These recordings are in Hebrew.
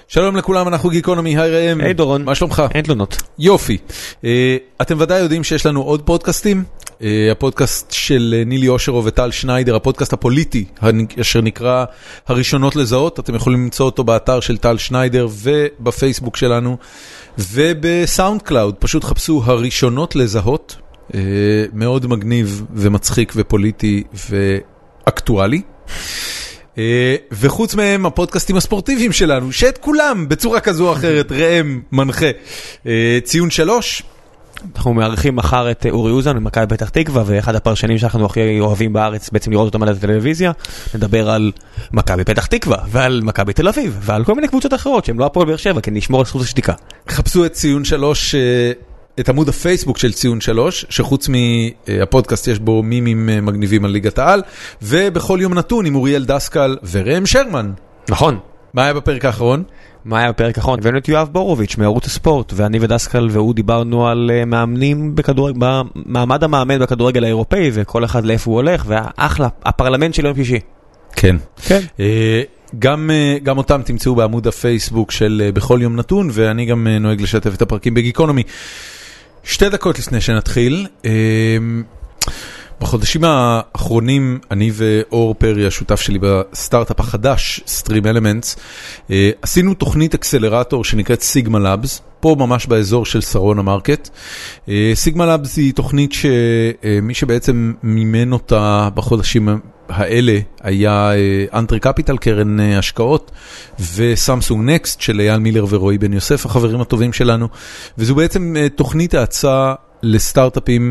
שלום לכולם, אנחנו גיקונומי, היי ראם. היי דורון. מה שלומך? אין תלונות. יופי. אתם ודאי יודעים שיש לנו עוד פודקאסטים. הפודקאסט של נילי אושרו וטל שניידר, הפודקאסט הפוליטי, אשר נקרא הראשונות לזהות. אתם יכולים למצוא אותו באתר של טל שניידר ובפייסבוק שלנו ובסאונד קלאוד. פשוט חפשו הראשונות לזהות. מאוד מגניב ומצחיק ופוליטי ואקטואלי. וחוץ מהם הפודקאסטים הספורטיביים שלנו, שאת כולם בצורה כזו או אחרת ראם מנחה. ציון 3. אנחנו מארחים מחר את אורי אוזן ממכבי פתח תקווה, ואחד הפרשנים שאנחנו הכי אוהבים בארץ בעצם לראות אותם על הטלוויזיה. נדבר על מכבי פתח תקווה ועל מכבי תל אביב ועל כל מיני קבוצות אחרות שהם לא הפועל באר שבע, כי נשמור על זכות השתיקה. חפשו את ציון 3, את עמוד הפייסבוק של ציון 3, שחוץ מהפודקאסט יש בו מימים מגניבים על ליגת העל, ובכל יום נתון עם אוריאל דסקל וראם שרמן. נכון. מה היה בפרק האחרון? מה היה בפרק האחרון? הבאנו את יואב בורוביץ' מערוץ הספורט, ואני ודסקל והוא דיברנו על מאמנים בכדורגל, במעמד המאמן בכדורגל האירופאי, וכל אחד לאיפה הוא הולך, והאחלה, הפרלמנט של יום שישי. כן. כן. גם אותם תמצאו בעמוד הפייסבוק של בכל יום נתון, ואני גם נוהג לשתף את הפרקים בגיקונומי. 2 דקות לפני שנתחיל, בחודשים האחרונים אני ואור פרי, השותף שלי בסטארט-אפ החדש, Stream Elements, עשינו תוכנית אקסלרטור שנקראת סיגמה לאבס, פה ממש באזור של שרון המרקט. סיגמה לאבס היא תוכנית שמי שבעצם מימן אותה בחודשים האלה היה אנטרי קפיטל, קרן השקעות, וסמסונג נקסט של אייל מילר ורועי בן יוסף, החברים הטובים שלנו, וזו בעצם תוכנית ההצעה לסטארט-אפים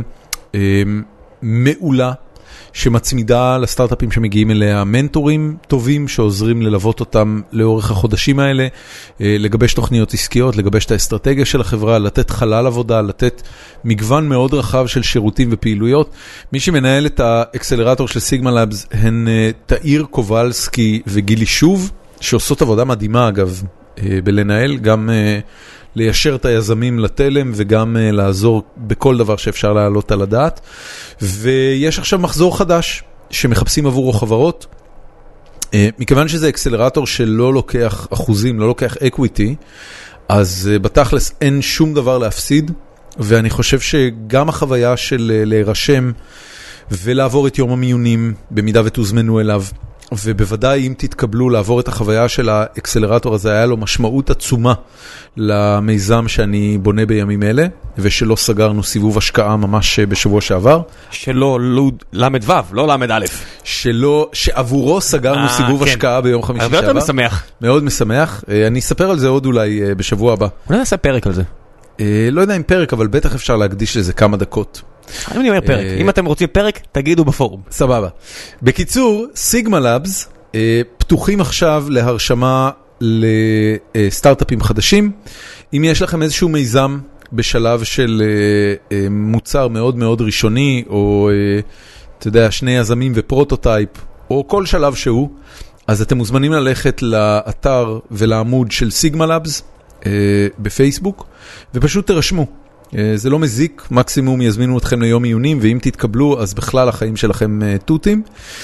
מעולה, שמצמידה לסטארט-אפים שמגיעים אליה מנטורים טובים, שעוזרים ללוות אותם לאורך החודשים האלה, לגבש תוכניות עסקיות, לגבש את האסטרטגיה של החברה, לתת חלל עבודה, לתת מגוון מאוד רחב של שירותים ופעילויות. מי שמנהל את האקסלרטור של סיגמה לאבס הן תאיר קובלסקי וגילי שוב, שעושות עבודה מדהימה אגב, בלנהל, גם ליישר את היזמים לתלם וגם לעזור בכל דבר שאפשר להעלות על הדעת. ויש עכשיו מחזור חדש שמחפשים עבורו חברות. מכיוון שזה אקסלרטור שלא לוקח אחוזים, לא לוקח אקוויטי, אז בתכלס אין שום דבר להפסיד, ואני חושב שגם החוויה של להירשם ולעבור את יום המיונים במידה ותוזמנו אליו, ובוודאי אם תתקבלו לעבור את החוויה של האקסלרטור הזה, היה לו משמעות עצומה למיזם שאני בונה בימים אלה, ושלא סגרנו סיבוב השקעה ממש בשבוע שעבר. שלא למד ו', לא למד א'. שעבורו סגרנו סיבוב השקעה ביום חמישי שעבר. הרבה יותר משמח. מאוד משמח. אני אספר על זה עוד אולי בשבוע הבא. אולי נעשה פרק על זה. לא יודע אם פרק, אבל בטח אפשר להקדיש לזה כמה דקות. אני אומר פרק. אם אתם רוצים פרק, תגידו בפורום. סבבה. בקיצור, סיגמה לאבס פתוחים עכשיו להרשמה לסטארט-אפים חדשים. אם יש לכם איזשהו מיזם בשלב של מוצר מאוד מאוד ראשוני, או אתה יודע, 2 יזמים ופרוטוטייפ, או כל שלב שהוא, אז אתם מוזמנים ללכת לאתר ולעמוד של סיגמה לאבס בפייסבוק, ופשוט תרשמו. זה לא מזיק, מקסימום יזמינו אתכם ליום עיונים, ואם תתקבלו, אז בכלל החיים שלכם תותים.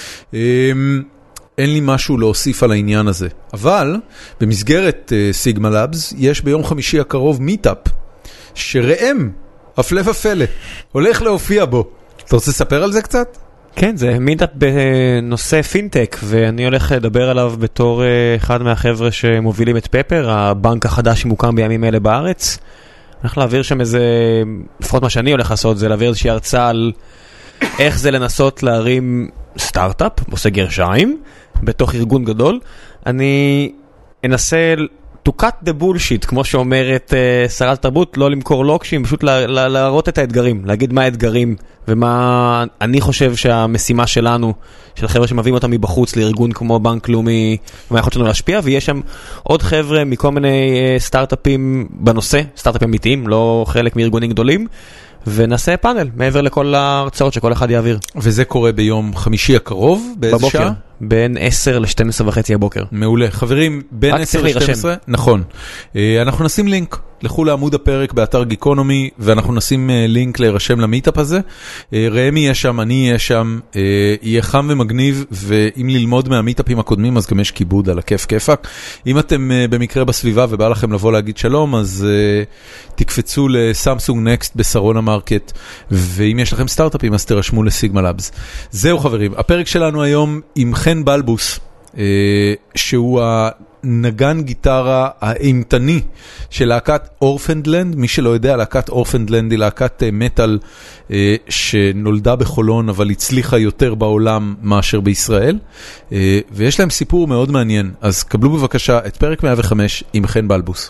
אין לי משהו להוסיף על העניין הזה. אבל, במסגרת סיגמה לאבס, יש ביום חמישי הקרוב מיטאפ, שראם, הפלא ופלא, הולך להופיע בו. אתה רוצה לספר על זה קצת? כן, זה מיטאפ בנושא פינטק, ואני הולך לדבר עליו בתור אחד מהחבר'ה שמובילים את פפר, הבנק החדש שמוקם בימים אלה בארץ. אני הולך להעביר שם איזה, לפחות מה שאני הולך לעשות, זה להעביר איזושהי הרצאה על איך זה לנסות להרים סטארט-אפ, עושה גרשיים, בתוך ארגון גדול. אני אנסה to cut the bullshit, כמו שאומרת שרת התרבות, לא למכור לוקשים, פשוט להראות את האתגרים, להגיד מה האתגרים, ומה אני חושב שהמשימה שלנו, של חבר'ה שמביאים אותם מבחוץ לארגון כמו בנק לאומי, מה יכול לנו להשפיע, ויש שם עוד חבר'ה מכל מיני סטארט-אפים בנושא, סטארט-אפים אמיתיים, לא חלק מארגונים גדולים, ונעשה פאנל, מעבר לכל ההרצאות שכל אחד יעביר. וזה קורה ביום חמישי הקרוב, באיזה שעה? בין 10 ל-12:30 הבוקר. מעולה. חברים, בין 10 ל-12, נכון. אנחנו נשים לינק לכו לעמוד הפרק באתר גיקונומי, ואנחנו נשים לינק להירשם למיטאפ הזה. ראם יהיה שם, אני אהיה שם, יהיה חם ומגניב, ואם ללמוד מהמיטאפים הקודמים, אז גם יש כיבוד על הכיף כיפק. אם אתם במקרה בסביבה ובא לכם לבוא להגיד שלום, אז תקפצו לסמסונג נקסט בסרון המרקט, ואם יש לכם סטארט-אפים, אז תרשמו לסיגמה לבס. זהו חברים, הפרק שלנו היום עם חן בלבוס, שהוא הנגן גיטרה האימתני של להקת אורפנדלנד. מי שלא יודע, להקת אורפנדלנד היא להקת מטל שנולדה בחולון, אבל הצליחה יותר בעולם מאשר בישראל, ויש להם סיפור מאוד מעניין. אז קבלו בבקשה את פרק 105 עם חן בלבוס.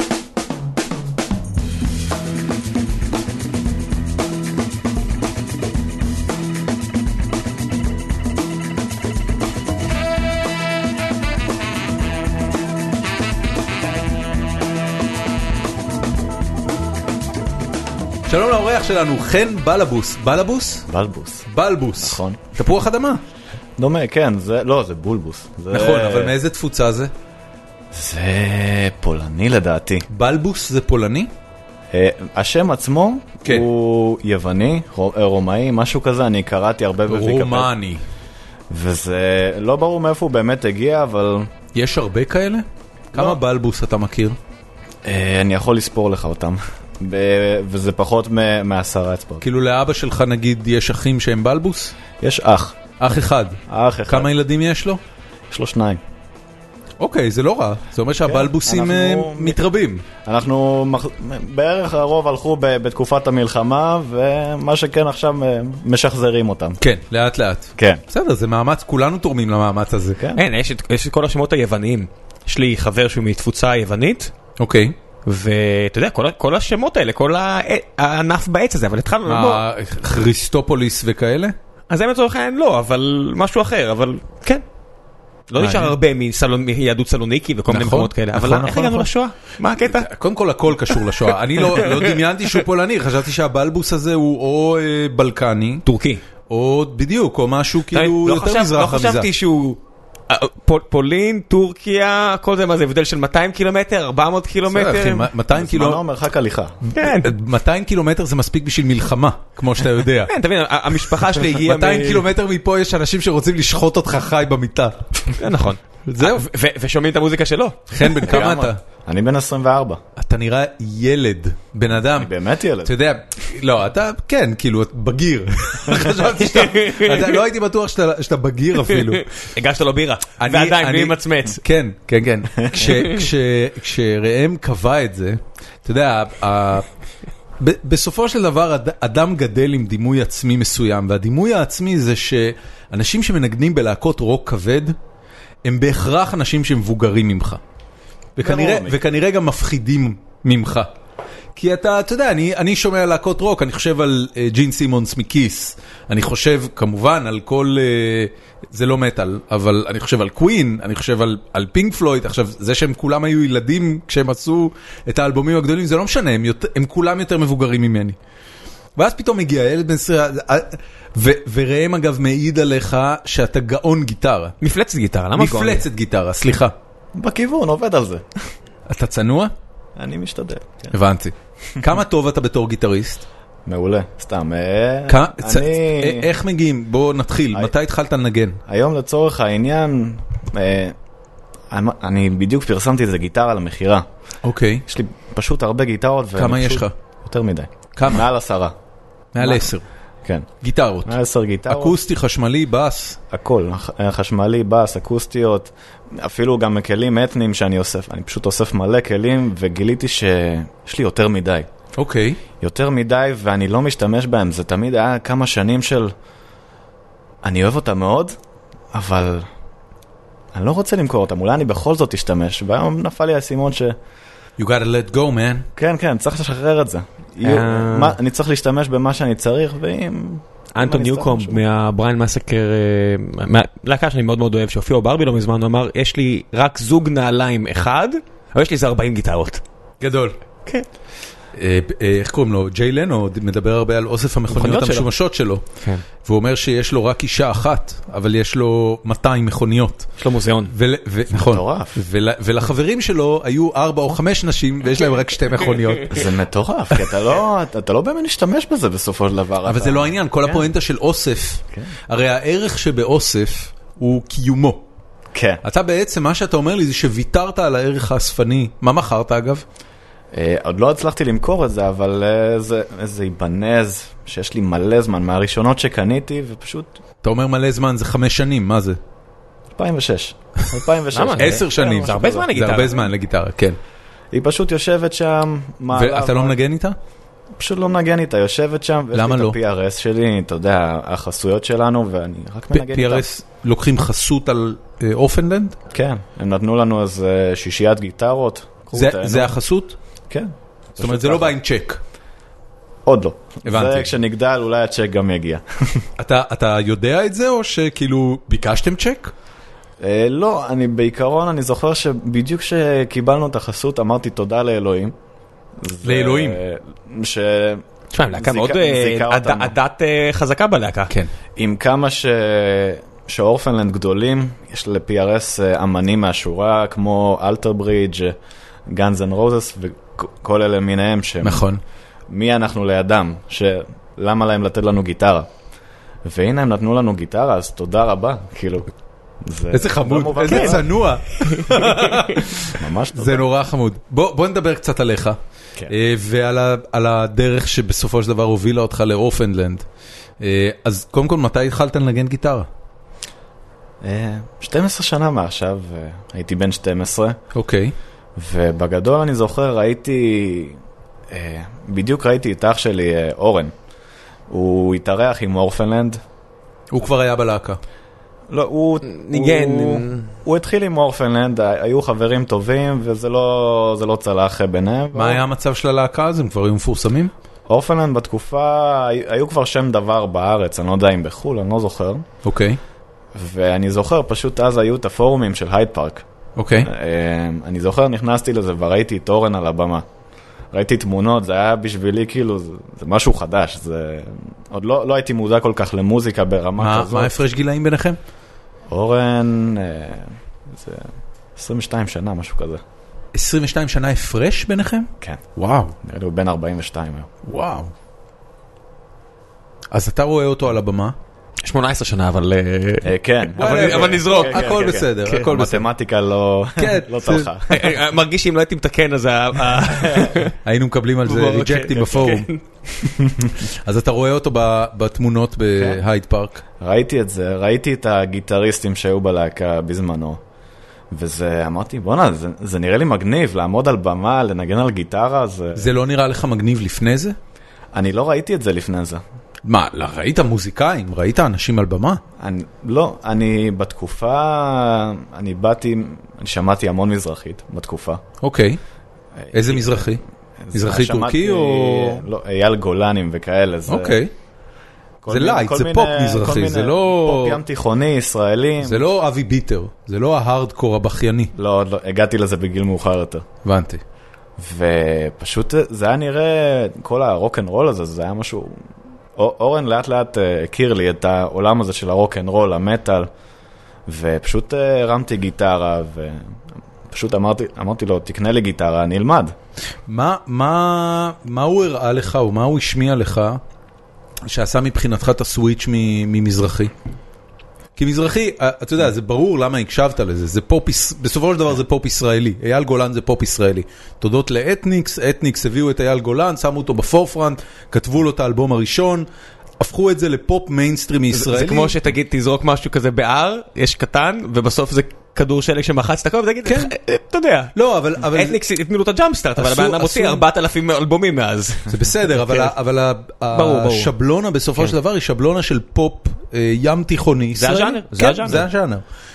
שלום לאורח שלנו, חן בלבוס. בלבוס? בלבוס. בלבוס. נכון. תפוח אדמה. דומה, כן, זה בולבוס. נכון, אבל מאיזה תפוצה זה? זה פולני לדעתי. בלבוס זה פולני? השם עצמו הוא יווני, רומאי, משהו כזה, אני קראתי הרבה בוויקיפדיה. רומני. וזה לא ברור מאיפה הוא באמת הגיע, אבל... יש הרבה כאלה? כמה בלבוס אתה מכיר? אני יכול לספור לך אותם. וזה פחות מ10 אצבעות. כאילו לאבא שלך נגיד יש אחים שהם בלבוס? יש אח. אח אחד? אח אחד. כמה ילדים יש לו? יש לו 2. אוקיי, זה לא רע. זה אומר שהבלבוסים מתרבים. אנחנו בערך הרוב הלכו בתקופת המלחמה, ומה שכן עכשיו משחזרים אותם. כן, לאט לאט. כן. בסדר, זה מאמץ, כולנו תורמים למאמץ הזה. כן, יש את כל השמות היווניים. יש לי חבר שהוא מתפוצה היוונית. אוקיי. ואתה יודע, כל השמות האלה, כל הענף בעץ הזה, אבל התחלנו... מה, כריסטופוליס וכאלה? אז הם לצורך העניין לא, אבל משהו אחר, אבל כן. לא נשאר הרבה מיהדות סלוניקי וכל מיני מקומות כאלה, אבל איך הגענו לשואה? מה הקטע? קודם כל הכל קשור לשואה. אני לא דמיינתי שהוא פולני, חשבתי שהבלבוס הזה הוא או בלקני, טורקי, או בדיוק, או משהו כאילו יותר מזרח מזה. לא חשבתי שהוא... פולין, טורקיה, כל זה מה זה הבדל של 200 קילומטר, 400 קילומטר? 200 קילומטר... זמנו מרחק הליכה. כן. 200 קילומטר זה מספיק בשביל מלחמה, כמו שאתה יודע. כן, תבין, המשפחה שלי הגיעה... 200 קילומטר מפה יש אנשים שרוצים לשחוט אותך חי במיטה. נכון. זהו. ושומעים את המוזיקה שלו. חן, בן כמה אתה? אני בן 24. אתה נראה ילד, בן אדם. אני באמת ילד. אתה יודע, לא, אתה, כן, כאילו, בגיר. חשבתי שאתה, לא הייתי בטוח שאתה בגיר אפילו. הגשת לו בירה, ועדיין, בלי מצמץ. כן, כן, כן. כשראם קבע את זה, אתה יודע, בסופו של דבר, אדם גדל עם דימוי עצמי מסוים, והדימוי העצמי זה שאנשים שמנגנים בלהקות רוק כבד, הם בהכרח אנשים שמבוגרים ממך. וכנראה גם מפחידים ממך. כי אתה יודע, אני שומע להקות רוק, אני חושב על ג'ין סימונס מקיס, אני חושב כמובן על כל, זה לא מטל, אבל אני חושב על קווין, אני חושב על פינק פלויד. עכשיו, זה שהם כולם היו ילדים כשהם עשו את האלבומים הגדולים, זה לא משנה, הם כולם יותר מבוגרים ממני. ואז פתאום מגיע ילד בן 10, וראם אגב מעיד עליך שאתה גאון גיטרה. מפלצת גיטרה, למה גאון? מפלצת גיטרה, סליחה. בכיוון, עובד על זה. אתה צנוע? אני משתדל. הבנתי. כמה טוב אתה בתור גיטריסט? מעולה, סתם. איך מגיעים? בוא נתחיל. מתי התחלת לנגן? היום לצורך העניין, אני בדיוק פרסמתי איזה גיטרה למחירה. אוקיי. יש לי פשוט הרבה גיטרות. כמה יש לך? יותר מדי. כמה? מעל 10. מעל 10. כן. גיטרות. מעל 10 גיטרות. אקוסטי, חשמלי, בס. הכל. חשמלי, בס, אקוסטיות. אפילו גם כלים אתניים שאני אוסף. אני פשוט אוסף מלא כלים, וגיליתי שיש לי יותר מדי. אוקיי. יותר מדי, ואני לא משתמש בהם. זה תמיד היה כמה שנים של... אני אוהב אותם מאוד, אבל... אני לא רוצה למכור אותם. אולי אני בכל זאת אשתמש. והיום נפל לי הסימון ש... You gotta let go, man. כן, כן, צריך לשחרר את זה. אני צריך להשתמש במה שאני צריך, ואם... אנטון ניוקום מהבריין מסקר, להקה שאני מאוד מאוד אוהב, שהופיעו ברבי לא מזמן, הוא אמר, יש לי רק זוג נעליים אחד, אבל יש לי איזה 40 גיטרות. גדול. כן. איך קוראים לו? ג'יי לנו מדבר הרבה על אוסף המכוניות המשומשות שלו. והוא אומר שיש לו רק אישה אחת, אבל יש לו 200 מכוניות. יש לו מוזיאון. נכון. ולחברים שלו היו 4 או 5 נשים, ויש להם רק 2 מכוניות. זה מטורף, כי אתה לא באמת משתמש בזה בסופו של דבר. אבל זה לא העניין, כל הפואנטה של אוסף, הרי הערך שבאוסף הוא קיומו. כן. אתה בעצם, מה שאתה אומר לי זה שוויתרת על הערך האספני. מה מכרת אגב? עוד לא הצלחתי למכור את זה, אבל זה איבנז שיש לי מלא זמן מהראשונות שקניתי, ופשוט... אתה אומר מלא זמן, זה 5 שנים, מה זה? 2006. למה? 10 שנים. זה הרבה זמן לגיטרה. זה הרבה זמן לגיטרה, כן. היא פשוט יושבת שם. ואתה לא מנגן איתה? פשוט לא מנגן איתה, יושבת שם. למה לא? ויש לי את ה-PRS שלי, אתה יודע, החסויות שלנו, ואני רק מנגן איתה. PRS לוקחים חסות על אופנלנד? כן, הם נתנו לנו איזה 6 גיטרות. זה החסות? כן. זאת אומרת, זה לא בא עם צ'ק. עוד לא. הבנתי. זה כשנגדל, אולי הצ'ק גם יגיע. אתה יודע את זה, או שכאילו ביקשתם צ'ק? לא, בעיקרון אני זוכר שבדיוק שקיבלנו את החסות, אמרתי תודה לאלוהים. לאלוהים. תשמע, להקה מאוד הדת חזקה בלהקה. כן. עם כמה שאורפנלנד גדולים, יש ל-PRS אמנים מהשורה, כמו אלטר ברידג', גאנז אנד רוזס, וכל אלה מיניהם שהם... נכון. מי אנחנו לידם, למה להם לתת לנו גיטרה? והנה הם נתנו לנו גיטרה, אז תודה רבה, כאילו. איזה חמוד, איזה צנוע. ממש תודה. זה נורא חמוד. בוא נדבר קצת עליך, ועל הדרך שבסופו של דבר הובילה אותך לאורפנלנד. אז קודם כל, מתי התחלת לנגן גיטרה? 12 שנה מעכשיו, הייתי בן 12. אוקיי. ובגדול אני זוכר, בדיוק ראיתי את אח שלי, אורן. הוא התארח עם אורפנלנד. הוא כבר היה בלהקה. לא, הוא התחיל עם אורפנלנד, היו חברים טובים, וזה לא צלח ביניהם. מה היה המצב של הלהקה? אז הם כבר היו מפורסמים? אורפנלנד בתקופה, היו כבר שם דבר בארץ, אני לא יודע אם בחול, אני לא זוכר. אוקיי. ואני זוכר, פשוט אז היו את הפורומים של הייד פארק. אוקיי. אני זוכר, נכנסתי לזה וראיתי את אורן על הבמה. ראיתי תמונות, זה היה בשבילי כאילו, זה משהו חדש, עוד לא הייתי מודע כל כך למוזיקה ברמה כזאת. מה הפרש גילאים ביניכם? אורן, זה 22 שנה, משהו כזה. 22 שנה הפרש ביניכם? כן. וואו. נראה לי הוא בן 42 היום. וואו. אז אתה רואה אותו על הבמה? 18 שנה, אבל... כן. אבל נזרוק. הכל בסדר, הכל בסדר. מתמטיקה לא צלחה. מרגיש שאם לא הייתי מתקן, אז... היינו מקבלים על זה ריג'קטים בפורום. אז אתה רואה אותו בתמונות בהייד פארק? ראיתי את זה, ראיתי את הגיטריסטים שהיו בלהקה בזמנו. וזה, אמרתי, בוא'נה, זה נראה לי מגניב, לעמוד על במה, לנגן על גיטרה, זה לא נראה לך מגניב לפני זה? אני לא ראיתי את זה לפני זה. מה, ראית מוזיקאים? ראית אנשים על במה? לא, אני בתקופה, אני שמעתי המון מזרחית בתקופה. אוקיי. איזה מזרחי? מזרחי טורקי או... לא, אייל גולנים וכאלה. אוקיי. זה לייט, זה פופ מזרחי, זה לא... פופ ים תיכוני, ישראלים. זה לא אבי ביטר, זה לא ההארדקור הבכייני. לא, הגעתי לזה בגיל מאוחר יותר. הבנתי. ופשוט זה היה נראה, כל הרוק-אנד-רול הזה, זה היה משהו... אורן לאט לאט הכיר לי את העולם הזה של הרוק-אנד-רול, המטל, ופשוט הרמתי גיטרה, ופשוט אמרתי לו, תקנה לי גיטרה, אני אלמד. מה הוא הראה לך, או מה הוא השמיע לך, שעשה מבחינתך את הסוויץ' ממזרחי? כי מזרחי, אתה יודע, זה ברור למה הקשבת לזה, זה פופ, בסופו של דבר זה פופ ישראלי, אייל גולן זה פופ ישראלי. תודות לאתניקס, אתניקס הביאו את אייל גולן, שמו אותו בפורפרנט, כתבו לו את האלבום הראשון, הפכו את זה לפופ מיינסטרימי ישראלי. זה כמו שתגיד, תזרוק משהו כזה בער, יש קטן, ובסוף זה כדור שלג שמחץ את הכל, ותגיד, אתה יודע. לא, אבל... אתניקס התנו לו את הג'אמפסטארט, אבל הבן אדם הוציא 4,000 אלבומים מאז. זה בסדר, אבל השבלונה בסופו של דבר היא שבלונה של פופ ים תיכוני ישראלי. זה הז'אנר. זה הז'אנר.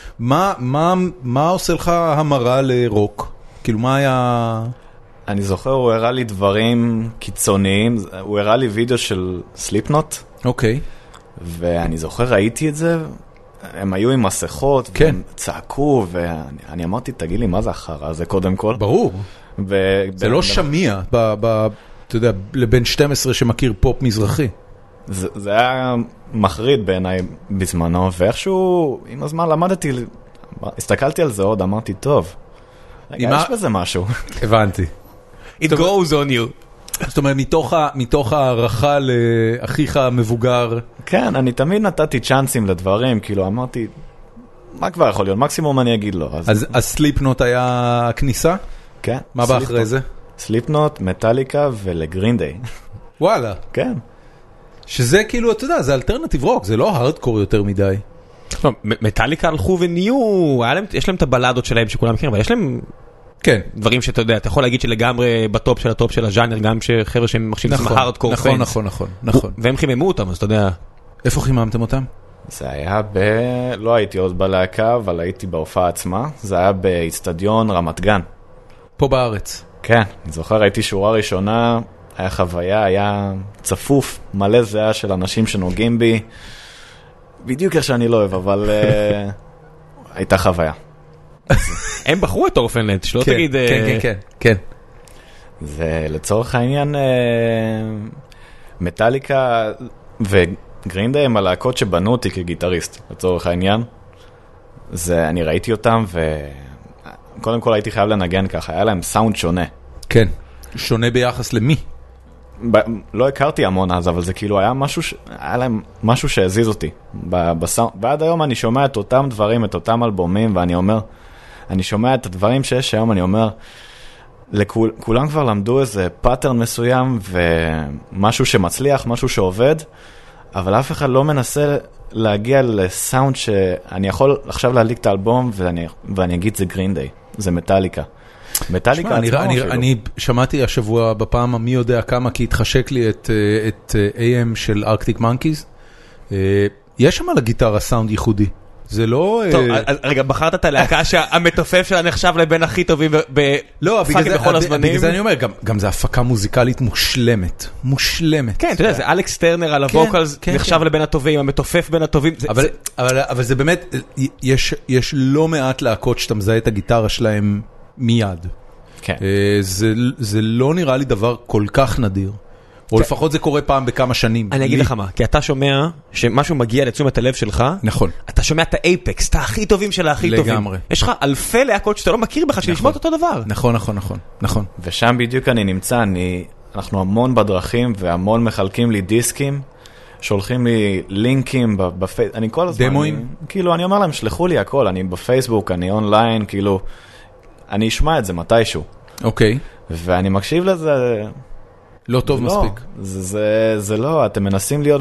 מה עושה לך המרה לרוק? כאילו, מה היה... אני זוכר, הוא הראה לי דברים קיצוניים, הוא הראה לי וידאו של סליפנוט. אוקיי. ואני זוכר, ראיתי את זה, הם היו עם מסכות, והם צעקו, ואני אמרתי, תגיד לי, מה זה החרא הזה קודם כל? ברור. זה לא שמיע, אתה אתה יודע, לבן 12 שמכיר פופ מזרחי. זה היה מחריד בעיניי בזמנו, ואיכשהו עם הזמן למדתי, הסתכלתי על זה עוד, אמרתי, טוב, רגע, יש בזה משהו. הבנתי. It goes on you. זאת אומרת, מתוך הערכה לאחיך המבוגר. כן, אני תמיד נתתי צ'אנסים לדברים, כאילו אמרתי, מה כבר יכול להיות? מקסימום אני אגיד לו. אז סליפנוט היה הכניסה? כן. מה בא אחרי זה? סליפנוט, מטליקה ולגרין דיי. וואלה. כן. שזה כאילו, אתה יודע, זה אלטרנטיב רוק, זה לא הארדקור יותר מדי. מטליקה הלכו ונהיו, יש להם את הבלדות שלהם שכולם מכירים, אבל יש להם דברים שאתה יודע, אתה יכול להגיד שלגמרי בטופ של הטופ של הז'אנר, גם שחבר'ה שהם מחשיבים את הארדקור פיינס. נכון. והם חיממו אותם, אז אתה יודע. איפה חיממתם אותם? זה היה לא הייתי עוד בלהקה, אבל הייתי בהופעה עצמה. זה היה באצטדיון רמת גן. פה בארץ. כן, אני זוכר, הייתי שורה ראשונה, היה חוויה, היה צפוף, מלא זהה של אנשים שנוגעים בי, בדיוק איך שאני לא אוהב, אבל הייתה חוויה. הם בחרו את אורפנלנד, שלא תגיד... כן. זה לצורך העניין, מטליקה וגרין דיי הם הלהקות שבנו אותי כגיטריסט, לצורך העניין. אני ראיתי אותם, וקודם כל הייתי חייב לנגן ככה, היה להם סאונד שונה. כן, שונה ביחס למי? לא הכרתי המון אז, אבל זה כאילו היה להם משהו שהזיז אותי בסאונד, ועד היום אני שומע את אותם דברים, את אותם אלבומים, ואני אומר, אני שומע את הדברים שיש היום, אני אומר, כולם כבר למדו איזה פאטרן מסוים, ומשהו שמצליח, משהו שעובד, אבל אף אחד לא מנסה להגיע לסאונד שאני יכול עכשיו להליק את האלבום, ואני אגיד זה גרין דיי, זה מטליקה. מטליקה עצמו אפילו. אני שמעתי השבוע בפעם מי יודע כמה, כי התחשק לי את AM של ארקטיק מנקיז. יש שם על הגיטרה סאונד ייחודי. זה לא... טוב, רגע, בחרת את הלהקה שהמתופף שלה נחשב לבין הכי טובים בפאקים בכל הזמנים. בגלל זה אני אומר, גם זה הפקה מוזיקלית מושלמת. מושלמת. כן, אתה יודע, זה אלכס טרנר על הווקלס, נחשב לבין הטובים, המתופף בין הטובים. אבל זה באמת, יש לא מעט להקות שאתה מזהה את הגיטרה שלהם מיד. כן. זה לא נראה לי דבר כל כך נדיר. או לפחות זה קורה פעם בכמה שנים. אני אגיד לך מה, כי אתה שומע שמשהו מגיע לתשומת הלב שלך. נכון. אתה שומע את האייפקס, את הכי טובים של הכי טובים. לגמרי. יש לך אלפי להקות שאתה לא מכיר בך, שנשמעות אותו דבר. נכון. ושם בדיוק אני נמצא, אנחנו המון בדרכים והמון מחלקים לי דיסקים, שולחים לי לינקים בפייסבוק, אני כל הזמן... דמוים? כאילו, אני אומר להם, שלחו לי הכל, אני בפייסבוק, אני אונליין, כאילו, אני אשמע את זה מתישהו. אוקיי. ואני מקשיב לזה... לא טוב מספיק. זה לא, אתם מנסים להיות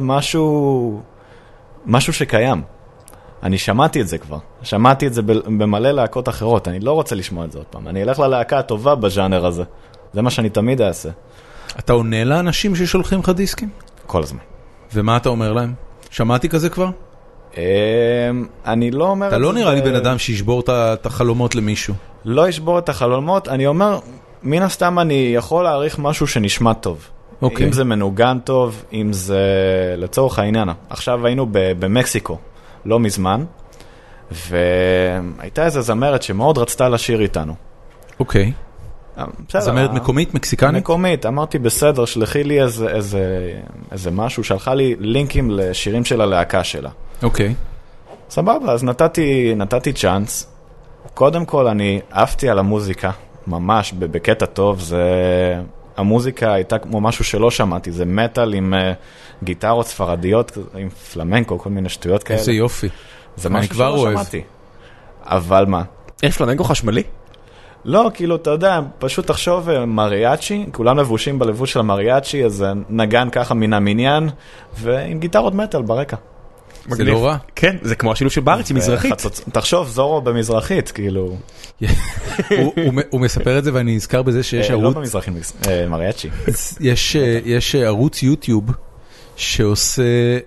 משהו שקיים. אני שמעתי את זה כבר. שמעתי את זה במלא להקות אחרות. אני לא רוצה לשמוע את זה עוד פעם. אני אלך ללהקה הטובה בז'אנר הזה. זה מה שאני תמיד אעשה. אתה עונה לאנשים ששולחים לך דיסקים? כל הזמן. ומה אתה אומר להם? שמעתי כזה כבר? אני לא אומר... אתה לא נראה לי בן אדם שישבור את החלומות למישהו. לא ישבור את החלומות. אני אומר... מן הסתם אני יכול להעריך משהו שנשמע טוב. אם זה מנוגן טוב, אם זה לצורך העניין. עכשיו היינו במקסיקו, לא מזמן, והייתה איזו זמרת שמאוד רצתה לשיר איתנו. אוקיי. זמרת מקומית, מקסיקנית? מקומית, אמרתי בסדר, שלחי לי איזה משהו, שלחה לי לינקים לשירים של הלהקה שלה. אוקיי. סבבה, אז נתתי צ'אנס. קודם כל אני אהבתי על המוזיקה. ממש, בקטע טוב, המוזיקה הייתה כמו משהו שלא שמעתי, זה מטל עם גיטרות ספרדיות, עם פלמנקו, כל מיני שטויות כאלה. איזה יופי. זה משהו שלא שמעתי. אבל מה? יש פלמנקו חשמלי? לא, כאילו, אתה יודע, פשוט תחשוב מריאצ'י, כולם לבושים בלבוש של המריאצ'י, אז נגן ככה מן המניין, ועם גיטרות מטל ברקע. זה לא רע. כן, זה כמו השילוב של בארץ, היא מזרחית. תחשוב, זורו במזרחית, כאילו. הוא מספר את זה ואני נזכר בזה שיש ערוץ... לא במזרחית, מריאצ'י. יש ערוץ יוטיוב שעושה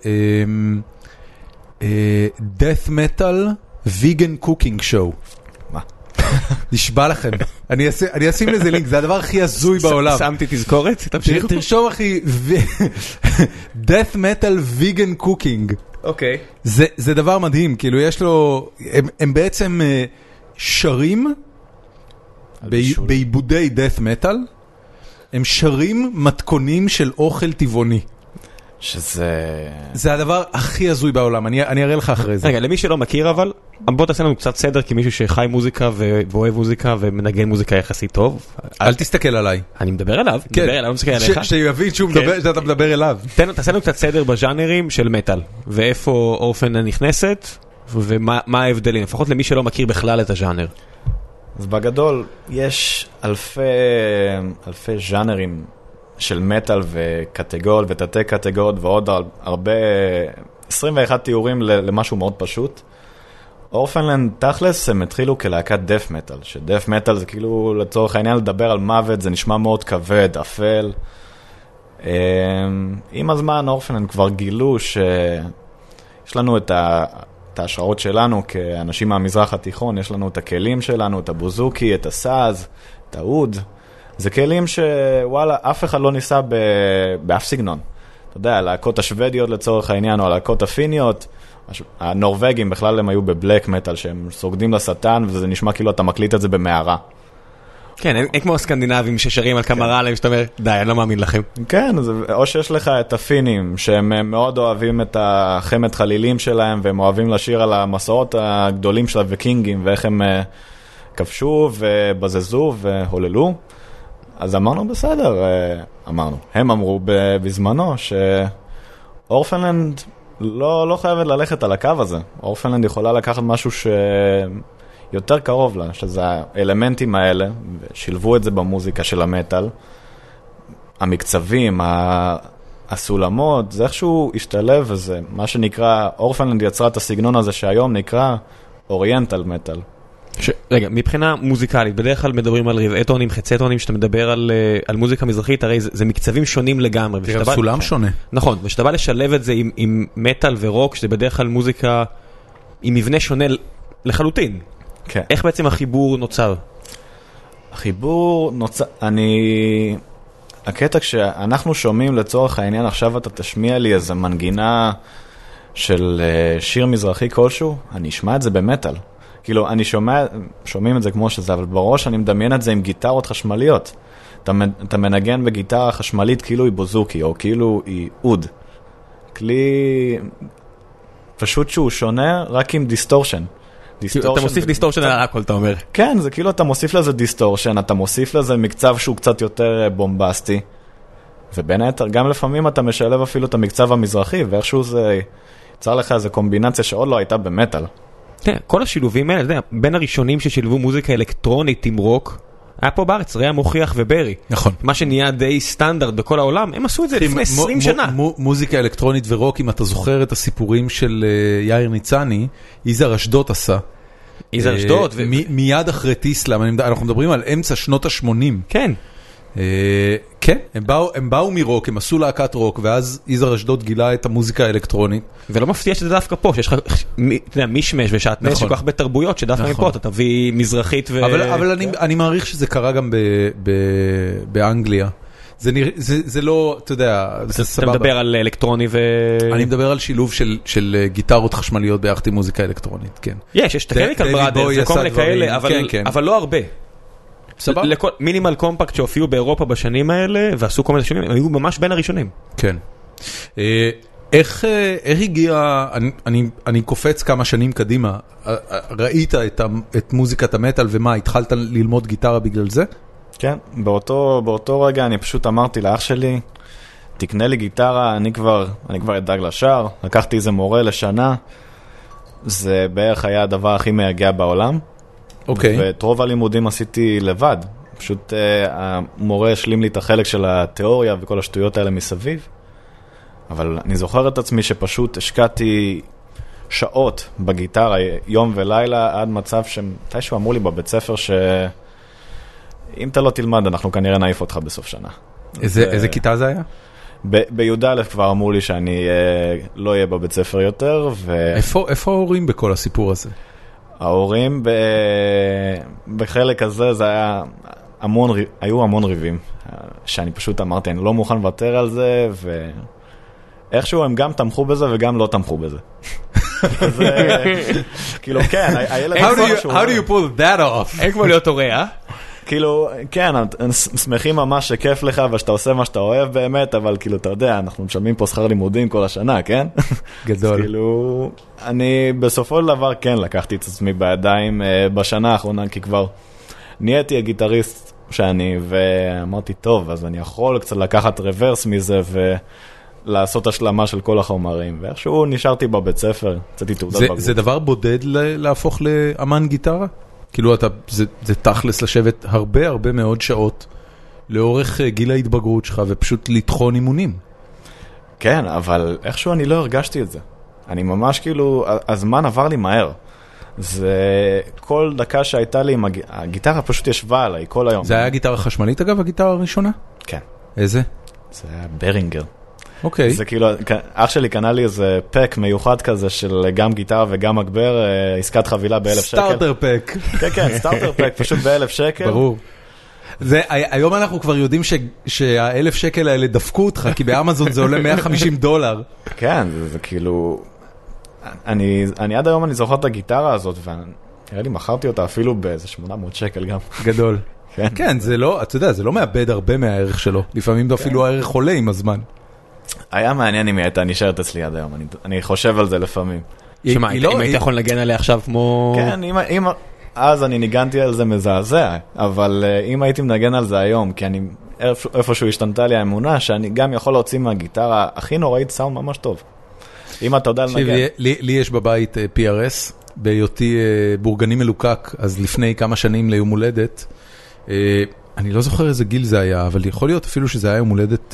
death metal vegan cooking show. מה? נשבע לכם. אני אשים לזה לינק, זה הדבר הכי הזוי בעולם. שמתי תזכורת? תמשיך. תרשום אחי, death metal vegan cooking. אוקיי. זה דבר מדהים, כאילו יש לו, הם בעצם שרים בעיבודי death metal, הם שרים מתכונים של אוכל טבעוני. זה הדבר הכי הזוי בעולם, אני אראה לך אחרי זה. רגע, למי שלא מכיר אבל, בוא תעשה לנו קצת סדר, כמישהו שחי מוזיקה ואוהב מוזיקה ומנגן מוזיקה יחסית טוב. אל תסתכל עליי. אני מדבר אליו, שיבין שאתה מדבר אליו. תעשה לנו קצת סדר בז'אנרים של מטל, ואיפה אורפנלנד נכנסת, ומה ההבדלים, לפחות למי שלא מכיר בכלל את הז'אנר. אז בגדול, יש אלפי ז'אנרים של מטל וקטגוריות ותתי קטגוריות ועוד הרבה, 21 תיאורים למשהו מאוד פשוט. אורפנלנד תכלס הם התחילו כלהקת דף מטל, שדף מטל זה כאילו לצורך העניין לדבר על מוות, זה נשמע מאוד כבד, אפל. עם הזמן אורפנלנד כבר גילו שיש לנו את ההשראות שלנו כאנשים מהמזרח התיכון, יש לנו את הכלים שלנו, את הבוזוקי, את הסאז, את האוד. זה כלים שוואלה, אף אחד לא ניסה באף סגנון. אתה יודע, הלהקות השוודיות לצורך העניין, או הלהקות הפיניות, הנורווגים בכלל הם היו בבלק מטל, שהם סוגדים לשטן, וזה נשמע כאילו אתה מקליט את זה במערה. כן, אין כמו הסקנדינבים ששרים על כמה רע להם, שאתה אומר, די, אני לא מאמין לכם. כן, או שיש לך את הפינים, שהם מאוד אוהבים את החמד חלילים שלהם, והם אוהבים לשיר על המסעות הגדולים של הוויקינגים, ואיך הם כבשו ובזזו והוללו. אז אמרנו בסדר, הם אמרו בזמנו שאורפנלנד לא חייבת ללכת על הקו הזה. אורפנלנד יכולה לקחת משהו שיותר קרוב לה, שזה האלמנטים האלה, ושילבו את זה במוזיקה של המטל. המקצבים, הסולמות, זה איכשהו השתלב, וזה מה שנקרא, אורפנלנד יצרה את הסגנון הזה שהיום נקרא אוריינטל מטל. רגע, מבחינה מוזיקלית, בדרך כלל מדברים על רבעי טונים, חצי טונים, שאתה מדבר על מוזיקה מזרחית, הרי זה מקצבים שונים לגמרי. זה גם סולם שונה. נכון, ושאתה בא לשלב את זה עם מטל ורוק, שזה בדרך כלל מוזיקה עם מבנה שונה לחלוטין. כן. איך בעצם החיבור נוצר? החיבור נוצר, הקטע כשאנחנו שומעים לצורך העניין, עכשיו אתה תשמיע לי איזו מנגינה של שיר מזרחי כלשהו, אני אשמע את זה במטל. כאילו, אני שומעים את זה כמו שזה, אבל בראש אני מדמיין את זה עם גיטרות חשמליות. אתה מנגן בגיטרה חשמלית כאילו היא בוזוקי, או כאילו היא אוד. כלי פשוט שהוא שונה, רק עם דיסטורשן. אתה מוסיף דיסטורשן על הכל, אתה אומר. כן, זה כאילו אתה מוסיף לזה דיסטורשן, אתה מוסיף לזה מקצב שהוא קצת יותר בומבסטי. ובין היתר, גם לפעמים אתה משלב אפילו את המקצב המזרחי, ואיכשהו זה יצר לך איזו קומבינציה שעוד לא הייתה במטל. כל השילובים האלה, בין הראשונים ששילבו מוזיקה אלקטרונית עם רוק, היה פה בארץ, ריה מוכיח וברי. נכון. מה שנהיה די סטנדרט בכל העולם, הם עשו את זה לפני 20 שנה. מוזיקה אלקטרונית ורוק, אם אתה זוכר את הסיפורים של יאיר ניצני, יזהר אשדוד עשה. יזהר אשדוד. מיד אחרי טיסלאם, אנחנו מדברים על אמצע שנות ה-80. כן. כן, הם באו מרוק, הם עשו להקת רוק, ואז יזהר אשדוד גילה את המוזיקה האלקטרונית. ולא מפתיע שזה דווקא פה, שיש לך מישמש ושעטנז שכל כך בתרבויות, שדווקא מפה אתה תביא מזרחית אבל אני מעריך שזה קרה גם באנגליה. זה לא, אתה יודע, זה סבבה. אתה מדבר על אלקטרוני אני מדבר על שילוב של גיטרות חשמליות ביחד עם מוזיקה אלקטרונית, כן. יש את הקמיקל בראדרס, זה כל מיני כאלה, אבל לא הרבה. מינימל קומפקט שהופיעו באירופה בשנים האלה, ועשו כל מיני שנים, הם היו ממש בין הראשונים. כן. איך הגיע, אני קופץ כמה שנים קדימה, ראית את מוזיקת המטל ומה, התחלת ללמוד גיטרה בגלל זה? כן, באותו רגע אני פשוט אמרתי לאח שלי, תקנה לי גיטרה, אני כבר אדאג לשער, לקחתי איזה מורה לשנה, זה בערך היה הדבר הכי מייגע בעולם. אוקיי. ואת רוב הלימודים עשיתי לבד. פשוט המורה השלים לי את החלק של התיאוריה וכל השטויות האלה מסביב. אבל אני זוכר את עצמי שפשוט השקעתי שעות בגיטרה, יום ולילה, עד מצב שמתישהו אמרו לי בבית ספר שאם אתה לא תלמד, אנחנו כנראה נעיף אותך בסוף שנה. איזה כיתה זה היה? בי"א כבר אמרו לי שאני לא אהיה בבית ספר יותר. איפה ההורים בכל הסיפור הזה? ההורים בחלק הזה זה היה היו המון ריבים, שאני פשוט אמרתי, אני לא מוכן לוותר על זה, ואיכשהו הם גם תמכו בזה וגם לא תמכו בזה. כאילו כן, הילד... How do you pull that off? אין כמו להיות הורה, כאילו, כן, שמחים ממש שכיף לך ושאתה עושה מה שאתה אוהב באמת, אבל כאילו, אתה יודע, אנחנו משלמים פה שכר לימודים כל השנה, כן? גדול. כאילו, אני בסופו של דבר כן לקחתי את עצמי בידיים בשנה האחרונה, כי כבר נהייתי הגיטריסט שאני, ואמרתי, טוב, אז אני יכול קצת לקחת רוורס מזה ולעשות השלמה של כל החומרים, ואיכשהו נשארתי בבית ספר, קצת תעודת בגרות. זה דבר בודד להפוך לאמן גיטרה? כאילו זה תכלס לשבת הרבה מאוד שעות לאורך גיל ההתבגרות שלך ופשוט לטחון אימונים. כן, אבל איכשהו אני לא הרגשתי את זה. אני ממש כאילו, הזמן עבר לי מהר. זה כל דקה שהייתה לי, הגיטרה פשוט ישבה עליי כל היום. זה היה גיטרה חשמלית אגב, הגיטרה הראשונה? כן. איזה? זה היה ברינגר. אוקיי. זה כאילו, אח שלי קנה לי איזה פק מיוחד כזה של גם גיטרה וגם מגבר, עסקת חבילה ב1,000 שקל. סטארטר פק. כן, סטארטר פק, פשוט ב1,000 שקל. ברור. היום אנחנו כבר יודעים שה1,000 שקל האלה דפקו אותך, כי באמזון זה עולה $150. כן, זה כאילו... אני עד היום אני זוכר את הגיטרה הזאת, ונראה לי מכרתי אותה אפילו באיזה 800 שקל גם. גדול. כן, זה לא, אתה יודע, זה לא מאבד הרבה מהערך שלו. לפעמים אפילו הערך עולה עם הזמן. היה מעניין אם היא הייתה נשארת אצלי עד היום, אני חושב על זה לפעמים. שמה, אם היית יכול לנגן עליה עכשיו כמו... כן, אז אני ניגנתי על זה מזעזע, אבל אם הייתי מנגן על זה היום, כי אני איפשהו השתנתה לי האמונה, שאני גם יכול להוציא מהגיטרה הכי נוראית סאונד ממש טוב. אם אתה יודע לנגן. לי יש בבית PRS, בהיותי בורגני מלוקק, אז לפני כמה שנים ליום הולדת, אני לא זוכר איזה גיל זה היה, אבל יכול להיות אפילו שזה היה יום הולדת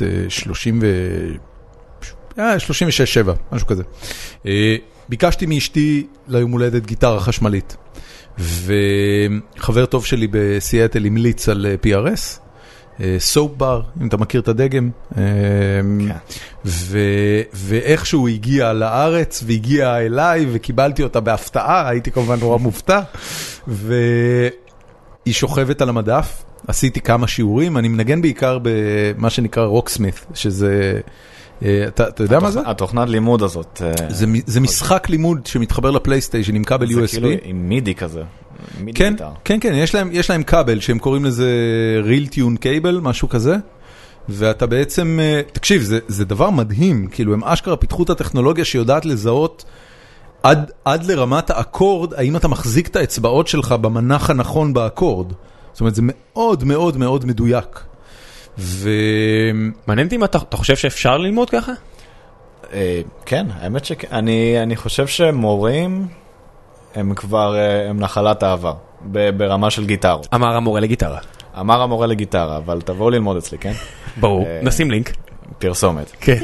36-7, משהו כזה. ביקשתי מאשתי ליום הולדת גיטרה חשמלית, וחבר טוב שלי בסיאטל המליץ על PRS, סופ בר, אם אתה מכיר את הדגם, ואיכשהו הגיע לארץ והגיע אליי וקיבלתי אותה בהפתעה, הייתי כמובן נורא מופתע, והיא שוכבת על המדף, עשיתי כמה שיעורים, אני מנגן בעיקר במה שנקרא רוקסמית, שזה, אתה יודע מה זה? התוכנת לימוד הזאת. זה משחק לימוד שמתחבר לפלייסטיישן עם כבל USB. זה כאילו עם מידי כזה. כן, כן, כן, יש להם כבל שהם קוראים לזה Real Tune Cable, משהו כזה, ואתה בעצם, תקשיב, זה דבר מדהים, כאילו הם אשכרה פיתחו את הטכנולוגיה שיודעת לזהות עד לרמת האקורד, האם אתה מחזיק את האצבעות שלך במנח הנכון באקורד. זאת אומרת, זה מאוד מאוד מאוד מדויק. מעניין אותי אם אתה חושב שאפשר ללמוד ככה? כן, האמת שאני חושב שמורים הם כבר, הם נחלת העבר, ברמה של גיטרות. אמר המורה לגיטרה. אמר המורה לגיטרה, אבל תבואו ללמוד אצלי, כן? ברור, נשים לינק. פרסומת. כן.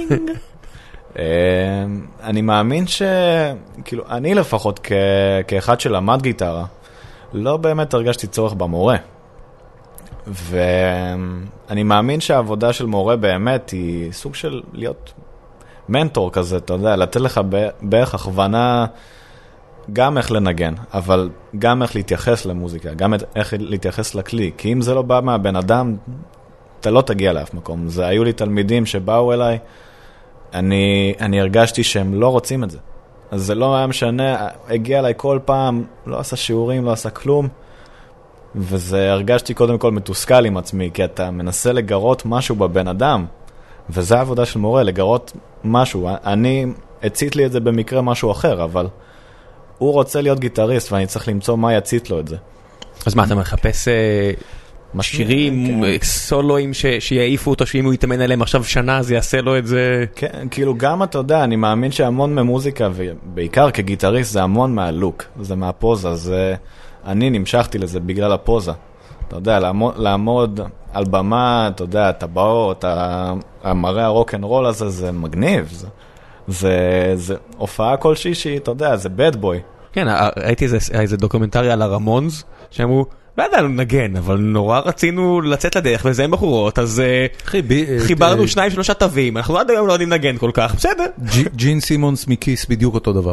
אני מאמין כאילו, אני לפחות כאחד שלמד גיטרה, לא באמת הרגשתי צורך במורה. ואני מאמין שהעבודה של מורה באמת היא סוג של להיות מנטור כזה, אתה יודע, לתת לך בערך הכוונה גם איך לנגן, אבל גם איך להתייחס למוזיקה, גם איך להתייחס לכלי, כי אם זה לא בא מהבן אדם, אתה לא תגיע לאף מקום. זה היו לי תלמידים שבאו אליי, אני הרגשתי שהם לא רוצים את זה. אז זה לא היה משנה, הגיע אליי כל פעם, לא עשה שיעורים, לא עשה כלום, וזה הרגשתי קודם כל מתוסכל עם עצמי, כי אתה מנסה לגרות משהו בבן אדם, וזה העבודה של מורה, לגרות משהו. אני הצית לי את זה במקרה משהו אחר, אבל הוא רוצה להיות גיטריסט, ואני צריך למצוא מה יצית לו את זה. אז מה, אתה מחפש שירים, סולואים שיעיפו אותו, שאם הוא יתאמן עליהם עכשיו שנה, אז יעשה לו את זה? כן, כאילו גם אתה יודע, אני מאמין שהמון ממוזיקה, ובעיקר כגיטריסט, זה המון מהלוק, זה מהפוזה, זה... אני נמשכתי לזה בגלל הפוזה. אתה יודע, לעמוד על במה, אתה יודע, הטבעות, המראה הרוק-אנד-רול הזה, זה מגניב. זה הופעה כלשהי שהיא, אתה יודע, זה bad boy. כן, ראיתי איזה דוקומנטרי על הרמונס, שאמרו, לא ידענו לנגן, אבל נורא רצינו לצאת לדרך, וזה הם בחורות, אז חיברנו 2-3 תווים, אנחנו עד היום לא יודעים לנגן כל כך, בסדר. ג'ין סימונס מכיס בדיוק אותו דבר.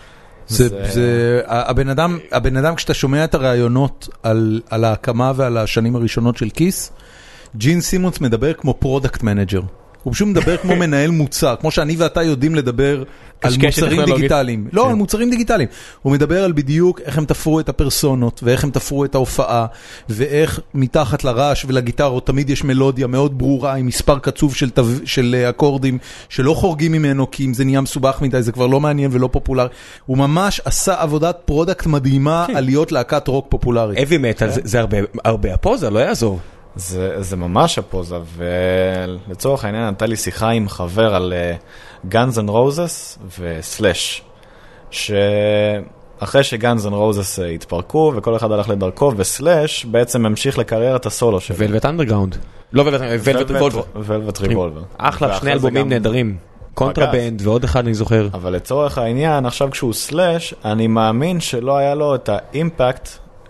הבן אדם כשאתה שומע את הרעיונות על ההקמה ועל השנים הראשונות של כיס, ג'ין סימונס מדבר כמו פרודקט מנג'ר. הוא פשוט מדבר כמו מנהל מוצר, כמו שאני ואתה יודעים לדבר על מוצרים דיגיטליים. לא, על מוצרים דיגיטליים. הוא מדבר על בדיוק איך הם תפרו את הפרסונות, ואיך הם תפרו את ההופעה, ואיך מתחת לרעש ולגיטרות תמיד יש מלודיה מאוד ברורה, עם מספר קצוב של אקורדים, שלא חורגים ממנו, כי אם זה נהיה מסובך מדי, זה כבר לא מעניין ולא פופולרי. הוא ממש עשה עבודת פרודקט מדהימה על להיות להקת רוק פופולרית. אבי מטל, זה הרבה הפוזה, לא יעזור. זה ממש הפוזה, ולצורך העניין נתן לי שיחה עם חבר על Guns N' Roses וסלאש, שאחרי שגאנז אנד רוזס התפרקו וכל אחד הלך לדרכו, וסלאש בעצם המשיך לקריירת הסולו שלו. ולווט אנדרגראונד. לא ולווט ריבולבר. ולווט ריבולבר. אחלה, שני אלבומים נהדרים. קונטרבנד ועוד אחד אני זוכר. אבל לצורך העניין, עכשיו כשהוא סלאש, אני מאמין שלא היה לו את האימפקט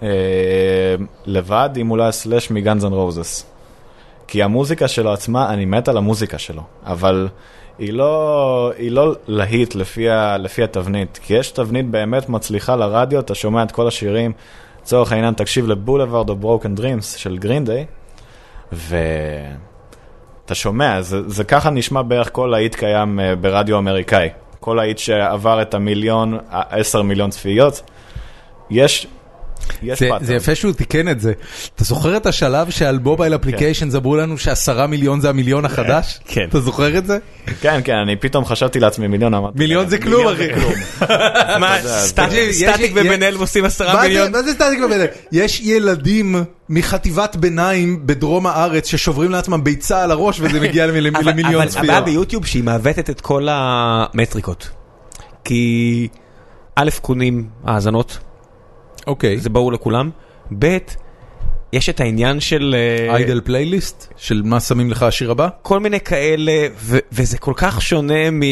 לבד אם אולי סלאש מגאנז אנד רוזס. כי המוזיקה שלו עצמה, אני מת על המוזיקה שלו, אבל היא לא להיט לפי התבנית, כי יש תבנית באמת מצליחה לרדיו, אתה שומע את כל השירים, לצורך העניין תקשיב לבולווארד או ברוקן דרימס של גרין דיי, ואתה שומע, זה ככה נשמע בערך כל להיט קיים ברדיו אמריקאי, כל להיט שעבר את 10 מיליון צפיות, זה יפה שהוא תיקן את זה. אתה זוכר את השלב שעל מובייל אפליקיישנס אמרו לנו ש10 מיליון זה המיליון החדש? כן. אתה זוכר את זה? כן, כן, אני פתאום חשבתי לעצמי מיליון. מיליון זה כלום, אחי. מה, סטטיק ובן-אל עושים 10 מיליון? מה זה סטטיק ובן-אל? יש ילדים מחטיבת ביניים בדרום הארץ ששוברים לעצמם ביצה על הראש וזה מגיע למיליון צפיות. אבל ביוטיוב שהיא מעוותת את כל המטריקות. כי א' קונים האזנות, אוקיי. זה ברור לכולם. ב' יש את העניין של איידל פלייליסט, של מה שמים לך השיר הבא? כל מיני כאלה, וזה כל כך שונה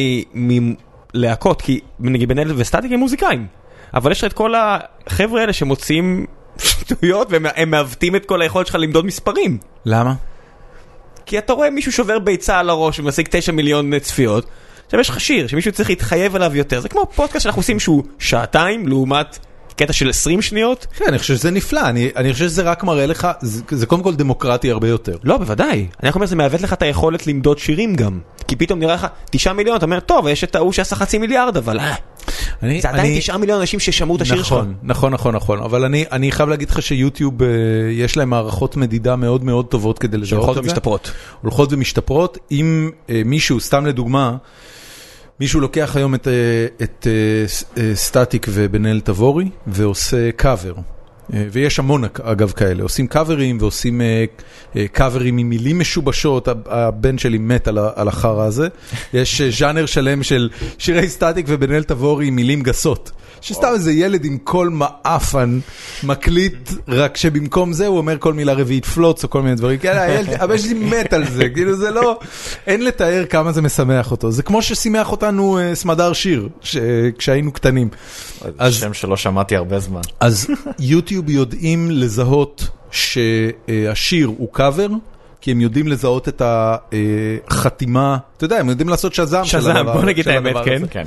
מלהקות, כי נגיד בן-אל וסטטיק הם מוזיקאים, אבל יש לך את כל החבר'ה האלה שמוצאים שטויות, והם מעוותים את כל היכולת שלך למדוד מספרים. למה? כי אתה רואה מישהו שובר ביצה על הראש ומשיג 9 מיליון צפיות, עכשיו יש לך שיר שמישהו צריך להתחייב עליו יותר, זה כמו פודקאסט שאנחנו עושים שהוא שעתיים לעומת קטע של 20 שניות. כן, אני חושב שזה נפלא, אני חושב שזה רק מראה לך, זה קודם כל דמוקרטי הרבה יותר. לא, בוודאי. אני אומר, זה מעוות לך את היכולת למדוד שירים גם. כי פתאום נראה לך 9 מיליון, אתה אומר, טוב, יש את ההוא שעשה 500 מיליארד, אבל זה עדיין 9 מיליון אנשים ששמעו את השיר שלך. נכון, אבל אני חייב להגיד לך שיוטיוב, יש להם מערכות מדידה מאוד מאוד טובות כדי לזהות את זה. הולכות ומשתפרות. אם מישהו, סתם לדוגמה, מישהו לוקח היום את סטטיק ובן-אל תבורי ועושה קאבר, ויש המון אגב כאלה, עושים קאברים ועושים קאברים עם מילים משובשות, הבן שלי מת על החרא הזה, יש ז'אנר שלם של שירי סטטיק ובן-אל תבורי עם מילים גסות, שסתם איזה ילד עם כל מאפן מקליט, רק שבמקום זה הוא אומר כל מילה רביעית פלוץ או כל מיני דברים כאלה, הבן שלי מת על זה, כאילו זה לא, אין לתאר כמה זה משמח אותו, זה כמו ששימח אותנו סמדר שיר, כשהיינו קטנים. זה שם שלא שמעתי הרבה זמן. אז יוטיוב יודעים לזהות שהשיר הוא קאבר, כי הם יודעים לזהות את החתימה, אתה יודע, הם יודעים לעשות שזם של הדבר. שזם, בוא נגיד את האמת, כן.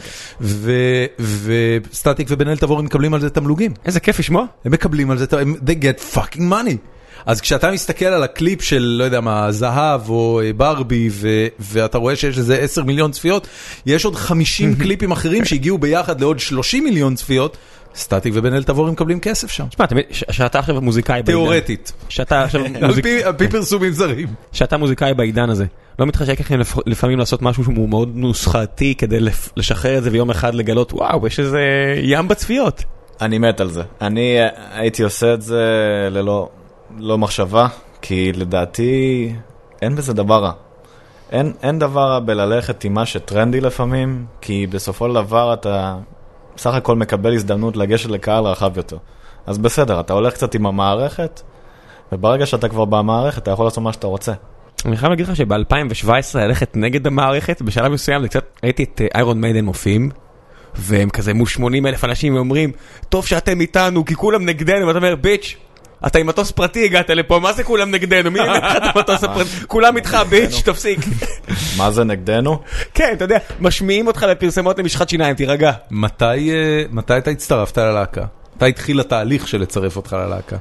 וסטטיק ובן-אל תבורי מקבלים על זה תמלוגים. איזה כיף לשמוע. הם מקבלים על זה, they get fucking money. אז כשאתה מסתכל על הקליפ של, לא יודע מה, זהב או ברבי, ואתה רואה שיש איזה 10 מיליון צפיות, יש עוד 50 קליפים אחרים שהגיעו ביחד לעוד 30 מיליון צפיות, סטטיק ובן-אל תבורי מקבלים כסף שם. תשמע, שאתה עכשיו מוזיקאי בעידן. תיאורטית. על פי פרסומים זרים. שאתה מוזיקאי בעידן הזה. לא מתחשק לכם לפעמים לעשות משהו שהוא מאוד נוסחתי כדי לשחרר את זה ויום אחד לגלות, וואו, יש איזה ים בצפיות. אני מת על זה. אני הייתי עושה את זה לא מחשבה, כי לדעתי אין בזה דבר רע. אין דבר רע בללכת עם מה שטרנדי לפעמים, כי בסופו של דבר אתה בסך הכל מקבל הזדמנות לגשת לקהל רחב יותר. אז בסדר, אתה הולך קצת עם המערכת, וברגע שאתה כבר במערכת, אתה יכול לעשות מה שאתה רוצה. אני חייב להגיד לך שב-2017 ללכת נגד המערכת, בשלב מסוים ראיתי את איירון מיידן מופיעים, והם כזה מול 80,000 אנשים ואומרים, טוב שאתם איתנו, כי כולם נגדנו, ואתה אומר, ביץ', אתה עם מטוס פרטי הגעת לפה, מה זה כולם נגדנו? מי נגד לך את המטוס הפרטי? כולם איתך, ביץ', תפסיק. מה זה נגדנו? כן, אתה יודע, משמיעים אותך בפרסמות למשחת שיניים, תירגע. מתי אתה הצטרפת ללהקה? מתי התחיל התהליך של לצרף אותך ללהקה?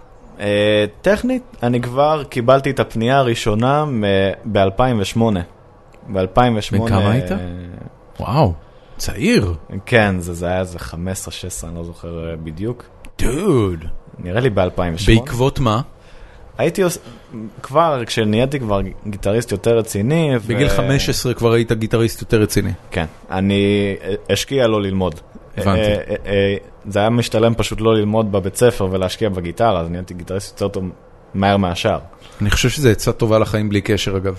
טכנית, אני כבר קיבלתי את הפנייה הראשונה ב-2008. ב-2008. בן כמה היית? וואו, צעיר. כן, זה היה איזה 15-16, אני לא זוכר בדיוק. דוד. נראה לי ב-2008. בעקבות מה? הייתי כבר, כשנהייתי כבר גיטריסט יותר רציני. בגיל 15 כבר היית גיטריסט יותר רציני. כן, אני השקיע לא ללמוד. הבנתי. זה היה משתלם פשוט לא ללמוד בבית ספר ולהשקיע בגיטרה, אז נהייתי גיטריסט יותר טוב מהר מהשאר. אני חושב שזה עצה טובה לחיים בלי קשר אגב.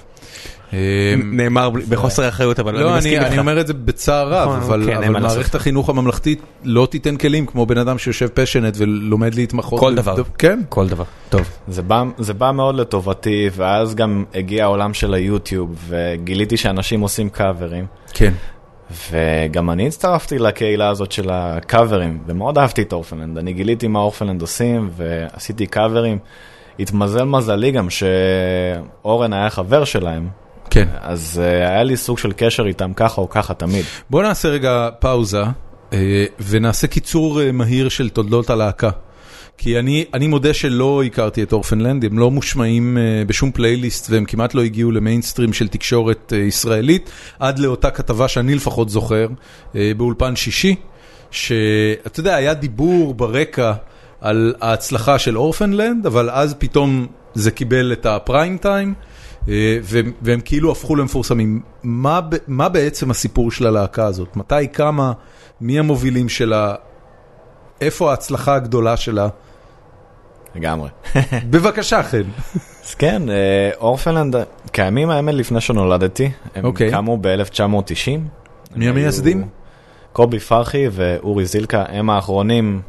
נאמר בחוסר אחריות, אבל אני מסכים איתך. אני אומר את זה בצער רב, אבל מערכת החינוך הממלכתית לא תיתן כלים כמו בן אדם שיושב פשנט ולומד להתמחות. כל דבר. כן? כל דבר. טוב. זה בא מאוד לטובתי, ואז גם הגיע העולם של היוטיוב, וגיליתי שאנשים עושים קאברים. כן. וגם אני הצטרפתי לקהילה הזאת של הקאברים, ומאוד אהבתי את אורפנלנד. אני גיליתי מה אורפנלנד עושים, ועשיתי קאברים. התמזל מזלי גם שאורן היה חבר שלהם. כן. אז היה לי סוג של קשר איתם ככה או ככה תמיד. בוא נעשה רגע פאוזה, ונעשה קיצור מהיר של תולדות הלהקה. כי אני מודה שלא הכרתי את אורפנלנד, הם לא מושמעים בשום פלייליסט, והם כמעט לא הגיעו למיינסטרים של תקשורת ישראלית, עד לאותה כתבה שאני לפחות זוכר, באולפן שישי, שאתה יודע, היה דיבור ברקע על ההצלחה של אורפנלנד, אבל אז פתאום זה קיבל את הפריים טיים, והם כאילו הפכו למפורסמים. מה בעצם הסיפור של הלהקה הזאת? מתי קמה? מי המובילים שלה? איפה ההצלחה הגדולה שלה? לגמרי. בבקשה, חן. אז כן, אורפנלנד קיימים האמת לפני שנולדתי. הם קמו ב-1990. מי המייסדים? קובי פרחי ואורי זילקה, הם האחרונים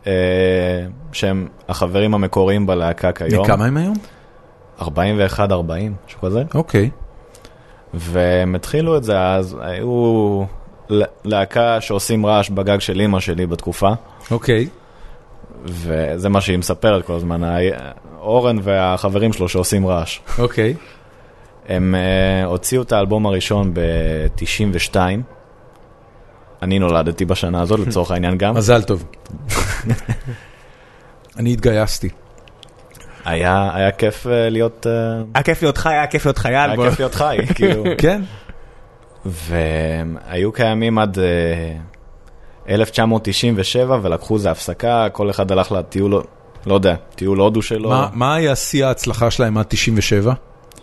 שהם החברים המקוריים בלהקה כיום. כמה הם היום? 41-40, משהו כזה. אוקיי. והם התחילו את זה אז, היו להקה שעושים רעש בגג של אמא שלי בתקופה. אוקיי. וזה מה שהיא מספרת כל הזמן, אורן והחברים שלו שעושים רעש. אוקיי. הם הוציאו את האלבום הראשון ב-92. אני נולדתי בשנה הזאת, לצורך העניין גם. מזל טוב. אני התגייסתי. היה כיף להיות... היה כיף להיות חי, היה כיף להיות חייל. היה כיף להיות חי, כאילו. כן. והיו קיימים עד 1997, ולקחו זה הפסקה, כל אחד הלך לטיול, לא יודע, טיול הודו שלו. מה היה שיא ההצלחה שלהם עד 97?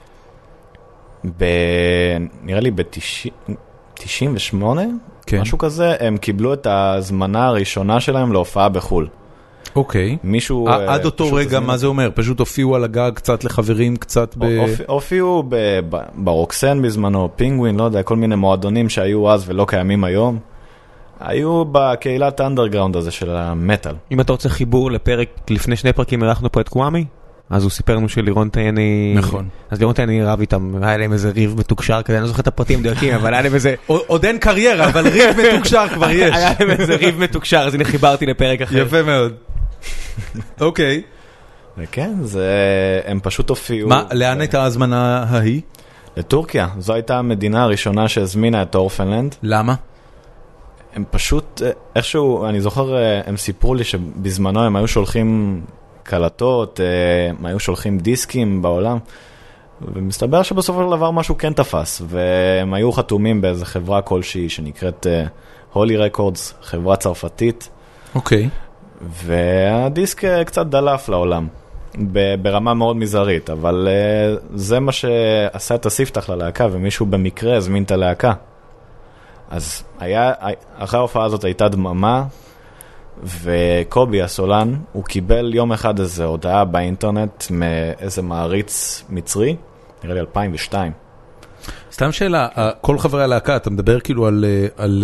נראה לי ב-98, משהו כזה, הם קיבלו את ההזמנה הראשונה שלהם להופעה בחול. אוקיי. מישהו... עד אותו רגע, מה זה אומר? פשוט הופיעו על הגג קצת לחברים, קצת ב... הופיעו ברוקסן בזמנו, פינגווין, לא יודע, כל מיני מועדונים שהיו אז ולא קיימים היום. היו בקהילת האנדרגראונד הזה של המטל. אם אתה רוצה חיבור לפרק, לפני 2 פרקים הלכנו פה את קוואמי, אז הוא סיפר לנו שלירון טייני... נכון. אז לירון טייני רב איתם, היה להם איזה ריב מתוקשר כזה, אני לא זוכר את הפרטים מדויקים, אבל היה להם איזה... עוד אין קריירה, אבל ריב מתוקשר כבר יש. היה להם איזה ריב מתוקשר, אז הנה חיברתי לפרק אחר. יפה מאוד. אוקיי. וכן, הם פשוט הופיעו... מה, לאן הייתה ההזמנה ההיא? לטורקיה. זו הייתה המדינה הראשונה שהזמינה את אורפנלנד. למה? הם פשוט, איכשהו, אני זוכר, הם סיפרו לי שבזמנו הם היו שולחים קלטות, הם היו שולחים דיסקים בעולם, ומסתבר שבסופו של דבר משהו כן תפס, והם היו חתומים באיזו חברה כלשהי שנקראת הולי רקורדס, חברה צרפתית. אוקיי. והדיסק קצת דלף לעולם, ברמה מאוד מזערית, אבל זה מה שעשה את הספתח ללהקה, ומישהו במקרה הזמין את הלהקה. אז אחרי ההופעה הזאת הייתה דממה, וקובי הסולן, הוא קיבל יום אחד איזו הודעה באינטרנט מאיזה מעריץ מצרי, נראה לי 2002. סתם שאלה, כל חברי הלהקה, אתה מדבר כאילו על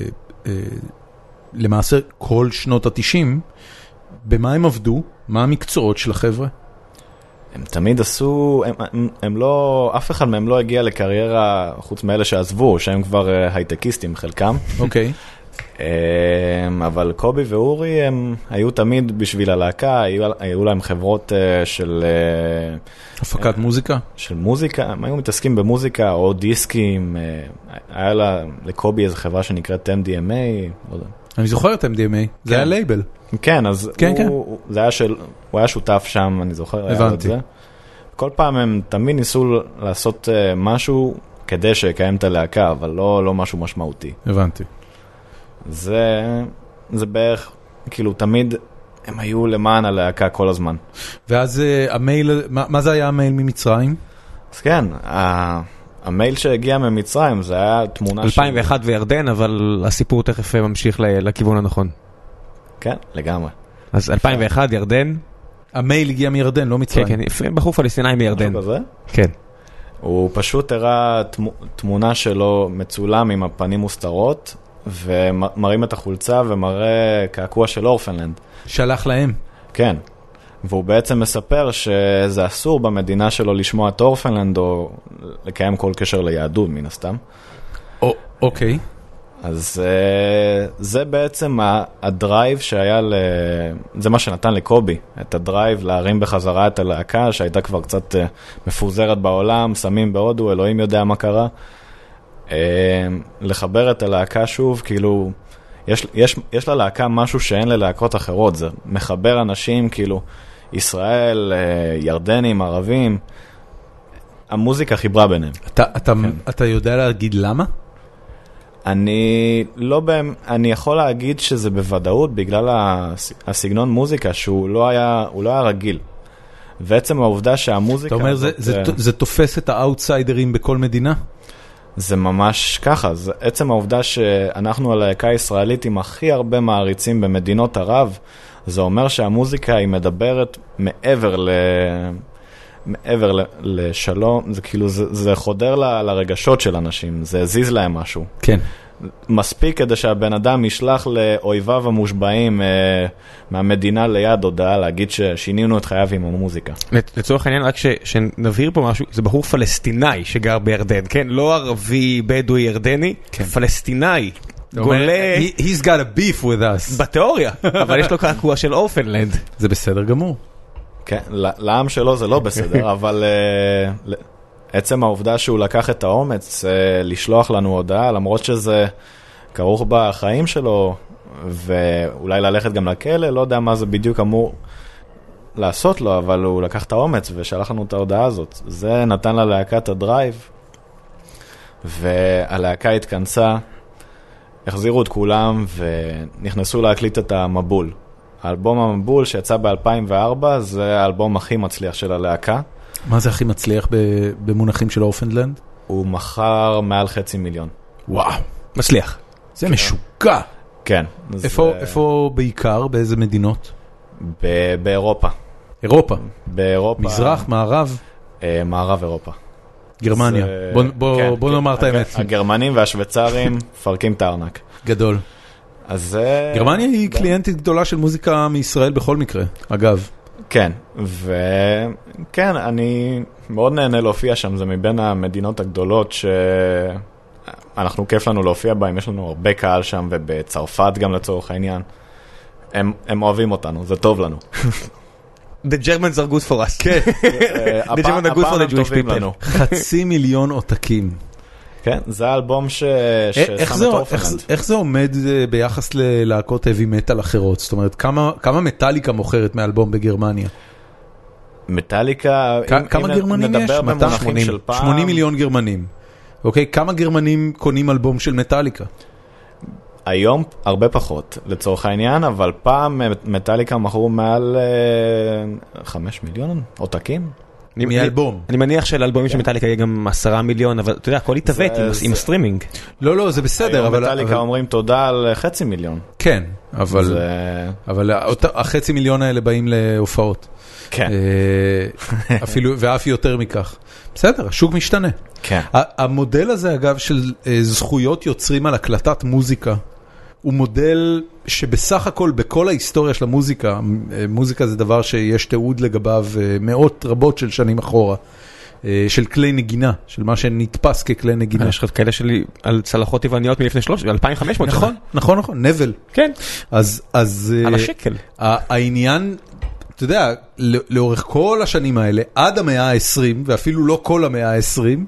למעשה כל שנות ה-90, במה הם עבדו? מה המקצועות של החבר'ה? הם תמיד עשו, הם לא, אף אחד מהם לא הגיע לקריירה חוץ מאלה שעזבו, שהם כבר הייטקיסטים חלקם. אוקיי. אבל קובי ואורי הם היו תמיד בשביל הלהקה, היו להם חברות של... הפקת מוזיקה? של מוזיקה, הם היו מתעסקים במוזיקה או דיסקים, היה לקובי איזו חברה שנקראת MDMA, לא יודע. אני זוכר את MDMA, זה היה לייבל. כן, אז הוא היה שותף שם, אני זוכר. הבנתי. כל פעם הם תמיד ניסו לעשות משהו כדי שיקיים את הלהקה, אבל לא משהו משמעותי. הבנתי. זה בערך, כאילו תמיד הם היו למען הלהקה כל הזמן. ואז המייל, מה זה היה המייל ממצרים? אז כן, המייל שהגיע ממצרים זה היה תמונה 2001 וירדן, אבל הסיפור תכף ממשיך לכיוון הנכון. כן, לגמרי. אז 2001 ירדן. המייל הגיע מירדן, לא מצרים. כן, כן, בחור פלסטיני מירדן. משהו כזה? כן. הוא פשוט הראה תמונה שלו מצולם עם הפנים מוסתרות, ומראים את החולצה ומראה קעקוע של אורפנלנד. שלח להם. כן. והוא בעצם מספר שזה אסור במדינה שלו לשמוע את אורפנלנד, או לקיים כל קשר ליהדות, מן הסתם. אוקיי. אז זה בעצם הדרייב שהיה, זה מה שנתן לקובי, את הדרייב להרים בחזרה את הלהקה, שהייתה כבר קצת מפוזרת בעולם, שמים בהודו, אלוהים יודע מה קרה. לחבר את הלהקה שוב, כאילו, יש ללהקה משהו שאין ללהקות אחרות, זה מחבר אנשים, כאילו, ישראל, ירדנים, ערבים, המוזיקה חיברה ביניהם. אתה יודע להגיד למה? אני יכול להגיד שזה בוודאות בגלל הסגנון מוזיקה שהוא לא היה רגיל. ועצם העובדה שהמוזיקה... אתה אומר, זה תופס את האוטסיידרים בכל מדינה? זה ממש ככה. עצם העובדה שאנחנו הלהקה הישראלית עם הכי הרבה מעריצים במדינות ערב, זה אומר שהמוזיקה היא מדברת מעבר לשלום, זה כאילו, זה חודר לרגשות של אנשים, זה הזיז להם משהו. כן. מספיק כדי שהבן אדם ישלח לאויביו המושבעים מהמדינה ליד הודעה, להגיד ששינינו את חייו עם המוזיקה. לצורך העניין, רק שנבהיר פה משהו, זה בחור פלסטיני שגר בירדן, כן? לא ערבי, בדואי, ירדני, פלסטיני. גולה... He's got a beef with us. בתיאוריה, אבל יש לו קעקוע של אורפנלנד. זה בסדר גמור. כן, לעם שלו זה לא בסדר, אבל עצם העובדה שהוא לקח את האומץ לשלוח לנו הודעה, למרות שזה כרוך בחיים שלו, ואולי ללכת גם לכלא, לא יודע מה זה בדיוק אמור לעשות לו, אבל הוא לקח את האומץ ושלח לנו את ההודעה הזאת. זה נתן ללהקה את הדרייב, והלהקה התכנסה, החזירו את כולם ונכנסו להקליט את המבול. האלבום המבול שיצא ב-2004 זה האלבום הכי מצליח של הלהקה. מה זה הכי מצליח במונחים של אורפנלנד? הוא מכר מעל 500,000. וואו, מצליח. זה משוגע. כן. איפה בעיקר? באיזה מדינות? באירופה. אירופה? באירופה. מזרח, מערב? מערב אירופה. גרמניה. בוא נאמר את האמת. הגרמנים והשוויצרים פרקים את הארנק. גדול. גרמניה היא קליינטית גדולה של מוזיקה מישראל בכל מקרה, אגב. כן, וכן, אני מאוד נהנה להופיע שם, זה מבין המדינות הגדולות שאנחנו כיף לנו להופיע בהם, יש לנו הרבה קהל שם, ובצרפת גם לצורך העניין. הם אוהבים אותנו, זה טוב לנו. The Germans are good for us. כן. The Germans are good for the Jewish people. 500,000 עותקים. כן, זה האלבום ששם את אורפנלנד. איך זה עומד ביחס ללהקות heavy metal אחרות? זאת אומרת, כמה מטאליקה מוכרת מאלבום בגרמניה? מטאליקה, כמה גרמנים יש? 80 מיליון גרמנים. אוקיי, כמה גרמנים קונים אלבום של מטאליקה? היום הרבה פחות, לצורך העניין, אבל פעם מטאליקה מכרו מעל 5 מיליון עותקים. מאלבום. אני מניח שלאלבומים של מטאליקה יהיה גם 10 מיליון, אבל אתה יודע, הכל יתאבט עם הסטרימינג. לא, זה בסדר. היום מטאליקה אומרים תודה על 500,000. כן, אבל 500,000 האלה באים להופעות. כן. ואף יותר מכך. בסדר, השוק משתנה. כן. המודל הזה, אגב, של זכויות יוצרים על הקלטת מוזיקה, הוא מודל שבסך הכל בכל ההיסטוריה של המוזיקה, מוזיקה זה דבר שיש תיעוד לגביו מאות רבות של שנים אחורה, של כלי נגינה, של מה שנתפס ככלי נגינה. יש לך כאלה שלי על צלחות טבעוניות מלפני 2,500. נכון, נבל. כן. אז על השקל. העניין, אתה יודע, לאורך כל השנים האלה, עד המאה ה-20, ואפילו לא כל המאה ה-20,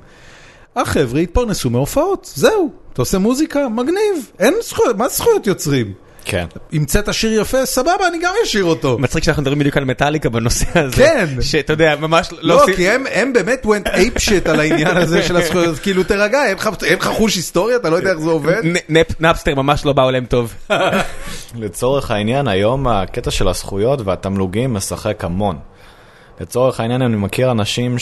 החבר'ה התפרנסו מהופעות, זהו. אתה עושה מוזיקה, מגניב, אין זכויות, מה זכויות יוצרים? כן. המצאת שיר יפה, סבבה, אני גם אשיר אותו. מצחיק שאנחנו מדברים בדיוק על מטאליקה בנושא הזה. כן. שאתה יודע, ממש לא, כי הם באמת went ape shit על העניין הזה של הזכויות, כאילו תרגע, אין לך חוש היסטוריה, אתה לא יודע איך זה עובד? נאפסטר ממש לא באו להם טוב. לצורך העניין, היום הקטע של הזכויות והתמלוגים משחק המון. לצורך העניין, אני מכיר אנשים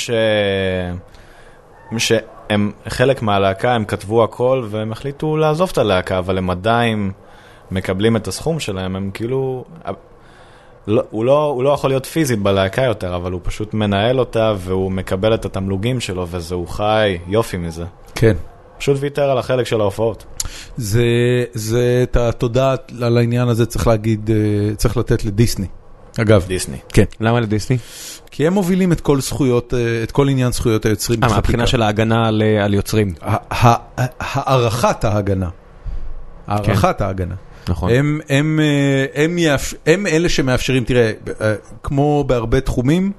שהם חלק מהלהקה, הם כתבו הכל, והם החליטו לעזוב את הלהקה, אבל הם עדיין מקבלים את הסכום שלהם, הם כאילו... הוא לא יכול להיות פיזית בלהקה יותר, אבל הוא פשוט מנהל אותה, והוא מקבל את התמלוגים שלו, וזהו חי יופי מזה. כן. פשוט ויתר על החלק של ההופעות. זה את התודה על העניין הזה צריך להגיד, צריך לתת לדיסני. אגב. דיסני. כן. למה לדיסני? כי הם מובילים את כל זכויות, את כל עניין זכויות היוצרים. מהבחינה של ההגנה על יוצרים. הערכת ההגנה. הערכת ההגנה. נכון. הם אלה שמאפשרים, תראה, כמו בהרבה תחומים,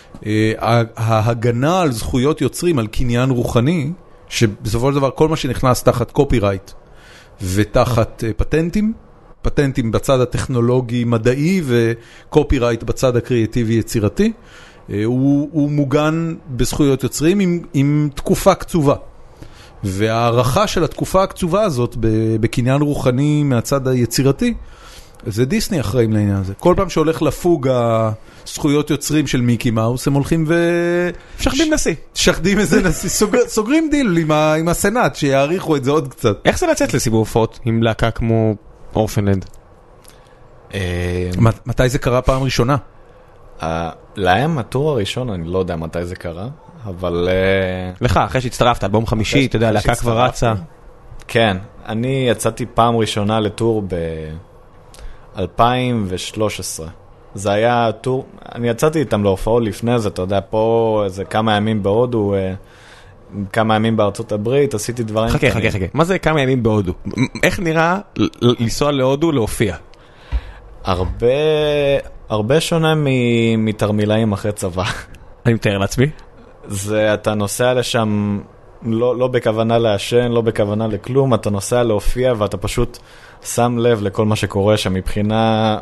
ההגנה על זכויות יוצרים, על קניין רוחני, שבסופו של דבר כל מה שנכנס תחת קופירייט ותחת פטנטים בצד הטכנולוגי-מדעי וקופירייט בצד הקריאטיבי-יצירתי, הוא מוגן בזכויות יוצרים עם תקופה קצובה. והערכה של התקופה הקצובה הזאת בקניין רוחני מהצד היצירתי, זה דיסני אחראים לעניין הזה. כל פעם שהולך לפוג הזכויות יוצרים של מיקי מאוס, הם הולכים שחדים נשיא. שחדים איזה נשיא, סוגרים דיל עם הסנאט, שיעריכו את זה עוד קצת. איך זה לצאת לסיבוב הופעות עם להקה כמו אורפנלנד? מתי זה קרה פעם ראשונה? להם הטור הראשון, אני לא יודע מתי זה קרה, אבל... לך, אחרי שהצטרפת, אלבום חמישי, אתה יודע, להקה כבר רצה. כן, אני יצאתי פעם ראשונה לטור ב-2013. זה היה טור, אני יצאתי איתם להופעות לפני זה, אתה יודע, פה איזה כמה ימים בהודו, כמה ימים בארצות הברית, עשיתי דברים... חכה. מה זה כמה ימים בהודו? איך נראה לנסוע להודו להופיע? הרבה שונה מתרמילאים אחרי צבא. אני מתאר לעצמי. זה, אתה נוסע לשם לא בכוונה לעשן, לא בכוונה לכלום, אתה נוסע להופיע ואתה פשוט שם לב לכל מה שקורה שם מבחינה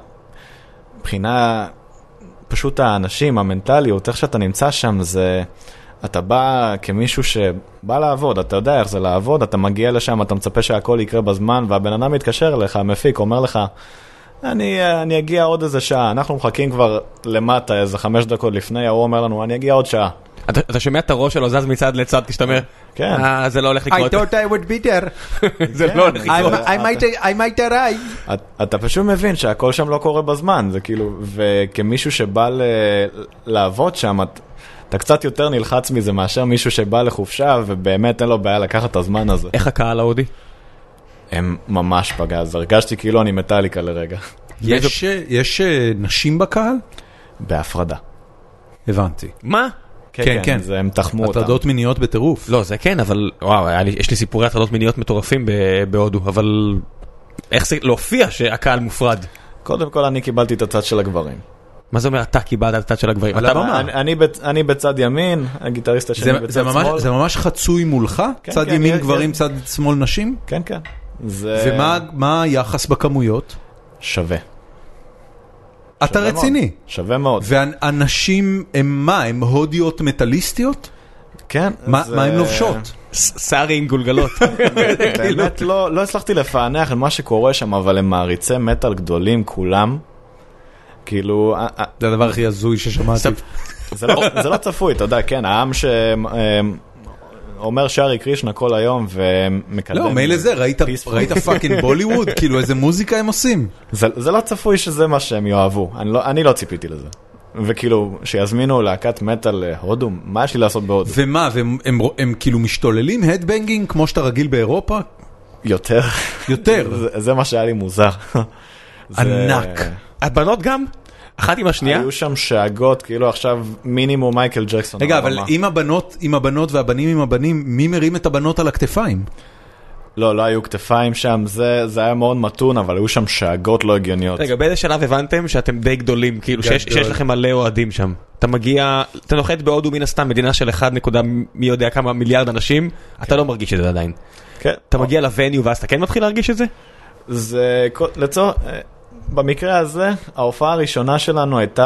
פשוט האנשים, המנטליות, איך שאתה נמצא שם, זה, אתה בא כמישהו שבא לעבוד, אתה יודע איך זה לעבוד, אתה מגיע לשם, אתה מצפה שהכל יקרה בזמן, והבן אדם מתקשר אליך, המפיק, אומר לך, אני אגיע עוד איזה שעה, אנחנו מחכים כבר למטה איזה 5 דקות לפני, הוא אומר לנו, אני אגיע עוד שעה. אתה שומע את הראש שלו זז מצד לצד, כשאתה אומר, זה לא הולך לקרות. I thought I would be there. זה לא הולך לקרות. I might arrive. אתה פשוט מבין שהכל שם לא קורה בזמן, זה כאילו, וכמישהו שבא לעבוד שם, אתה קצת יותר נלחץ מזה מאשר מישהו שבא לחופשה, ובאמת אין לו בעיה לקחת את הזמן הזה. איך הקהל ההודי? הם ממש פגז, הרגשתי כאילו אני מטאליקה לרגע. יש נשים בקהל? בהפרדה. הבנתי. מה? כן, הם תחמו אותם. הטרדות מיניות בטירוף. לא, זה כן, אבל וואו, יש לי סיפורי הטרדות מיניות מטורפים בהודו, אבל איך זה להופיע שהקהל מופרד? קודם כל אני קיבלתי את הצד של הגברים. מה זה אומר אתה קיבלת את הצד של הגברים? אני בצד ימין, הגיטריסט השני בצד שמאל. זה ממש חצוי מולך? צד ימין גברים, צד שמאל נשים? כן. ומה היחס בכמויות? שווה. אתה רציני. שווה מאוד. והנשים הם מה? הם הודיות מטליסטיות? כן. מה הם לובשות? סארי עם גולגלות. באמת לא הצלחתי לפענח מה שקורה שם, אבל הם מעריצי מטל גדולים כולם. כאילו... זה הדבר הכי הזוי ששמעתי. זה לא צפוי, אתה יודע, כן, העם אומר שרי קרישנה כל היום ומקדם... לא, מילא זה, ראית פאקינג בוליווד? כאילו איזה מוזיקה הם עושים? זה לא צפוי שזה מה שהם יאהבו, אני לא ציפיתי לזה. וכאילו, שיזמינו להקת מטל הודו, מה יש לי לעשות בהודו? ומה, הם כאילו משתוללים הדבנגינג כמו שאתה רגיל באירופה? יותר. זה מה שהיה לי מוזר. ענק. הבנות גם? אחת עם השנייה? היו שם שאגות, כאילו עכשיו מינימום מייקל ג'קסון. רגע, אבל עם הבנות והבנים עם הבנים, מי מרים את הבנות על הכתפיים? לא היו כתפיים שם, זה היה מאוד מתון, אבל היו שם שאגות לא הגיוניות. רגע, באיזה שלב הבנתם שאתם די גדולים, כאילו שיש לכם מלא אוהדים שם? אתה מגיע, אתה נוחת בהודו מן הסתם, מדינה של 1 מי יודע כמה מיליארד אנשים, אתה לא מרגיש את זה עדיין. אתה מגיע לווניו ואז אתה כן מתחיל להרגיש את זה? זה, במקרה הזה, ההופעה הראשונה שלנו הייתה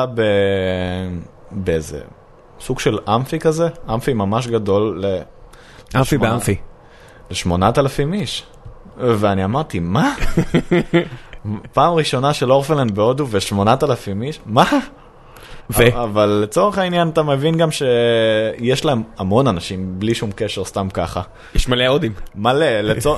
באיזה סוג של אמפי כזה, אמפי ממש גדול, אמפי באמפי. ל8,000 איש. ואני אמרתי, מה? פעם ראשונה של אורפלנד בהודו ו8,000 איש? מה? אבל לצורך העניין אתה מבין גם שיש להם המון אנשים בלי שום קשר סתם ככה. יש מלא הודים. מלא.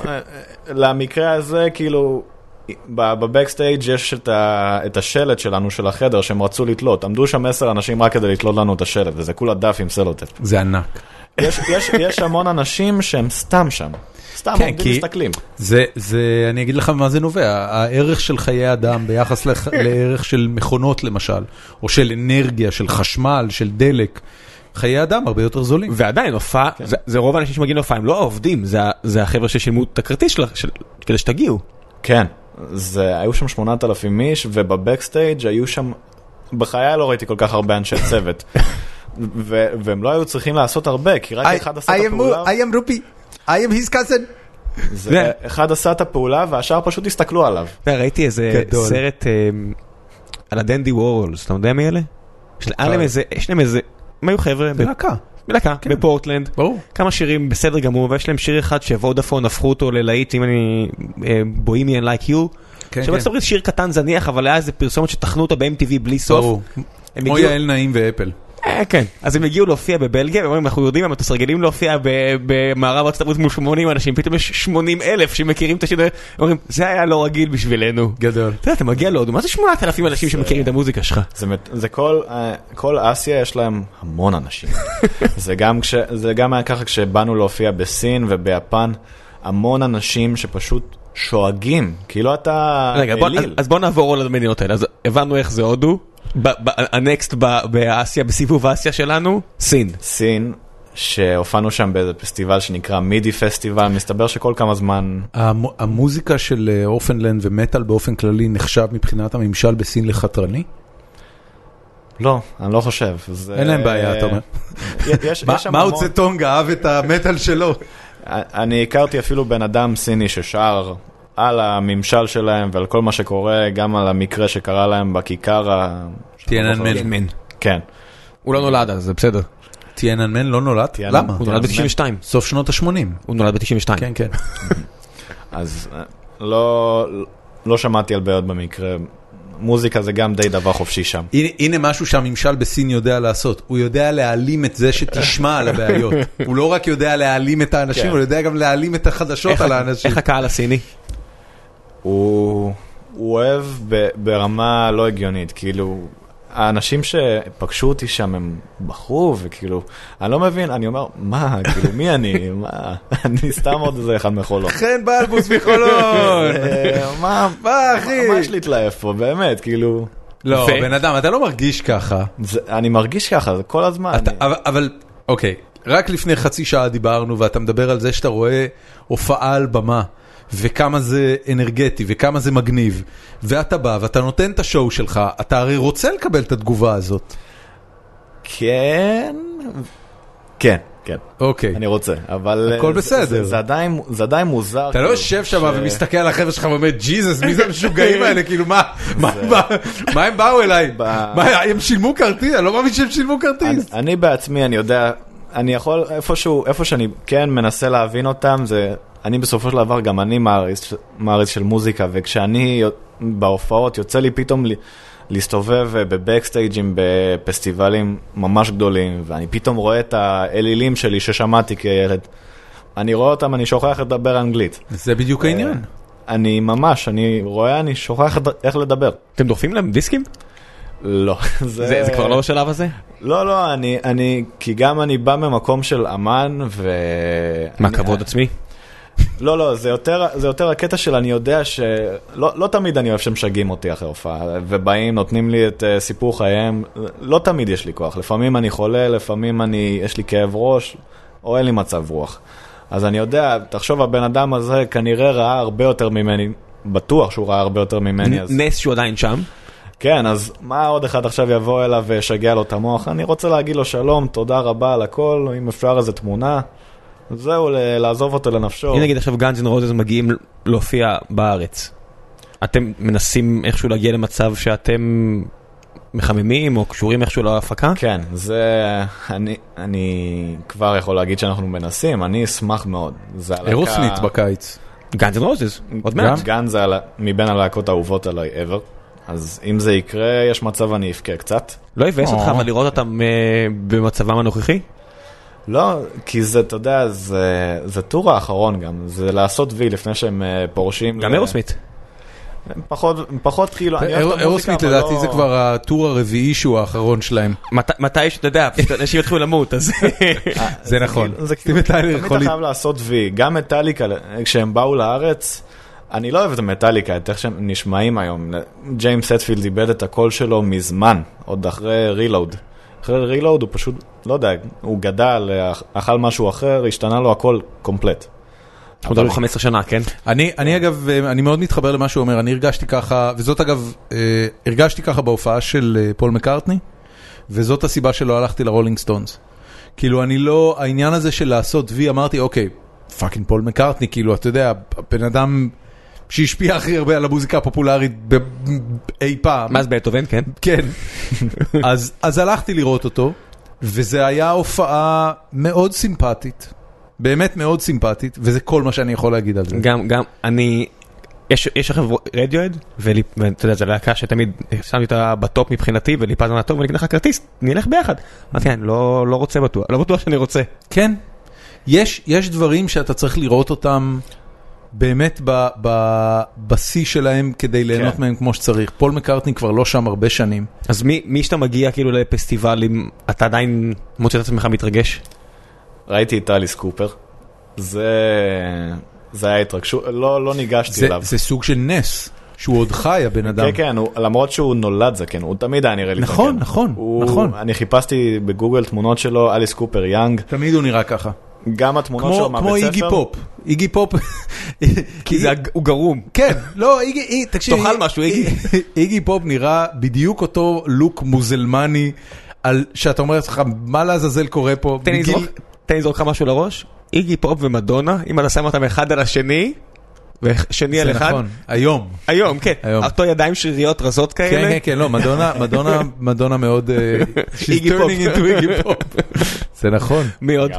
למקרה הזה כאילו בבקסטייג' יש את השלט שלנו של החדר שהם רצו לתלות. עמדו שם 10 אנשים רק כדי לתלות לנו את השלט וזה כולה דף עם סלוטייפ. זה ענק. יש המון אנשים שהם סתם שם. סתם עומדים מסתכלים. אני אגיד לך מה זה נובע. הערך של חיי אדם ביחס לערך של מכונות למשל, או של אנרגיה, של חשמל, של דלק, חיי אדם הרבה יותר זולים. ועדיין, הופעה, זה רוב האנשים שמגיעים להופעה, הם לא עובדים, זה החבר'ה ששילמו את הכרטיס כדי שתגיעו. כן, היו שם 8,000 איש, ובבקסטייג' היו שם, בחיי לא ראיתי כל כך הרבה אנשי צוות. והם לא היו צריכים לעשות הרבה, כי רק אחד עשה את הפעולה. I am Rupi. I am his cousin. אחד עשה את הפעולה, והשאר פשוט הסתכלו עליו. ראיתי איזה סרט על הדנדי וורולס, אתה יודע מי אלה? יש להם איזה, מה היו חבר'ה? בלהקה, בפורטלנד. ברור. כמה שירים בסדר גמור, ויש להם שיר אחד שוודאפון הפכו אותו ללהיט, אם אני בוהמיאן לייק יו. שבארצות הברית שיר קטן זניח, אבל היה איזה פרסומת שתכנו אותה ב-MTV בלי סוף. ברור. כמו יעל נעים ואפל. כן, אז הם הגיעו להופיע בבלגיה, ואומרים, אנחנו יודעים, הם תסרגלים להופיע במערב ארצות הברית מול 80 אנשים, פתאום יש 80,000 שמכירים את השיר, אומרים, זה היה לא רגיל בשבילנו. גדול. אתה מגיע להודו, מה זה 8,000 אנשים שמכירים את המוזיקה שלך? זה כל אסיה יש להם המון אנשים. זה גם היה ככה כשבאנו להופיע בסין וביפן, המון אנשים שפשוט שואגים, כאילו אתה אליל. אז בוא נעבור על המדינות האלה, אז הבנו איך זה הודו. הנקסט באסיה, בסיבוב האסיה שלנו, סין. סין, שהופענו שם באיזה פסטיבל שנקרא מידי פסטיבל, מסתבר שכל כמה זמן... המוזיקה של אורפנלנד ומטל באופן כללי נחשב מבחינת הממשל בסין לחתרני? לא, אני לא חושב. אין להם בעיה, אתה אומר. מאו צטונג אהב את המטל שלו. אני הכרתי אפילו בן אדם סיני ששר על הממשל שלהם ועל כל מה שקורה, גם על המקרה שקרה להם בכיכר טיאננמן. כן. הוא לא נולד אז, זה בסדר. טיאננמן לא נולד? למה? הוא נולד ב-92. סוף שנות ה-80. הוא נולד ב-92. כן, כן. אז לא שמעתי על בעיות במקרה. מוזיקה זה גם די דבר חופשי שם. הנה משהו שהממשל בסין יודע לעשות. הוא יודע להעלים את זה שתשמע על הבעיות. הוא לא רק יודע להעלים את האנשים, הוא יודע גם להעלים את החדשות על האנשים. איך הקהל הסיני? הוא אוהב ברמה לא הגיונית, כאילו, האנשים שפגשו אותי שם הם בחרו, וכאילו, אני לא מבין, אני אומר, מה, כאילו, מי אני? מה? אני סתם עוד איזה אחד מחולון. חן בלבוס מחולון! מה, אחי? מה יש להתלהב פה, באמת, כאילו... לא, בן אדם, אתה לא מרגיש ככה. אני מרגיש ככה, זה כל הזמן. אבל, אוקיי, רק לפני חצי שעה דיברנו, ואתה מדבר על זה שאתה רואה הופעה על במה, וכמה זה אנרגטי, וכמה זה מגניב, ואתה בא, ואתה נותן את השואו שלך, אתה הרי רוצה לקבל את התגובה הזאת. כן. כן, כן. אוקיי. אני רוצה, אבל... הכל בסדר. זה עדיין מוזר. אתה לא יושב שם ומסתכל על החבר'ה שלך ואומר, ג'יזוס, מי זה המשוגעים האלה? כאילו, מה הם באו אליי? הם שילמו כרטיס? אני לא מאמין שהם שילמו כרטיס. אני בעצמי, אני יודע, אני יכול, איפה שאני כן מנסה להבין אותם, זה... אני בסופו של דבר גם אני מעריץ של מוזיקה, וכשאני בהופעות יוצא לי פתאום להסתובב בבקסטייג'ים בפסטיבלים ממש גדולים, ואני פתאום רואה את האלילים שלי ששמעתי כילד. אני רואה אותם, אני שוכח לדבר אנגלית. זה בדיוק העניין. אני ממש, אני רואה, אני שוכח איך לדבר. אתם דוחפים להם דיסקים? לא. זה כבר לא בשלב הזה? לא, כי גם אני בא ממקום של אמן, מה, כבוד עצמי? לא, זה יותר הקטע של אני יודע שלא תמיד אני אוהב שמשגעים אותי אחרי הופעה, ובאים, נותנים לי את סיפור חייהם, לא תמיד יש לי כוח, לפעמים אני חולה, לפעמים יש לי כאב ראש, או אין לי מצב רוח. אז אני יודע, תחשוב, הבן אדם הזה כנראה ראה הרבה יותר ממני, בטוח שהוא ראה הרבה יותר ממני. נס שהוא עדיין שם? כן, אז מה עוד אחד עכשיו יבוא אליו ושגע לו את המוח? אני רוצה להגיד לו שלום, תודה רבה על הכל, אם אפשר איזה תמונה. זהו, לעזוב אותו לנפשו. אם נגיד עכשיו גאנז אנד רוזס מגיעים להופיע בארץ, אתם מנסים איכשהו להגיע למצב שאתם מחממים או קשורים איכשהו להפקה? כן, זה... אני כבר יכול להגיד שאנחנו מנסים, אני אשמח מאוד. אירוסמית בקיץ. גאנז אנד רוזס, עוד מעט. גאנז זה מבין הלהקות האהובות עליי ever. אז אם זה יקרה, יש מצב אני אבכה קצת. לא יבאס אותך אבל לראות אותם במצבם הנוכחי? לא, כי זה, אתה יודע, זה טור האחרון גם. זה לעשות וי לפני שהם פורשים. גם אירוסמית. פחות כאילו... אירוסמית לדעתי זה כבר הטור הרביעי שהוא האחרון שלהם. מתי שאתה יודע, אנשים יתחילו למות, אז... זה נכון. תמיד אתה חייב לעשות וי. גם מטליקה, כשהם באו לארץ, אני לא אוהב את המטליקה, את איך שהם נשמעים היום. ג'יימס הטפילד איבד את הקול שלו מזמן, עוד אחרי רילוד. אחרי רילוד הוא פשוט, לא יודע, הוא גדל, אכל משהו אחר, השתנה לו הכל קומפלט. עוד עלו 15 שנה, כן? אני אגב, אני מאוד מתחבר למה שהוא אומר, אני הרגשתי ככה, וזאת אגב, הרגשתי ככה בהופעה של פול מקארטני, וזאת הסיבה שלא הלכתי לרולינג סטונס. כאילו אני לא, העניין הזה של לעשות וי, אמרתי, אוקיי, פאקינג פול מקארטני, כאילו, אתה יודע, בן אדם שהשפיע הכי הרבה על המוזיקה הפופולרית אי פעם. מה זה בטהובן, כן? כן. אז הלכתי לראות אותו, וזה היה הופעה מאוד סימפטית. באמת מאוד סימפטית, וזה כל מה שאני יכול להגיד על זה. גם אני, יש לכם רדיואד, ואתה יודע, זו להקה שתמיד שמתי אותה בטופ מבחינתי, וליפז ענה טוב, ואני אגיד לך כרטיס, נלך ביחד. אמרתי, אני לא רוצה בטוח, לא בטוח שאני רוצה. כן, יש דברים שאתה צריך לראות אותם באמת בשיא שלהם, כדי ליהנות מהם כמו שצריך. פול מקארטני כבר לא שם הרבה שנים. אז מי שאתה מגיע כאילו לפסטיבלים, אתה עדיין מוצא את עצמך מתרגש? ראיתי את אליס קופר, זה היה התרגשות, לא ניגשתי אליו. זה סוג של נס, שהוא עוד חי הבן אדם. כן, כן, למרות שהוא נולד זקן, הוא תמיד היה נראה לי זקן. נכון, נכון, נכון. אני חיפשתי בגוגל תמונות שלו, אליס קופר יאנג. תמיד הוא נראה ככה. גם התמונות שלו מהבית ספר. כמו איגי פופ. איגי פופ. כי הוא גרום. כן, לא, תקשיב. תאכל משהו, איגי. איגי פופ נראה בדיוק אותו לוק מוזלמני, שאתה אומר לך, מה לעזאזל קורה פה? תן לי זרוק לך משהו לראש, איגי פופ ומדונה, אם אתה שם אותם אחד על השני, ושני על אחד. זה נכון, היום. היום, כן. אותו ידיים שריריות רזות כאלה. כן, כן, כן, לא, מדונה מאוד... She's turning into איגי פופ. זה נכון. מי עוד?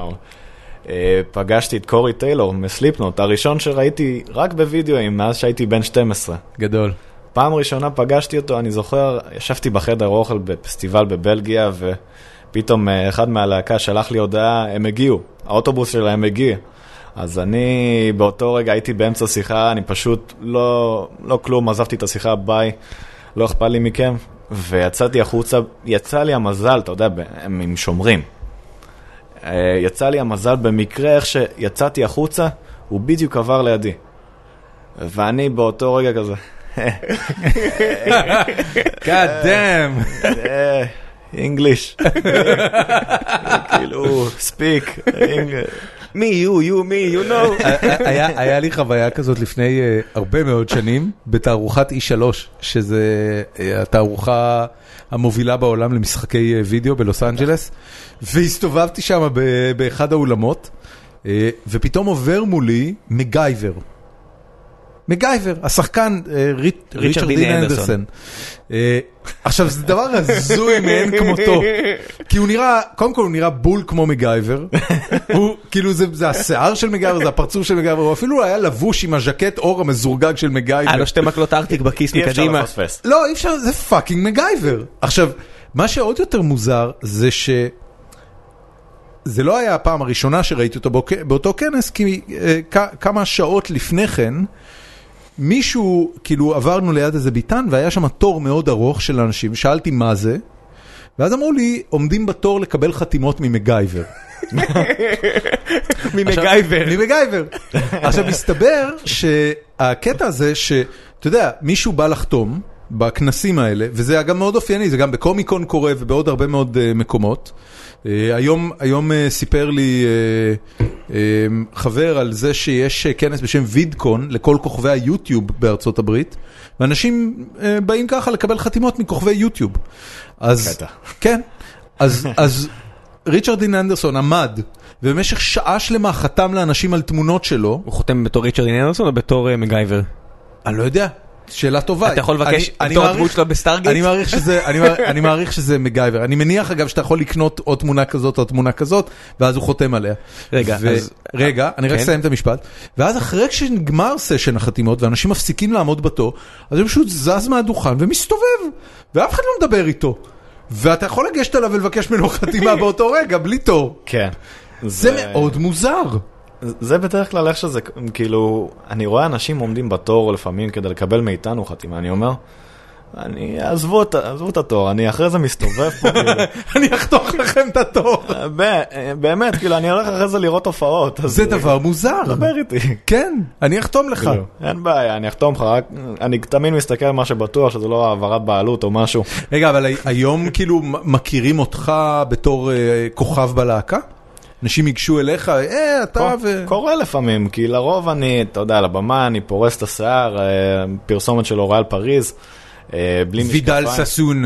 פגשתי את קורי טיילור מסליפנוט, הראשון שראיתי רק בווידאוים, מאז שהייתי בן 12. גדול. פעם ראשונה פגשתי אותו, אני זוכר, ישבתי בחדר אוכל בפסטיבל בבלגיה, פתאום אחד מהלהקה שלח לי הודעה, הם הגיעו, האוטובוס שלהם הגיע. אז אני באותו רגע הייתי באמצע שיחה, אני פשוט לא כלום, עזבתי את השיחה, ביי, לא אכפת לי מכם, ויצאתי החוצה, יצא לי המזל, אתה יודע, הם עם שומרים. יצא לי המזל במקרה, איך שיצאתי החוצה, הוא בדיוק עבר לידי. ואני באותו רגע כזה... God damn! English. כאילו, speak English. Me, you know. היה לי חוויה כזאת לפני הרבה מאוד שנים, בתערוכת E3, שזה התערוכה המובילה בעולם למשחקי וידאו בלוס אנג'לס, והסתובבתי שם באחד האולמות, ופתאום עובר מולי מגייבר. מגייבר, השחקן ריצ'רד דין אנדרסון. עכשיו זה דבר הזוי מאין כמותו, כי הוא נראה, קודם כל הוא נראה בול כמו מגייבר, כאילו זה השיער של מגייבר, זה הפרצוף של מגייבר, הוא אפילו היה לבוש עם הז'קט אור המזורגג של מגייבר. לו שתי מקלות ארטיק בכיס מקדימה. אי אפשר לפספס. לא, אי אפשר, זה פאקינג מגייבר. עכשיו, מה שעוד יותר מוזר זה זה לא היה הפעם הראשונה שראיתי אותו באותו כנס, כי כמה שעות לפני כן, מישהו, כאילו עברנו ליד איזה ביטן, והיה שם תור מאוד ארוך של אנשים, שאלתי מה זה, ואז אמרו לי, עומדים בתור לקבל חתימות ממגייבר. ממגייבר. עכשיו, מסתבר שהקטע הזה, שאתה יודע, מישהו בא לחתום בכנסים האלה, וזה גם מאוד אופייני, זה גם בקומיקון קורה, ובעוד הרבה מאוד מקומות. היום סיפר לי חבר על זה שיש כנס בשם וידקון לכל כוכבי היוטיוב בארצות הברית, ואנשים באים ככה לקבל חתימות מכוכבי יוטיוב. אז כן, אז ריצ'רד דין אנדרסון עמד ובמשך שעה שלמה חתם לאנשים על תמונות שלו. הוא חותם בתור ריצ'רד דין אנדרסון או בתור מגייבר? אני לא יודע. שאלה טובה. אתה יכול לבקש בתור הדמות שלו בסטארגייט? אני מעריך שזה מגייבר. אני מניח אגב שאתה יכול לקנות או תמונה כזאת או תמונה כזאת, ואז הוא חותם עליה. רגע, אני רק אסיים את המשפט. ואז אחרי שנגמר סשן החתימות, ואנשים מפסיקים לעמוד בתור, אז הוא פשוט זז מהדוכן ומסתובב, ואף אחד לא מדבר איתו. ואתה יכול לגשת עליו ולבקש ממנו חתימה באותו רגע, בלי תור. כן. זה מאוד מוזר. זה בדרך כלל איך שזה, כאילו, אני רואה אנשים עומדים בתור לפעמים כדי לקבל מאיתנו חתימה, אני אומר, עזבו את התור, אני אחרי זה מסתובב פה, כאילו. אני אחתוך לכם את התור. באמת, כאילו, אני הולך אחרי זה לראות הופעות. זה דבר מוזר. דבר איתי. כן, אני אחתום לך. אין בעיה, אני אחתום לך, אני תמיד מסתכל על מה שבטוח, שזה לא העברת בעלות או משהו. רגע, אבל היום כאילו מכירים אותך בתור כוכב בלהקה? אנשים ייגשו אליך, אתה ו... קורה לפעמים, כי לרוב אני, אתה יודע, על הבמה, אני פורס את השיער, פרסומת של אוריאל פריז, בלי משקפיים. וידל ססון.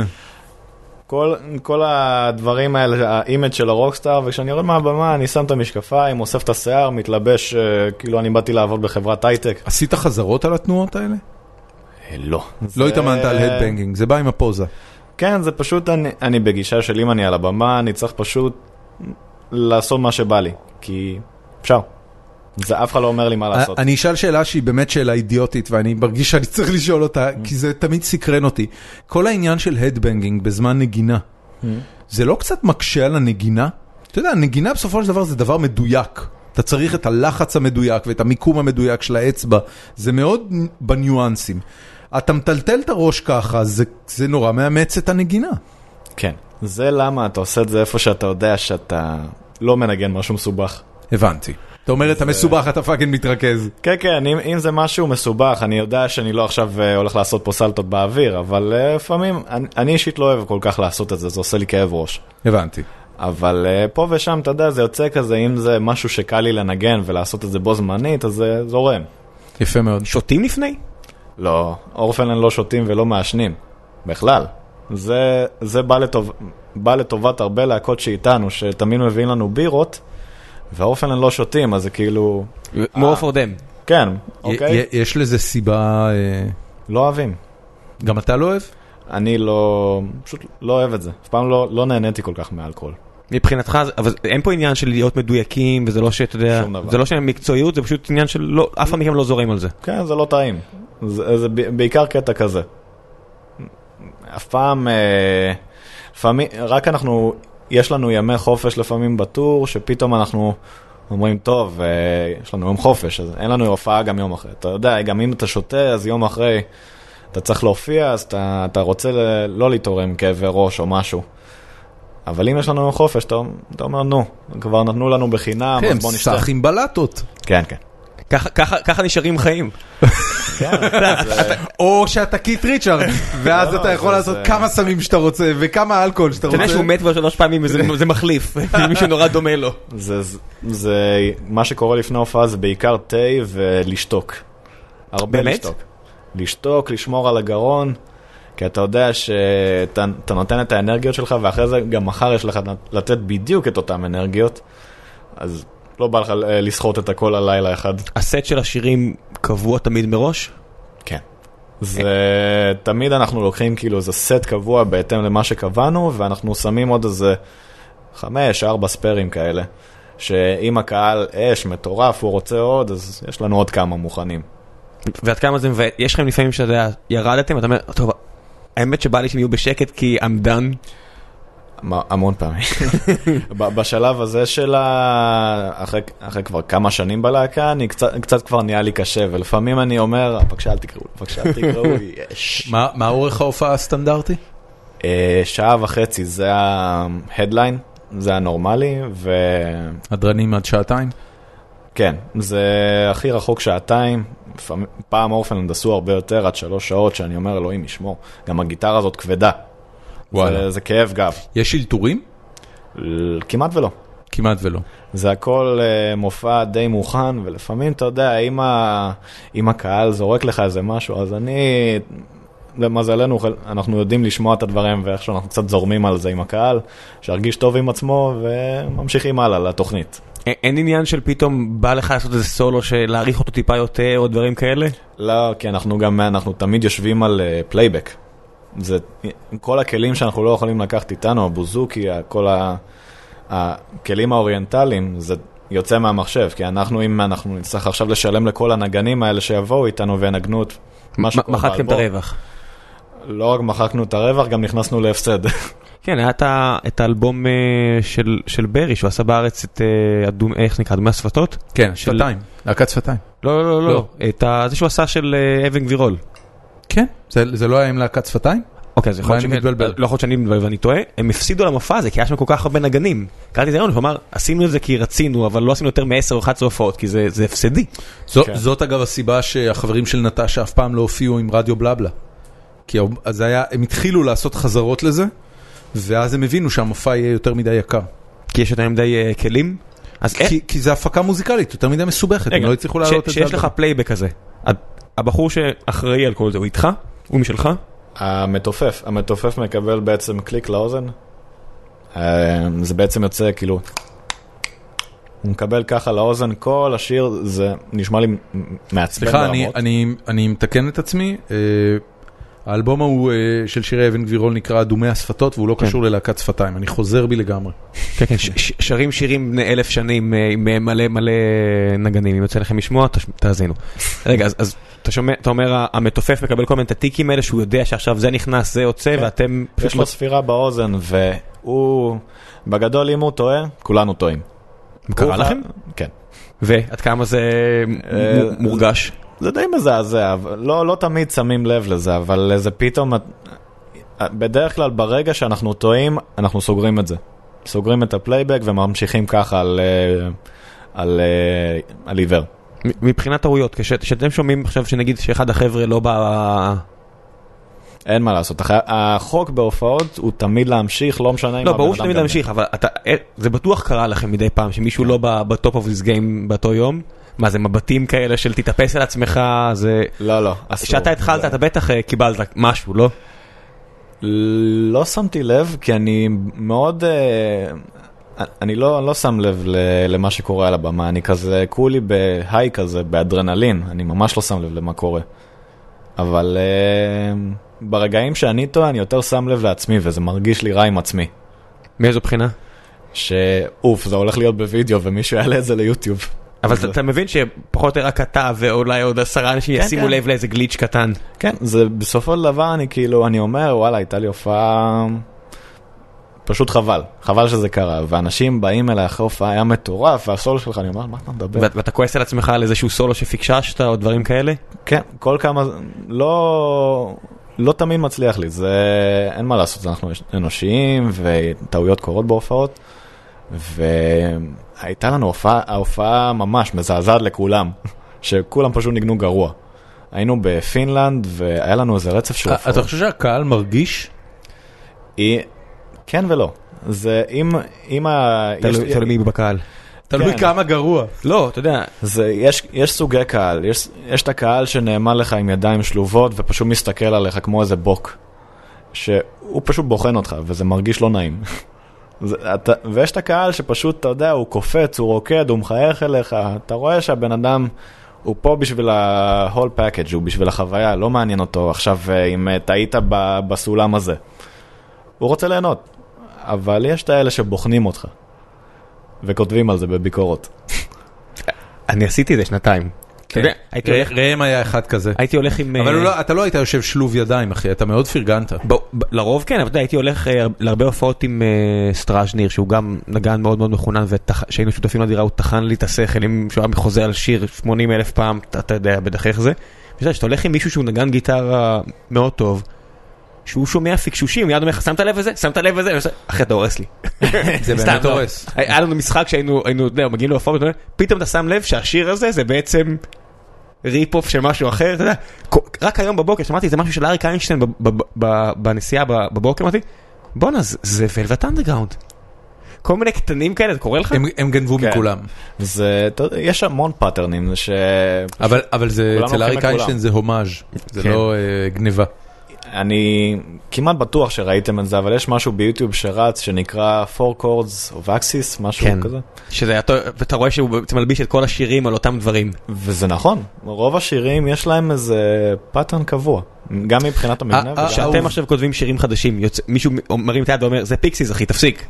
כל הדברים האלה, האימג' של הרוקסטאר, וכשאני יורד מהבמה, אני שם את המשקפיים, אוסף את השיער, מתלבש, כאילו אני באתי לעבוד בחברת הייטק. עשית חזרות על התנועות האלה? לא. לא התאמנת על הדבנגינג, זה בא עם הפוזה. כן, זה פשוט, אני בגישה של אם אני על הבמה, אני צריך פשוט לעשות מה שבא לי, כי אפשר. זה אף אחד לא אומר לי מה לעשות. אני אשאל שאלה שהיא באמת שאלה אידיוטית, ואני מרגיש שאני צריך לשאול אותה, כי זה תמיד סקרן אותי. כל העניין של הדבנגינג בזמן נגינה, זה לא קצת מקשה על הנגינה? אתה יודע, הנגינה בסופו של דבר זה דבר מדויק. אתה צריך את הלחץ המדויק ואת המיקום המדויק של האצבע. זה מאוד בניואנסים. אתה מטלטל את הראש ככה, זה נורא מאמץ את הנגינה. כן. זה למה אתה עושה את זה איפה שאתה יודע שאתה לא מנגן משהו מסובך. הבנתי. אתה אומר את המסובך, אתה פאקינג מתרכז. כן, כן, אם זה משהו מסובך, אני יודע שאני לא עכשיו הולך לעשות פה סלטות באוויר, אבל לפעמים, אני אישית לא אוהב כל כך לעשות את זה, זה עושה לי כאב ראש. הבנתי. אבל פה ושם, אתה יודע, זה יוצא כזה, אם זה משהו שקל לי לנגן ולעשות את זה בו זמנית, אז זה זורם. יפה מאוד. שותים לפני? לא, אורפלן לא שותים ולא מעשנים. בכלל. זה בא לטובת הרבה להקות שאיתנו, שתמיד מביאים לנו בירות, והאורפלן לא שותים, אז זה כאילו... more for them. כן, אוקיי. יש לזה סיבה... לא אוהבים. גם אתה לא אוהב? אני לא... פשוט לא אוהב את זה. אף פעם לא נהניתי כל כך מאלכוהול. מבחינתך, אבל אין פה עניין של להיות מדויקים, וזה לא שאתה יודע... זה לא שאין מקצועיות, זה פשוט עניין של... אף פעם מכם לא זורם על זה. כן, זה לא טעים. זה בעיקר קטע כזה. אף פעם... לפעמים... רק אנחנו... יש לנו ימי חופש לפעמים בטור, שפתאום אנחנו אומרים, טוב, יש לנו יום חופש, אז אין לנו הופעה גם יום אחרי. אתה יודע, גם אם אתה שותה, אז יום אחרי אתה צריך להופיע, אז אתה רוצה לא להתעורר כאבי ראש או משהו. אבל אם יש לנו יום חופש, אתה אומר, נו, כבר נתנו לנו בחינם, אז בוא נשתה. כן, סך עם בלטות. כן, כן. ככה נשארים חיים. או שאתה קיט ריצ'ארד, ואז אתה יכול לעשות כמה סמים שאתה רוצה, וכמה אלכוהול שאתה רוצה. אתה יודע שהוא מת כבר 3 פעמים, וזה מחליף, מישהו נורא דומה לו. מה שקורה לפני הופעה זה בעיקר תה ולשתוק. הרבה לשתוק. לשתוק, לשמור על הגרון, כי אתה יודע שאתה נותן את האנרגיות שלך, ואחרי זה גם מחר יש לך לתת בדיוק את אותם אנרגיות, אז... לא בא לך לסחוט את הכל על לילה אחד. הסט של השירים קבוע תמיד מראש? כן. זה תמיד אנחנו לוקחים כאילו איזה סט קבוע בהתאם למה שקבענו, ואנחנו שמים עוד איזה 5-4 ספרים כאלה, שאם הקהל מטורף, הוא רוצה עוד, אז יש לנו עוד כמה מוכנים. ועד כמה זה מבט? יש לכם לפעמים שאתה ירדתם, אתה אומר, טוב, האמת שבא לי שהם יהיו בשקט כי I'm done. המון פעמים. בשלב הזה שלה, אחרי כבר כמה שנים בלהקה, אני קצת כבר נהיה לי קשה, ולפעמים אני אומר, בבקשה אל תקראו, יש. מה אורך ההופעה הסטנדרטי? 1.5 שעה, זה ההדליין, זה הנורמלי, הדרנים עד 2 שעות? כן, זה הכי רחוק 2 שעות, פעם אורפלנד עשו הרבה יותר, עד 3 שעות, שאני אומר, אלוהים ישמור, גם הגיטרה הזאת כבדה. זה כאב גב. יש אלתורים? כמעט ולא. כמעט ולא. זה הכל מופע די מוכן, ולפעמים אתה יודע, אם הקהל זורק לך איזה משהו, אז למזלנו, אנחנו יודעים לשמוע את הדברים, ואיכשהו אנחנו קצת זורמים על זה עם הקהל, שהרגיש טוב עם עצמו, וממשיכים הלאה לתוכנית. אין עניין של פתאום בא לך לעשות איזה סולו שלהעריך אותו טיפה יותר או דברים כאלה? לא, כי אנחנו תמיד יושבים על פלייבק. זה כל הכלים שאנחנו לא יכולים לקחת איתנו, הבוזוקי, כל הכלים האוריינטליים, זה יוצא מהמחשב, כי אם אנחנו נצטרך עכשיו לשלם לכל הנגנים האלה שיבואו איתנו וינגנו את מה שקורה באלבום. מחקתם את הרווח. לא רק מחקנו את הרווח, גם נכנסנו להפסד. כן, היה את האלבום של ברי, שהוא עשה בארץ את, איך נקרא, דומי השפתות? כן, שפתיים, להקת שפתיים. לא, זה שהוא עשה של אבן גבירול. כן, זה לא היה עם להקת שפתיים? אוקיי, אז יכול להיות שאני מתבלבל ואני טועה, הם הפסידו למופע הזה, כי היה שם כל כך הרבה נגנים. קראתי את זה רעיון, הוא אמר, עשינו את זה כי רצינו, אבל לא עשינו יותר מ10 או 11 הופעות, כי זה הפסדי. זאת אגב הסיבה שהחברים של נטשה אף פעם לא הופיעו עם רדיו בלבלה. כי הם התחילו לעשות חזרות לזה, ואז הם הבינו שהמופע יהיה יותר מדי יקר. כי יש יותר מדי כלים? כי זה הפקה מוזיקלית, יותר מדי מסובכת, הם לא הצליחו לעלות את זה. שיש לך פלייבק כזה, הבחור שאחראי על כל זה, הוא איתך? הוא משלך? המתופף מקבל בעצם קליק לאוזן. זה בעצם יוצא כאילו, הוא מקבל ככה לאוזן, כל השיר, זה נשמע לי מעצבן ברמות. סליחה, אני מתקן את עצמי, האלבום הוא של שירי אבן גבירול נקרא דומי השפתות, והוא לא קשור ללהקת שפתיים, אני חוזר בי לגמרי. כן, כן, שרים שירים בני 1000 שנים עם מלא מלא נגנים, אם יוצא לכם לשמוע, תאזינו. רגע, אז אתה אומר, המתופף מקבל כל מיני תתיקים האלה, שהוא יודע שעכשיו זה נכנס, זה יוצא, ואתם... יש לו ספירה באוזן, והוא, בגדול אם הוא טועה, כולנו טועים. קרה לכם? כן. ועד כמה זה מורגש? זה די מזעזע, לא תמיד שמים לב לזה, אבל זה פתאום, בדרך כלל ברגע שאנחנו טועים, אנחנו סוגרים את זה. סוגרים את הפלייבק וממשיכים ככה על עיוור. מבחינת טעויות, כשאתם שומעים עכשיו שנגיד שאחד החבר'ה לא בא... אין מה לעשות, החוק בהופעות הוא תמיד להמשיך, לא משנה אם... לא, ברור שתמיד להמשיך, אבל זה בטוח קרה לכם מדי פעם, שמישהו לא בטופ אוף דיס גיים באותו יום? מה, זה מבטים כאלה של תתאפס על עצמך, זה... לא. כשאתה התחלת, אתה בטח קיבלת משהו, לא? לא שמתי לב, כי אני מאוד... אני לא שם לב למה שקורה על הבמה, אני כזה כולי בהיי כזה, באדרנלין, אני ממש לא שם לב למה קורה. אבל ברגעים שאני טועה, אני יותר שם לב לעצמי, וזה מרגיש לי רע עם עצמי. מאיזו בחינה? שאוף, זה הולך להיות בווידאו, ומישהו יעלה את זה ליוטיוב. אבל אתה מבין שפחות רק אתה ואולי עוד 10 אנשים ישימו לב לאיזה גליץ' קטן. כן, זה בסופו של דבר אני אומר, וואלה, הייתה לי הופעה פשוט חבל שזה קרה, ואנשים באים אליי אחרי הופעה, היה מטורף, והסולו שלך, אני אומר, מה אתה מדבר? ואתה כועס על עצמך על איזשהו סולו שפיקששת או דברים כאלה? כן, כל כמה, לא תמיד מצליח לי, זה אין מה לעשות, אנחנו אנושיים, וטעויות קורות בהופעות, והייתה לנו ההופעה ממש מזעזעת לכולם, שכולם פשוט ניגנו גרוע. היינו בפינלנד, והיה לנו איזה רצף של הופעות. אתה חושב שהקהל מרגיש? כן ולא. זה תלוי מי בקהל. תלוי כמה גרוע. לא, אתה יודע. יש סוגי קהל. יש את הקהל שנאמן לך עם ידיים שלובות, ופשוט מסתכל עליך כמו איזה בוק. שהוא פשוט בוחן אותך, וזה מרגיש לא נעים. ויש את הקהל שפשוט, אתה יודע, הוא קופץ, הוא רוקד, הוא מחייך אליך. אתה רואה שהבן אדם, הוא פה בשביל ה-whole package, הוא בשביל החוויה, לא מעניין אותו עכשיו אם טעית בסולם הזה. הוא רוצה ליהנות, אבל יש את האלה שבוחנים אותך, וכותבים על זה בביקורות. אני עשיתי את זה 2 שנתיים. ראם היה אחד כזה. הייתי הולך עם... אבל אתה לא היית יושב שלוב ידיים, אחי, אתה מאוד פרגנת. לרוב כן, אבל הייתי הולך להרבה הופעות עם סטראז'ניר, שהוא גם נגן מאוד מאוד מכונן, ושהיינו שותפים לדירה, הוא תחן לי את השכל, אם שהוא היה מחוזה על שיר 80,000 פעם, אתה יודע בטח איך זה. שאתה הולך עם מישהו שהוא נגן גיטרה מאוד טוב, שהוא שומע פיקשושים, מיד אומר לך, שמת לב לזה? שמת לב לזה? אחי, אתה הורס לי. זה באמת הורס. היה לנו משחק שהיינו, מגיעים להופעות, פתאום אתה שם לב שהשיר הזה זה בעצם ריפ-אוף של משהו אחר, אתה יודע, רק היום בבוקר, שמעתי, זה משהו של אריק איינשטיין בנסיעה בבוקר, אמרתי, בוא'נה, זה ולווט אנדרגראונד. כל מיני קטנים כאלה, זה קורה לך? הם גנבו מכולם. יש המון פאטרנים, אבל אצל אריק איינשטיין זה הומאז', זה לא גניבה. אני כמעט בטוח שראיתם את זה, אבל יש משהו ביוטיוב שרץ שנקרא 4 Chords of Axis, משהו כזה. שזה, ואתה רואה שהוא מלביש את כל השירים על אותם דברים. וזה נכון, רוב השירים יש להם איזה פאטרן קבוע, גם מבחינת המבנה. שאתם עכשיו כותבים שירים חדשים, מישהו מרים את היד ואומר, זה פיקסיס, אחי, תפסיק.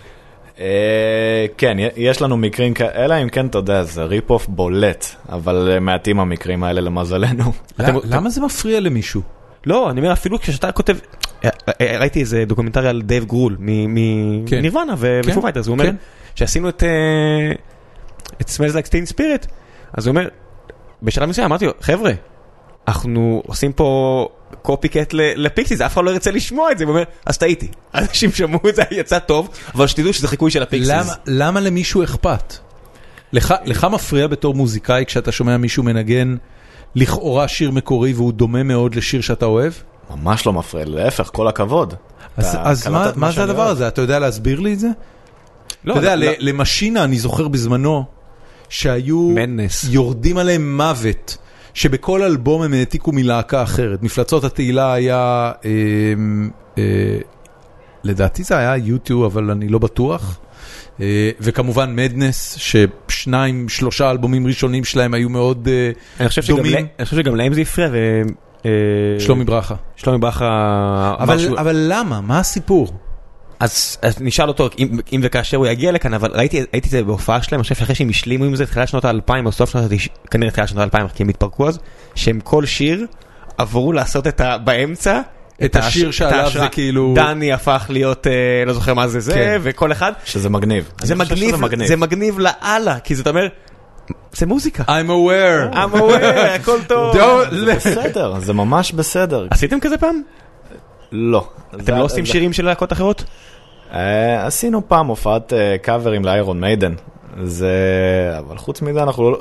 כן, יש לנו מקרים כאלה, אם כן, אתה יודע, זה ריפ-אוף בולט, אבל מעטים המקרים האלה למזלנו. למה זה מפריע למישהו? לא, אני אומר, אפילו כשאתה כותב, ראיתי איזה דוקומנטרי על דייב גרול, מנירוונה ופו פייטרס, הוא אומר, שעשינו את Smells Like Teen Spirit, אז הוא אומר, בשלב מסוים אמרתי לו, חבר'ה, אנחנו עושים פה קופי-קט לפיקסיס, אף אחד לא ירצה לשמוע את זה, הוא אומר, אז טעיתי. אנשים שמעו את זה, יצא טוב, אבל שתדעו שזה חיקוי של הפיקסיס. למה למישהו אכפת? לך מפריע בתור מוזיקאי כשאתה שומע מישהו מנגן לכאורה שיר מקורי והוא דומה מאוד לשיר שאתה אוהב? ממש לא מפריע, להפך, כל הכבוד. אז מה זה הדבר הזה? אתה יודע להסביר לי את זה? אתה יודע, למשינה אני זוכר בזמנו שהיו יורדים עליהם מוות, שבכל אלבום הם העתיקו מלהקה אחרת. מפלצות התהילה היה, לדעתי זה היה יוטיוב, אבל אני לא בטוח. וכמובן מדנס, ששניים, שלושה אלבומים ראשונים שלהם היו מאוד דומים. אני חושב שגם להם זה הפריע, שלומי ברכה. שלומי ברכה... אבל למה? מה הסיפור? אז נשאל אותו, אם וכאשר הוא יגיע לכאן, אבל ראיתי את זה בהופעה שלהם, אני חושב שאחרי שהם השלימו עם זה, תחילת שנות ה-2000, או סוף שנות ה-90, כנראה תחילת שנות ה-2000, כי הם התפרקו אז, שהם כל שיר עברו לעשות באמצע, את השיר שעליו זה כאילו... דני הפך להיות, לא זוכר מה זה, וכל אחד... שזה מגניב. זה מגניב לאללה, כי זאת אומר, זה מוזיקה. I'm aware. הכל טוב. זה בסדר, זה ממש בסדר. עשיתם כזה פעם? לא. אתם לא עושים שירים של להקות אחרות? עשינו פעם הופעת קאברים לאיירון מיידן. אבל חוץ מזה,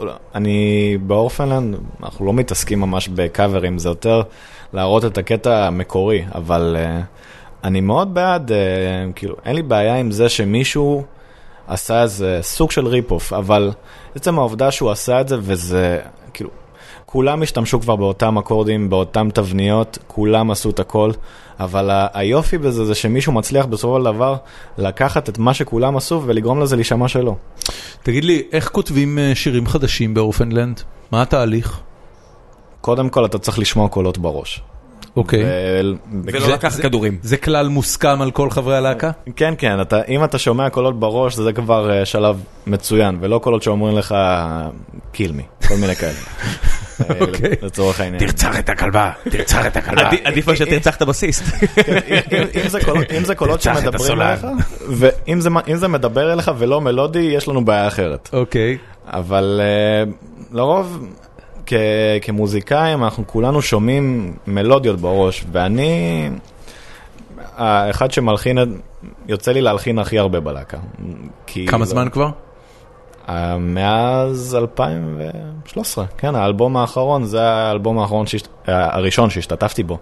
באורפנלנד, אנחנו לא מתעסקים ממש בקאברים, זה יותר להראות את הקטע המקורי, אבל אני מאוד בעד, כאילו, אין לי בעיה עם זה שמישהו עשה איזה סוג של ריפ-אוף, אבל בעצם העובדה שהוא עשה את זה, וזה, כאילו, כולם השתמשו כבר באותם אקורדים, באותם תבניות, כולם עשו את הכל, אבל היופי בזה זה שמישהו מצליח בסופו של דבר לקחת את מה שכולם עשו ולגרום לזה להישמע שלו. תגיד לי, איך כותבים שירים חדשים באורפנלנד? מה התהליך? קודם כל אתה צריך לשמוע קולות בראש. אוקיי. ולא לקחת כדורים. זה כלל מוסכם על כל חברי הלהקה? כן, כן. אם אתה שומע קולות בראש, זה כבר שלב מצוין, ולא קולות שאומרים לך, kill me, כל מיני כאלה. לצורך העניין. תרצח את הכלבה, תרצח את הכלבה. עדיף מה שתרצח את הבסיסט. אם זה קולות שמדברים אליך, ואם זה מדבר אליך ולא מלודי, יש לנו בעיה אחרת. אוקיי. אבל לרוב, כמוזיקאים, אנחנו כולנו שומעים מלודיות בראש, ואני, האחד שמלחין, יוצא לי להלחין הכי הרבה בלהקה. כמה זמן כבר? מאז 2013, כן, האלבום האחרון, זה האלבום האחרון הראשון שהשתתפתי בו.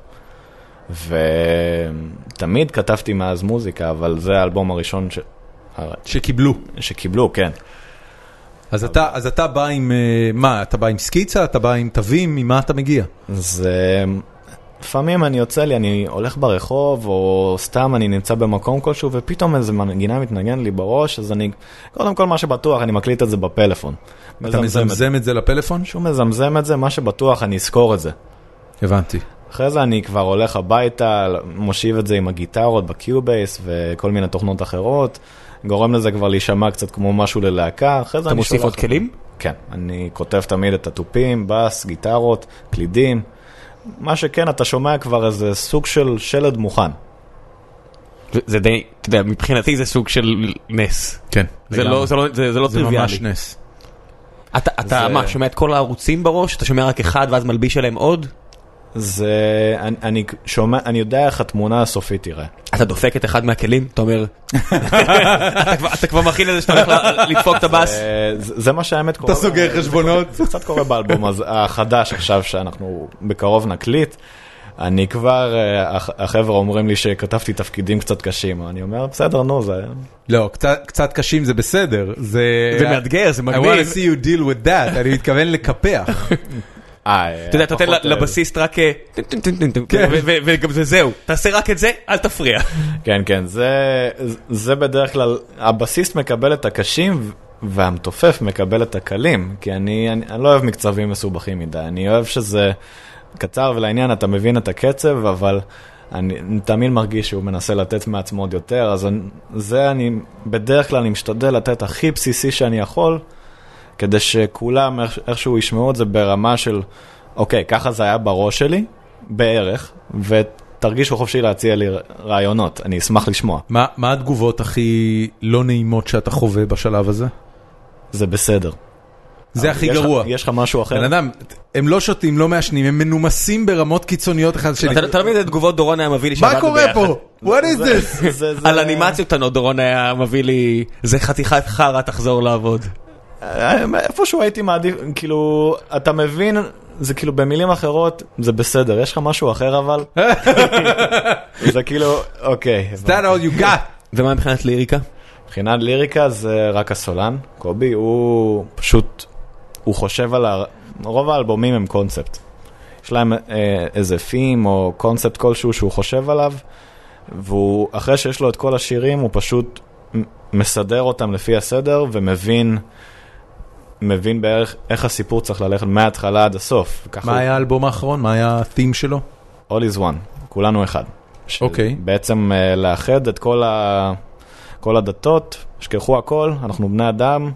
ותמיד כתבתי מאז מוזיקה, אבל זה האלבום הראשון שקיבלו, כן. אז אתה בא עם, מה? אתה בא עם סקיצה? אתה בא עם תווים? ממה אתה מגיע? לפעמים אני הולך ברחוב, או סתם אני נמצא במקום כלשהו, ופתאום איזה מנגינה מתנגן לי בראש, אז קודם כל מה שבטוח, אני מקליט את זה בפלאפון. אתה מזמזם את זה לפלאפון? שהוא מזמזם את זה, מה שבטוח, אני אזכור את זה. הבנתי. אחרי זה אני כבר הולך הביתה, מושיב את זה עם הגיטרות בקיובייס, וכל מיני תוכנות אחרות, גורם לזה כבר להישמע קצת כמו משהו ללהקה. אתה מוסיף עוד כלים? כן, אני כותב תמיד את הטופים, בס, גיטרות, קלידים. מה שכן, אתה שומע כבר איזה סוג של שלד מוכן. זה די, אתה יודע, מבחינתי זה סוג של נס. כן. זה לא טריוויאלי. זה ממש נס. אתה מה, שומע את כל הערוצים בראש? אתה שומע רק אחד ואז מלביש עליהם עוד? אני יודע איך התמונה הסופית תראה. אתה דופק את אחד מהכלים, אתה אומר, אתה כבר מכין לזה שאתה הולך לדפוק את הבאס. זה מה שהאמת קורה. אתה סוגר חשבונות. זה קצת קורה באלבום החדש עכשיו שאנחנו בקרוב נקליט. אני כבר, החבר'ה אומרים לי שכתבתי תפקידים קצת קשים. אני אומר, בסדר, נו, זה... לא, קצת קשים זה בסדר. זה מאתגר, זה מגניב. I want to see you deal with that. אני מתכוון לקפח. אתה יודע, אתה נותן לבסיסט רק... וגם זה זהו. תעשה רק את זה, אל תפריע. כן, כן, זה בדרך כלל, הבסיסט מקבל את הקשים, והמתופף מקבל את הקלים, כי אני לא אוהב מקצבים מסובכים מדי, אני אוהב שזה קצר ולעניין, אתה מבין את הקצב, אבל אני תמיד מרגיש שהוא מנסה לתת מעצמו עוד יותר, אז זה בדרך כלל אני משתדל לתת הכי בסיסי שאני יכול, כדי שכולם איכשהו ישמעו את זה ברמה של, אוקיי, ככה זה היה בראש שלי, בערך, ותרגישו חופשי להציע לי רעיונות, אני אשמח לשמוע. מה התגובות הכי לא נעימות שאתה חווה בשלב הזה? זה בסדר. זה הכי גרוע. יש לך משהו אחר? בן אדם, הם לא שותים, לא מעשנים, הם מנומסים ברמות קיצוניות אחד שלי. אתה תמיד את תגובות דורון היה מביא לי מה קורה פה? What is this? על אנימציות קטנות דורון היה מביא לי, זה חתיכת חרא, תחזור לעבוד. איפשהו הייתי מעדיף, כאילו, אתה מבין, זה כאילו במילים אחרות, זה בסדר, יש לך משהו אחר אבל? זה כאילו, אוקיי. Is that all you got? ומה מבחינת ליריקה? מבחינת ליריקה זה רק הסולן, קובי, הוא פשוט, הוא חושב על, רוב האלבומים הם קונספט. יש להם איזה פים או קונספט כלשהו שהוא חושב עליו, והוא, אחרי שיש לו את כל השירים, הוא פשוט מסדר אותם לפי הסדר, ומבין בערך איך הסיפור צריך ללכת מההתחלה עד הסוף. מה היה האלבום האחרון? מה היה התים שלו? All is one, כולנו אחד. אוקיי. בעצם לאחד את כל הדתות, שכחו הכל, אנחנו בני אדם,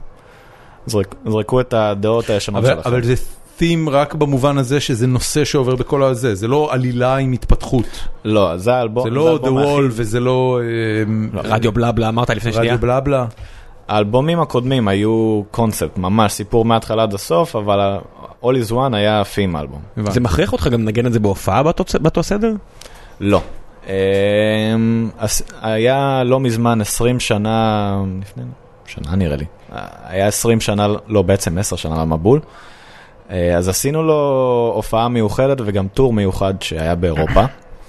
זרקו את הדעות הישנות שלכם. אבל זה תים רק במובן הזה שזה נושא שעובר בכל הזה, זה לא עלילה עם התפתחות. לא, זה האלבום. זה לא The Wall וזה לא... רדיו בלבלה, אמרת לפני שנייה. רדיו בלבלה. האלבומים הקודמים היו קונספט, ממש סיפור מההתחלה עד הסוף, אבל All is One היה פים אלבום. זה מכריח אותך גם לנגן את זה בהופעה באותו סדר? לא. היה לא מזמן 20 שנה, לפני שנה נראה לי, היה 20 שנה, לא בעצם 10 שנה למבול, אז עשינו לו הופעה מיוחדת וגם טור מיוחד שהיה באירופה,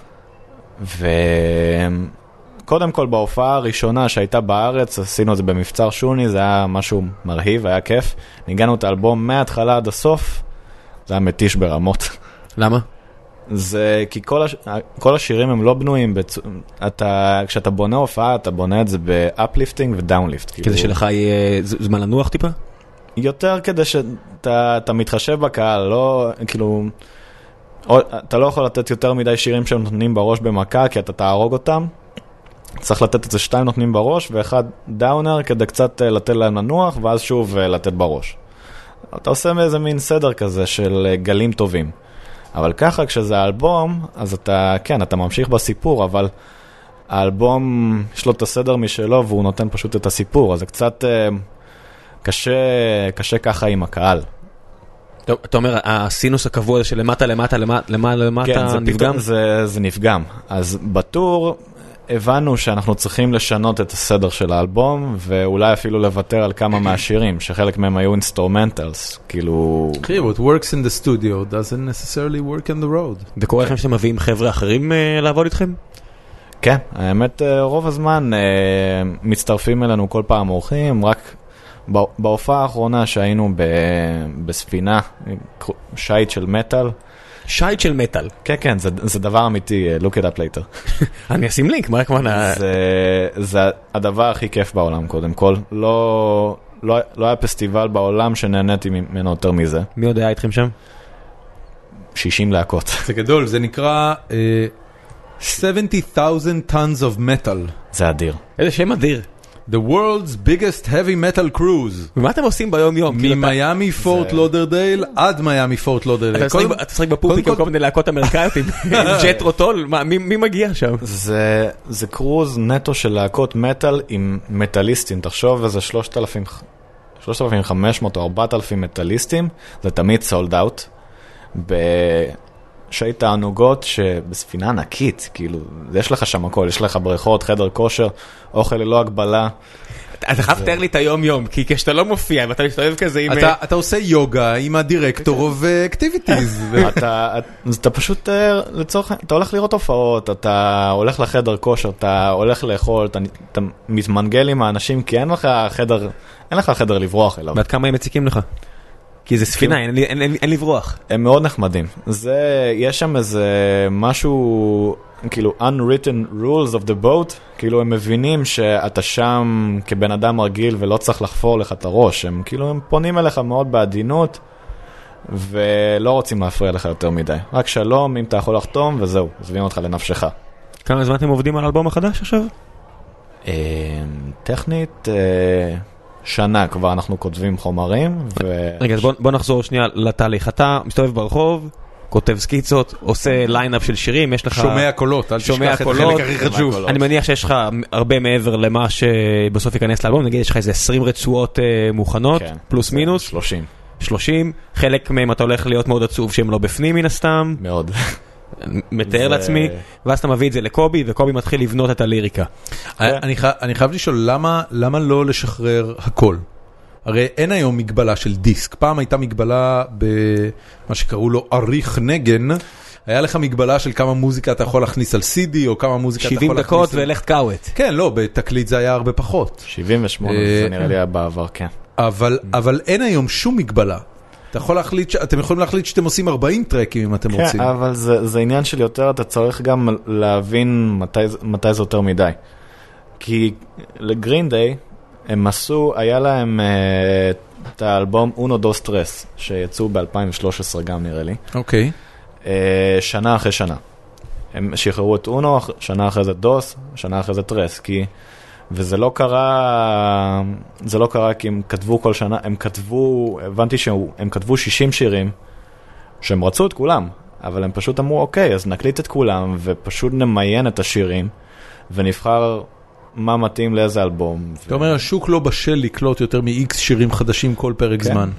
וקודם כל בהופעה הראשונה שהייתה בארץ, עשינו את זה במבצר שוני, זה היה משהו מרהיב, היה כיף, ניגענו את האלבום מההתחלה עד הסוף, זה היה מתיש ברמות. למה? זה כי כל השירים הם לא בנויים, כשאתה בונה הופעה, אתה בונה את זה באפליפטינג ודאונליפט. כדי שלך יהיה זמן לנוח טיפה? יותר כדי שאתה מתחשב בקהל, לא, כאילו, אתה לא יכול לתת יותר מדי שירים שהם נותנים בראש במכה, כי אתה תהרוג אותם. צריך לתת את זה 2 נותנים בראש, ואחד דאונר כדי קצת לתת להם לנוח, ואז שוב לתת בראש. אתה עושה מאיזה מין סדר כזה של גלים טובים. אבל ככה, כשזה האלבום, אז אתה ממשיך בסיפור, אבל האלבום יש לו את הסדר משלו, והוא נותן פשוט את הסיפור, אז זה קצת קשה ככה עם הקהל. אתה אומר, הסינוס הקבוע הזה של למטה, למטה נפגם? כן, זה נפגם. אז בטור הבנו שאנחנו צריכים לשנות את הסדר של האלבום, ואולי אפילו לוותר על כמה מהשירים, שחלק מהם היו אינסטרומנטלס, כאילו... אחי, what works in the studio doesn't necessarily work on the road. וקורה לכם שאתם מביאים חבר'ה אחרים לעבוד איתכם? כן, האמת רוב הזמן מצטרפים אלינו כל פעם אורחים, רק בהופעה האחרונה שהיינו בספינה, שייט של מטל, שייט של מטל. כן, כן, זה דבר אמיתי, look it up later. אני אשים לינק, מה כמובן? זה הדבר הכי כיף בעולם, קודם כל. לא היה פסטיבל בעולם שנהניתי ממנו יותר מזה. מי עוד היה איתכם שם? 60 להקות. זה גדול, זה נקרא 70,000 tons of metal. זה אדיר. איזה שם אדיר. The world's biggest heavy metal cruise. ומה אתם עושים ביום יום? ממיימי פורט לודרדייל עד מיימי פורט לודרדייל. אתה תשחק בפופיק עם כל מיני להקות אמריקאיות עם ג'ט רוטול? מי מגיע שם? זה קרוז נטו של להקות מטל עם מטליסטים. תחשוב איזה 3,500 או 4,000 מטליסטים. זה תמיד סולד אאוט. בשי תענוגות שבספינה ענקית, כאילו, יש לך שם הכל, יש לך בריכות, חדר כושר, אוכל ללא הגבלה. אתה חייב לתאר לי את היום-יום, כי כשאתה לא מופיע, ואתה מסתובב כזה עם... אתה עושה יוגה עם הדירקטור ואקטיביטיז. אתה פשוט, לצורך, אתה הולך לראות הופעות, אתה הולך לחדר כושר, אתה הולך לאכול, אתה מתמנגל עם האנשים, כי אין לך חדר לברוח אליו. ועד כמה הם מציקים לך? כי זה ספינה, אין לברוח. הם מאוד נחמדים. יש שם איזה משהו, כאילו unwritten rules of the boat, כאילו הם מבינים שאתה שם כבן אדם רגיל ולא צריך לחפור לך את הראש, הם כאילו הם פונים אליך מאוד בעדינות, ולא רוצים להפריע לך יותר מדי. רק שלום, אם אתה יכול לחתום, וזהו, עזבים אותך לנפשך. כמה זמן אתם עובדים על האלבום החדש עכשיו? טכנית, שנה כבר אנחנו כותבים חומרים. רגע, אז בוא נחזור שנייה לתהליך. אתה מסתובב ברחוב, כותב סקיצות, עושה ליינאפ של שירים, יש לך... שומע קולות, אל תשכח את החלק הכי חשוב. אני מניח שיש לך הרבה מעבר למה שבסוף ייכנס לאלבום, נגיד יש לך איזה 20 רצועות מוכנות, פלוס מינוס. 30, חלק מהם אתה הולך להיות מאוד עצוב שהם לא בפנים מן הסתם. מאוד. מתאר לעצמי, ואז אתה מביא את זה לקובי, וקובי מתחיל לבנות את הליריקה. אני חייב לשאול, למה לא לשחרר הכל? הרי אין היום מגבלה של דיסק. פעם הייתה מגבלה במה שקראו לו אריך נגן, היה לך מגבלה של כמה מוזיקה אתה יכול להכניס על CD, או כמה מוזיקה אתה יכול להכניס... 70 דקות ולכת קאוות. כן, לא, בתקליט זה היה הרבה פחות. 78, זה נראה לי היה בעבר, כן. אבל אין היום שום מגבלה. אתם יכולים להחליט שאתם עושים 40 טרקים אם אתם רוצים. כן, אבל זה עניין של יותר, אתה צריך גם להבין מתי זה יותר מדי. כי לגרין דיי, הם עשו, היה להם את האלבום אונו דוס טרס, שיצאו ב-2013 גם נראה לי. אוקיי. שנה אחרי שנה. הם שחררו את אונו, שנה אחרי זה דוס, שנה אחרי זה טרס, וזה לא קרה כי הם כתבו כל שנה, הבנתי שהם כתבו 60 שירים, שהם רצו את כולם, אבל הם פשוט אמרו, אוקיי, אז נקליט את כולם, ופשוט נמיין את השירים, ונבחר מה מתאים לאיזה אלבום. אתה אומר, השוק לא בשל לקלוט יותר מ-X שירים חדשים כל פרק זמן.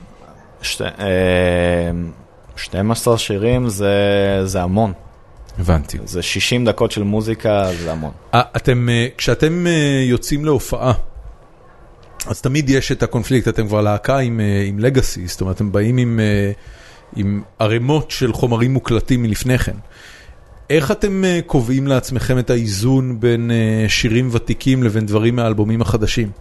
12 שירים זה המון. הבנתי. זה 60 דקות של מוזיקה, זה המון. כשאתם יוצאים להופעה, אז תמיד יש את הקונפליקט, אתם כבר להקה עם לגאסי, זאת אומרת, אתם באים עם ערימות של חומרים מוקלטים מלפני כן. איך אתם קובעים לעצמכם את האיזון בין שירים ותיקים לבין דברים מהאלבומים החדשים?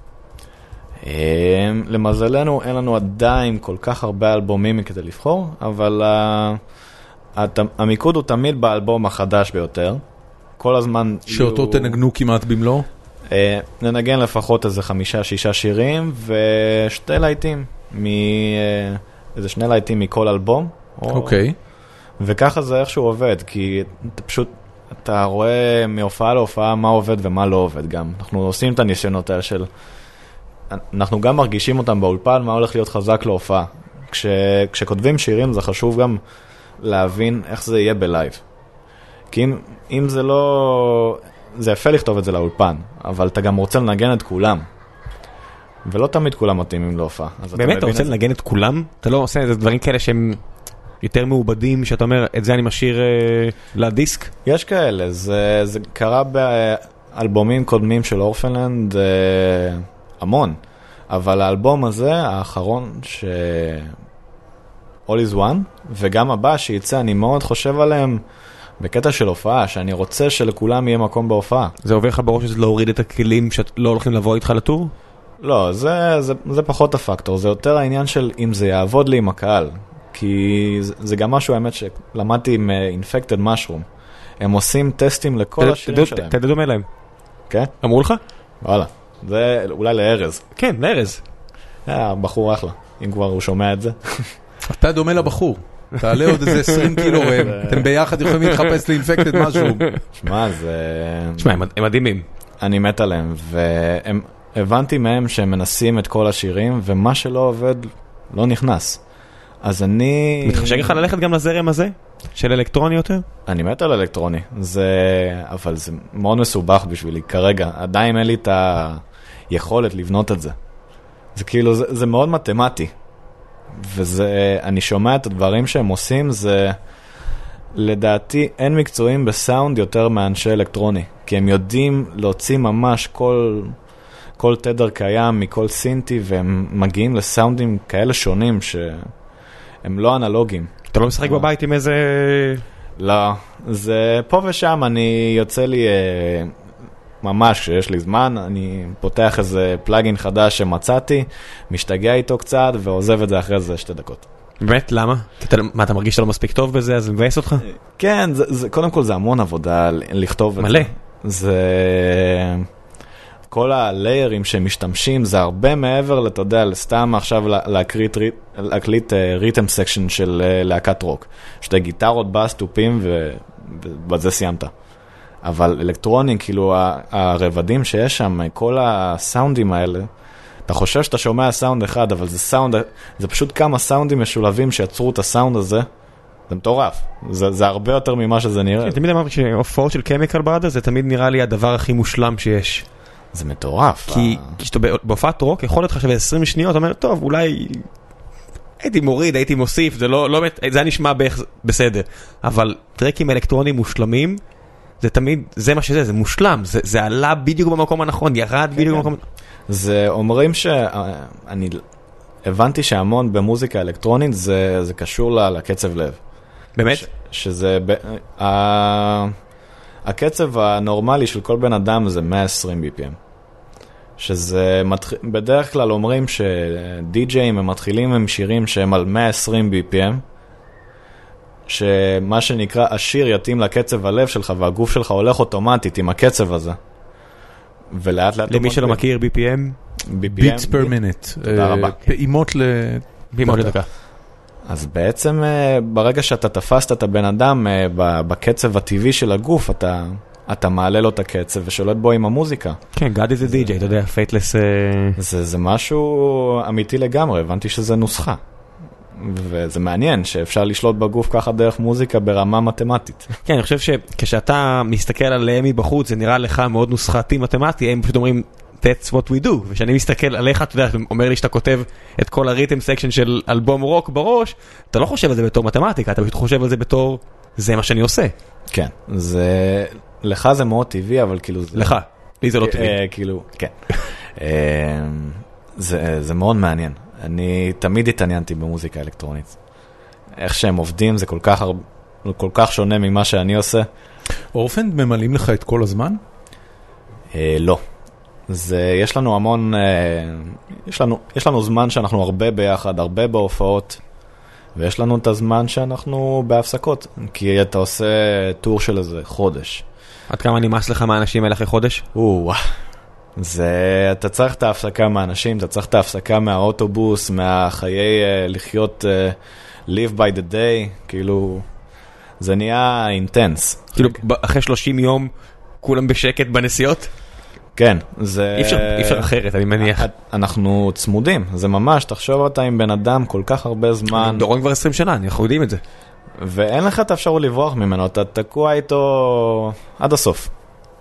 למזלנו, אין לנו עדיין כל כך הרבה אלבומים כדי לבחור, אבל המיקוד הוא תמיד באלבום החדש ביותר. כל הזמן... שאותו תנגנו כמעט במלוא? ננגן לפחות איזה 5-6 שירים, ושתי להיטים, איזה 2 להיטים מכל אלבום. אוקיי. וככה זה איכשהו עובד, כי אתה רואה מהופעה להופעה מה עובד ומה לא עובד גם. אנחנו עושים את הניסיונות האלה של... אנחנו גם מרגישים אותם באולפן, מה הולך להיות חזק להופעה. כשכותבים שירים זה חשוב גם להבין איך זה יהיה בלייב. כי אם זה לא... זה יפה לכתוב את זה לאולפן, אבל אתה גם רוצה לנגן את כולם. ולא תמיד כולם מתאימים להופעה. באמת, אתה רוצה לנגן את כולם? אתה לא עושה איזה דברים כאלה שהם יותר מעובדים, שאתה אומר, את זה אני משאיר לדיסק? יש כאלה. זה קרה באלבומים קודמים של אורפנלנד המון. אבל האלבום הזה, האחרון, All is One, וגם הבא שיצא, אני מאוד חושב עליהם בקטע של הופעה, שאני רוצה שלכולם יהיה מקום בהופעה. זה עובר לך בראש שזה להוריד את הכלים שלא הולכים לבוא איתך לטור? לא, זה פחות הפקטור, זה יותר העניין של אם זה יעבוד לי עם הקהל, כי זה גם משהו, האמת שלמדתי עם Infected Mushroom, הם עושים טסטים לכל השירים שלהם. אתה דומה להם. כן? אמרו לך? וואלה, זה אולי לארז. כן, לארז. בחור אחלה, אם כבר הוא שומע את זה. אתה דומה לבחור. תעלה עוד איזה 20 קילוגרם, אתם ביחד יכולים להתחפש לאינפקטד משהו. שמע, זה... שמע, הם מדהימים. אני מת עליהם, והבנתי מהם שהם מנסים את כל השירים, ומה שלא עובד לא נכנס. אז אני... מתחשק לך ללכת גם לזרם הזה? של אלקטרוני יותר? אני מת על אלקטרוני, אבל זה מאוד מסובך בשבילי כרגע. עדיין אין לי את היכולת לבנות את זה. זה כאילו, זה מאוד מתמטי. ואני שומע את הדברים שהם עושים, זה לדעתי אין מקצועים בסאונד יותר מאנשי אלקטרוני, כי הם יודעים להוציא ממש כל תדר קיים מכל סינטי, והם מגיעים לסאונדים כאלה שונים שהם לא אנלוגיים. אתה לא משחק בבית עם איזה... לא, זה פה ושם, אני יוצא לי ממש כשיש לי זמן, אני פותח איזה פלאגין חדש שמצאתי, משתגע איתו קצת ועוזב את זה אחרי זה 2 דקות. באמת? למה? מה, אתה מרגיש שאתה לא מספיק טוב בזה, אז זה מבאס אותך? כן, קודם כל זה המון עבודה לכתוב את זה. מלא. זה... כל הליירים שמשתמשים זה הרבה מעבר, אתה יודע, סתם עכשיו להקליט ריתם סקשן של להקת רוק. שתי גיטרות, בס, טופים ובזה סיימת. אבל אלקטרונים, כאילו הרבדים שיש שם, כל הסאונדים האלה, אתה חושב שאתה שומע סאונד אחד, אבל זה סאונד, זה פשוט כמה סאונדים משולבים שיצרו את הסאונד הזה. זה מטורף. זה הרבה יותר ממה שזה נראה. תמיד אמרתי שהופעות של Chemical Brothers זה תמיד נראה לי הדבר הכי מושלם שיש. זה מטורף. כי כשאתה בהופעת רוק, יכול להיות עכשיו 20 שניות, אתה אומר, טוב, אולי הייתי מוריד, הייתי מוסיף, זה היה נשמע בסדר. אבל טרקים אלקטרונים מושלמים, זה תמיד, זה מה שזה, זה מושלם. זה עלה בדיוק במקום הנכון, ירד בדיוק במקום... זה אומרים אני הבנתי שהמון במוזיקה אלקטרונית זה קשור לקצב לב. באמת? שזה... הקצב הנורמלי של כל בן אדם זה 120 BPM. שזה בדרך כלל אומרים שדי-ג'אים הם מתחילים עם שירים שהם על 120 BPM, שמה שנקרא השיר יתאים לקצב הלב שלך והגוף שלך הולך אוטומטית עם הקצב הזה. ולאט לאט... למי שלא מכיר BPM? Beats per minute. תודה רבה. פעימות לדקה. אז בעצם ברגע שאתה תפסת את הבן אדם בקצב הטבעי של הגוף, אתה מעלה לו את הקצב ושולט בו עם המוזיקה. כן, God is a DJ, אתה יודע, פייטלס... זה משהו אמיתי לגמרי, הבנתי שזה נוסחה. וזה מעניין שאפשר לשלוט בגוף ככה דרך מוזיקה ברמה מתמטית. כן, אני חושב שכשאתה מסתכל עליהם מבחוץ, זה נראה לך מאוד נוסחתי מתמטי, הם פשוט אומרים, that's what we do, ושאני מסתכל עליך, אתה יודע, אומר לי שאתה כותב את כל הריתם סקשן של אלבום רוק בראש, אתה לא חושב על זה בתור מתמטיקה, אתה פשוט חושב על זה בתור, זה מה שאני עושה. כן, לך זה מאוד טבעי, אבל כאילו... לך, לי זה לא טבעי. כאילו, כן. זה מאוד מעניין. אני תמיד התעניינתי במוזיקה אלקטרונית. איך שהם עובדים זה כל כך שונה ממה שאני עושה. אורפנד ממלאים לך את כל הזמן? לא. יש לנו המון, יש לנו זמן שאנחנו הרבה ביחד, הרבה בהופעות, ויש לנו את הזמן שאנחנו בהפסקות, כי אתה עושה טור של איזה חודש. עד כמה נמאס לך מהאנשים האלה אחרי חודש? אתה צריך את ההפסקה מהאנשים, אתה צריך את ההפסקה מהאוטובוס, מהחיי לחיות, live by the day, כאילו, זה נהיה אינטנס. כאילו, אחרי 30 יום, כולם בשקט בנסיעות? כן, זה... אי אפשר אחרת, אני מניח. אנחנו צמודים, זה ממש, תחשוב אותה עם בן אדם כל כך הרבה זמן. דורון כבר 20 שנה, אנחנו יודעים את זה. ואין לך את האפשרות לברוח ממנו, אתה תקוע איתו עד הסוף.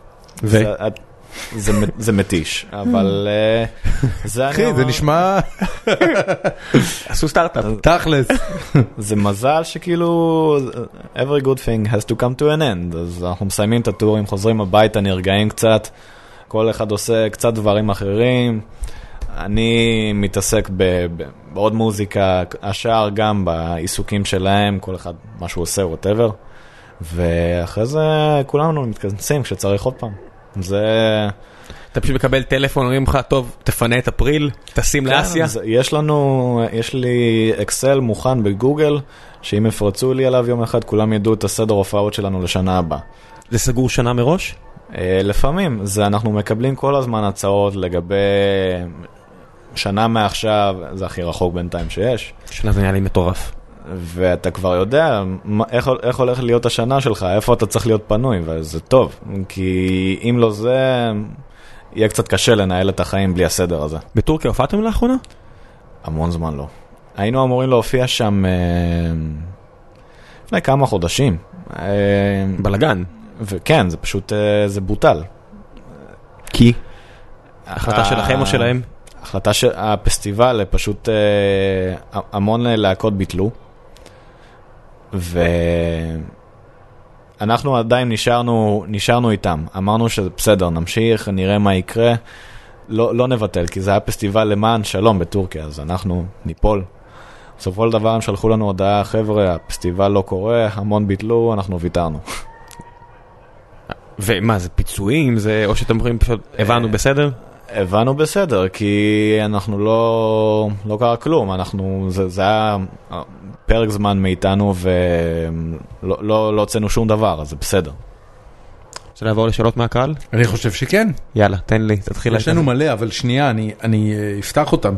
זה מתיש, אבל אחי, זה נשמע... עשו סטארט-אפ. תכלס. זה מזל שכאילו, every good thing has to come to an end, אז אנחנו מסיימים את הטורים, חוזרים הביתה, נרגעים קצת, כל אחד עושה קצת דברים אחרים, אני מתעסק בעוד מוזיקה, השאר גם בעיסוקים שלהם, כל אחד מה שהוא עושה, whatever, ואחרי זה כולנו מתכנסים כשצריך עוד פעם. אתה פשוט מקבל טלפון, אומרים לך, טוב, תפנה את אפריל, תשים לאסיה. יש לי אקסל מוכן בגוגל, שאם יפרצו לי עליו יום אחד, כולם ידעו את הסדר הופעות שלנו לשנה הבאה. זה סגור שנה מראש? לפעמים, אנחנו מקבלים כל הזמן הצעות לגבי שנה מעכשיו, זה הכי רחוק בינתיים שיש. שנה זה נהיה לי מטורף. ואתה כבר יודע איך הולך להיות השנה שלך, איפה אתה צריך להיות פנוי, וזה טוב, כי אם לא זה, יהיה קצת קשה לנהל את החיים בלי הסדר הזה. בטורקיה הופעתם לאחרונה? המון זמן לא. היינו אמורים להופיע שם לפני כמה חודשים. בלגן. וכן, זה פשוט, זה בוטל. כי? החלטה שלכם או שלהם? החלטה שהפסטיבל פשוט המון להקות ביטלו, ואנחנו עדיין נשארנו איתם. אמרנו שזה בסדר, נמשיך, נראה מה יקרה, לא נבטל, כי זה היה פסטיבל למען שלום בטורקיה, אז אנחנו ניפול. בסופו של דבר הם שלחו לנו הודעה, חבר'ה, הפסטיבל לא קורה, המון ביטלו, אנחנו ויתרנו. ומה, זה פיצויים? או שאתם אומרים פשוט, הבנו בסדר? הבנו בסדר, כי אנחנו לא קרה כלום, זה היה פרק זמן מאיתנו ולא הוצאנו שום דבר, אז זה בסדר. רוצה לעבור לשאלות מהקהל? אני חושב שכן. יאללה, תן לי, תתחיל. יש לנו מלא, אבל שנייה, אני אפתח אותם.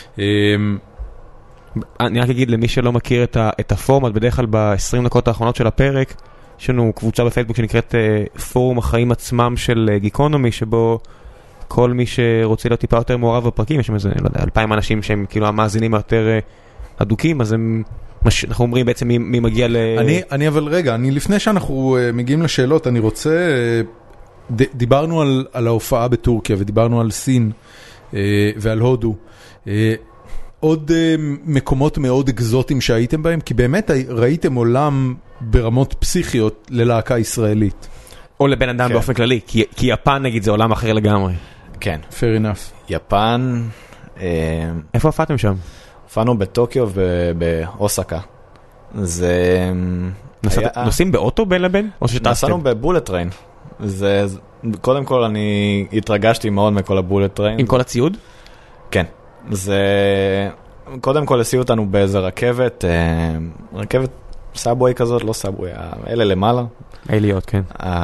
אני רק אגיד למי שלא מכיר את הפורמט, בדרך כלל ב-20 דקות האחרונות של הפרק, יש לנו קבוצה בפייסבוק שנקראת פורום החיים עצמם של גיקונומי, שבו כל מי שרוצה להיות טיפה יותר מעורב בפרקים, יש שם איזה, לא יודע, 2,000 אנשים שהם כאילו המאזינים היותר אדוקים, אז אנחנו אומרים בעצם מי מגיע אבל רגע, לפני שאנחנו מגיעים לשאלות, אני רוצה, דיברנו על ההופעה בטורקיה, ודיברנו על סין ועל הודו. עוד מקומות מאוד אקזוטיים שהייתם בהם, כי באמת ראיתם עולם ברמות פסיכיות ללהקה ישראלית. או לבן אדם באופן כללי, כי יפן נגיד זה עולם אחר לגמרי. כן. Fair enough. יפן... איפה הופעתם שם? הופענו בטוקיו ובאוסקה. זה... נוסעים באוטו בין לבין? נסענו בבולט טריין. קודם כל אני התרגשתי מאוד מכל הבולט טריין. עם כל הציוד? כן. זה... קודם כל הסיעו אותנו באיזה רכבת סאבווי כזאת, לא סאבווי, אלה למעלה. איליות, כן.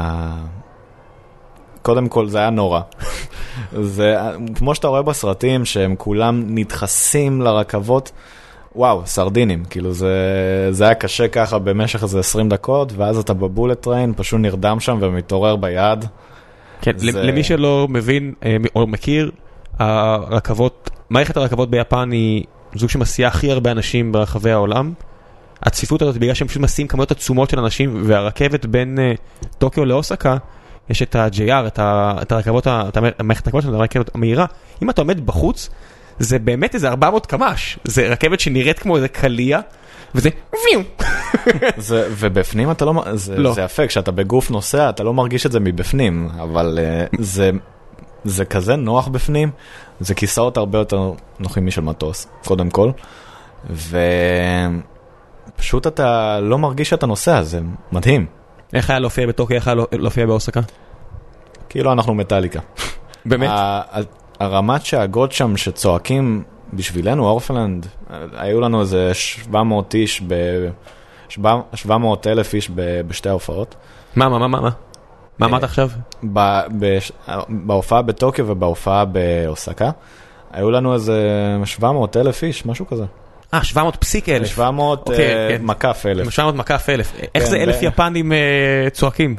קודם כל זה היה נורא. זה, כמו שאתה רואה בסרטים, שהם כולם נדחסים לרכבות, וואו, סרדינים, כאילו זה היה קשה ככה במשך איזה 20 דקות, ואז אתה בבולט טריין, פשוט נרדם שם ומתעורר ביד. כן, למי שלא מבין או מכיר, מערכת הרכבות ביפן היא זוג שמסיעה הכי הרבה אנשים ברחבי העולם. הצפיפות הזאת, בגלל שהם פשוט מסיעים כמויות עצומות של אנשים, והרכבת בין טוקיו לאוסקה, יש את ה-JR, את הרכבות, המערכת הרכבות, את הרכבת המהירה. אם אתה עומד בחוץ, זה באמת איזה 400 קמ"ש. זה רכבת שנראית כמו איזה קליע, וזה ובפנים אתה לא, זה יפה, כשאתה בגוף נוסע, אתה לא מרגיש את זה מבפנים, אבל זה כזה נוח בפנים, זה כיסאות הרבה יותר נוחים משל מטוס, קודם כל, ופשוט אתה לא מרגיש שאתה נוסע, זה מדהים. איך היה להופיע בטוקיו, איך היה להופיע באוסקה? כאילו אנחנו מטליקה. באמת? הרמת שהגות שם שצועקים בשבילנו, אורפלנד, היו לנו איזה 700,000 איש בשתי ההופעות. מה אמרת עכשיו? בהופעה בטוקיו ובהופעה באוסקה, היו לנו איזה 700,000 איש, משהו כזה. 700 פסיק אלף. 700 מקף אלף. 700 מקף אלף. איך זה 1,000 יפנים צועקים?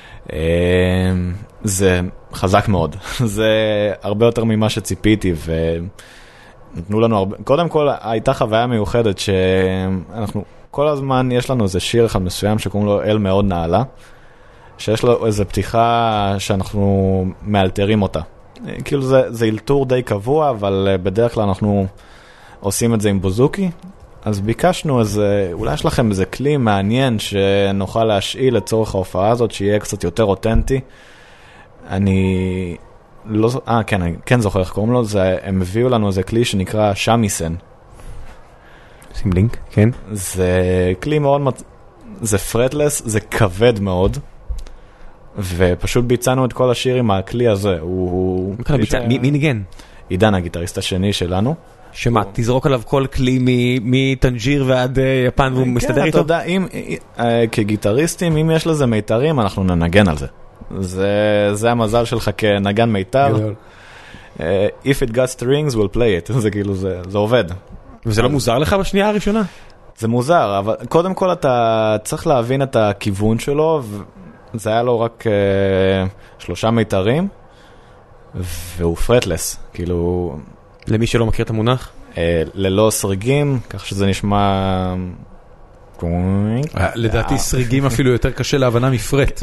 זה חזק מאוד. זה הרבה יותר ממה שציפיתי, ונתנו לנו הרבה... קודם כל, הייתה חוויה מיוחדת שאנחנו... כל הזמן יש לנו איזה שיר אחד מסוים שקוראים לו אל מאוד נעלה, שיש לו איזו פתיחה שאנחנו מאלתרים אותה. כאילו זה אלתור די קבוע, אבל בדרך כלל אנחנו עושים את זה עם בוזוקי, אז ביקשנו איזה, אולי יש לכם איזה כלי מעניין שנוכל להשאיל לצורך ההופעה הזאת, שיהיה קצת יותר אותנטי. אני לא, כן זוכר איך קוראים לו, הם הביאו לנו איזה כלי שנקרא שמיסן. שים לינק, כן. זה כלי מאוד, זה פרטלס, זה כבד מאוד, ופשוט ביצענו את כל השיר עם הכלי הזה. מי ניגן? עידן, הגיטריסט השני שלנו. שמה, תזרוק עליו כל כלי מטנג'יר ועד יפן והוא מסתדר איתו? אתה יודע, כגיטריסטים, אם יש לזה מיתרים, אנחנו ננגן על זה. זה המזל שלך כנגן מיתר. If it got strings, we'll play it. זה כאילו, זה עובד. וזה לא מוזר לך בשנייה הראשונה? זה מוזר, אבל קודם כל אתה צריך להבין את הכיוון שלו, זה היה לו רק 3 מיתרים, והוא פרטלס, כאילו... למי שלא מכיר את המונח? ללא סריגים, כך שזה נשמע... לדעתי סריגים אפילו יותר קשה להבנה מפרט.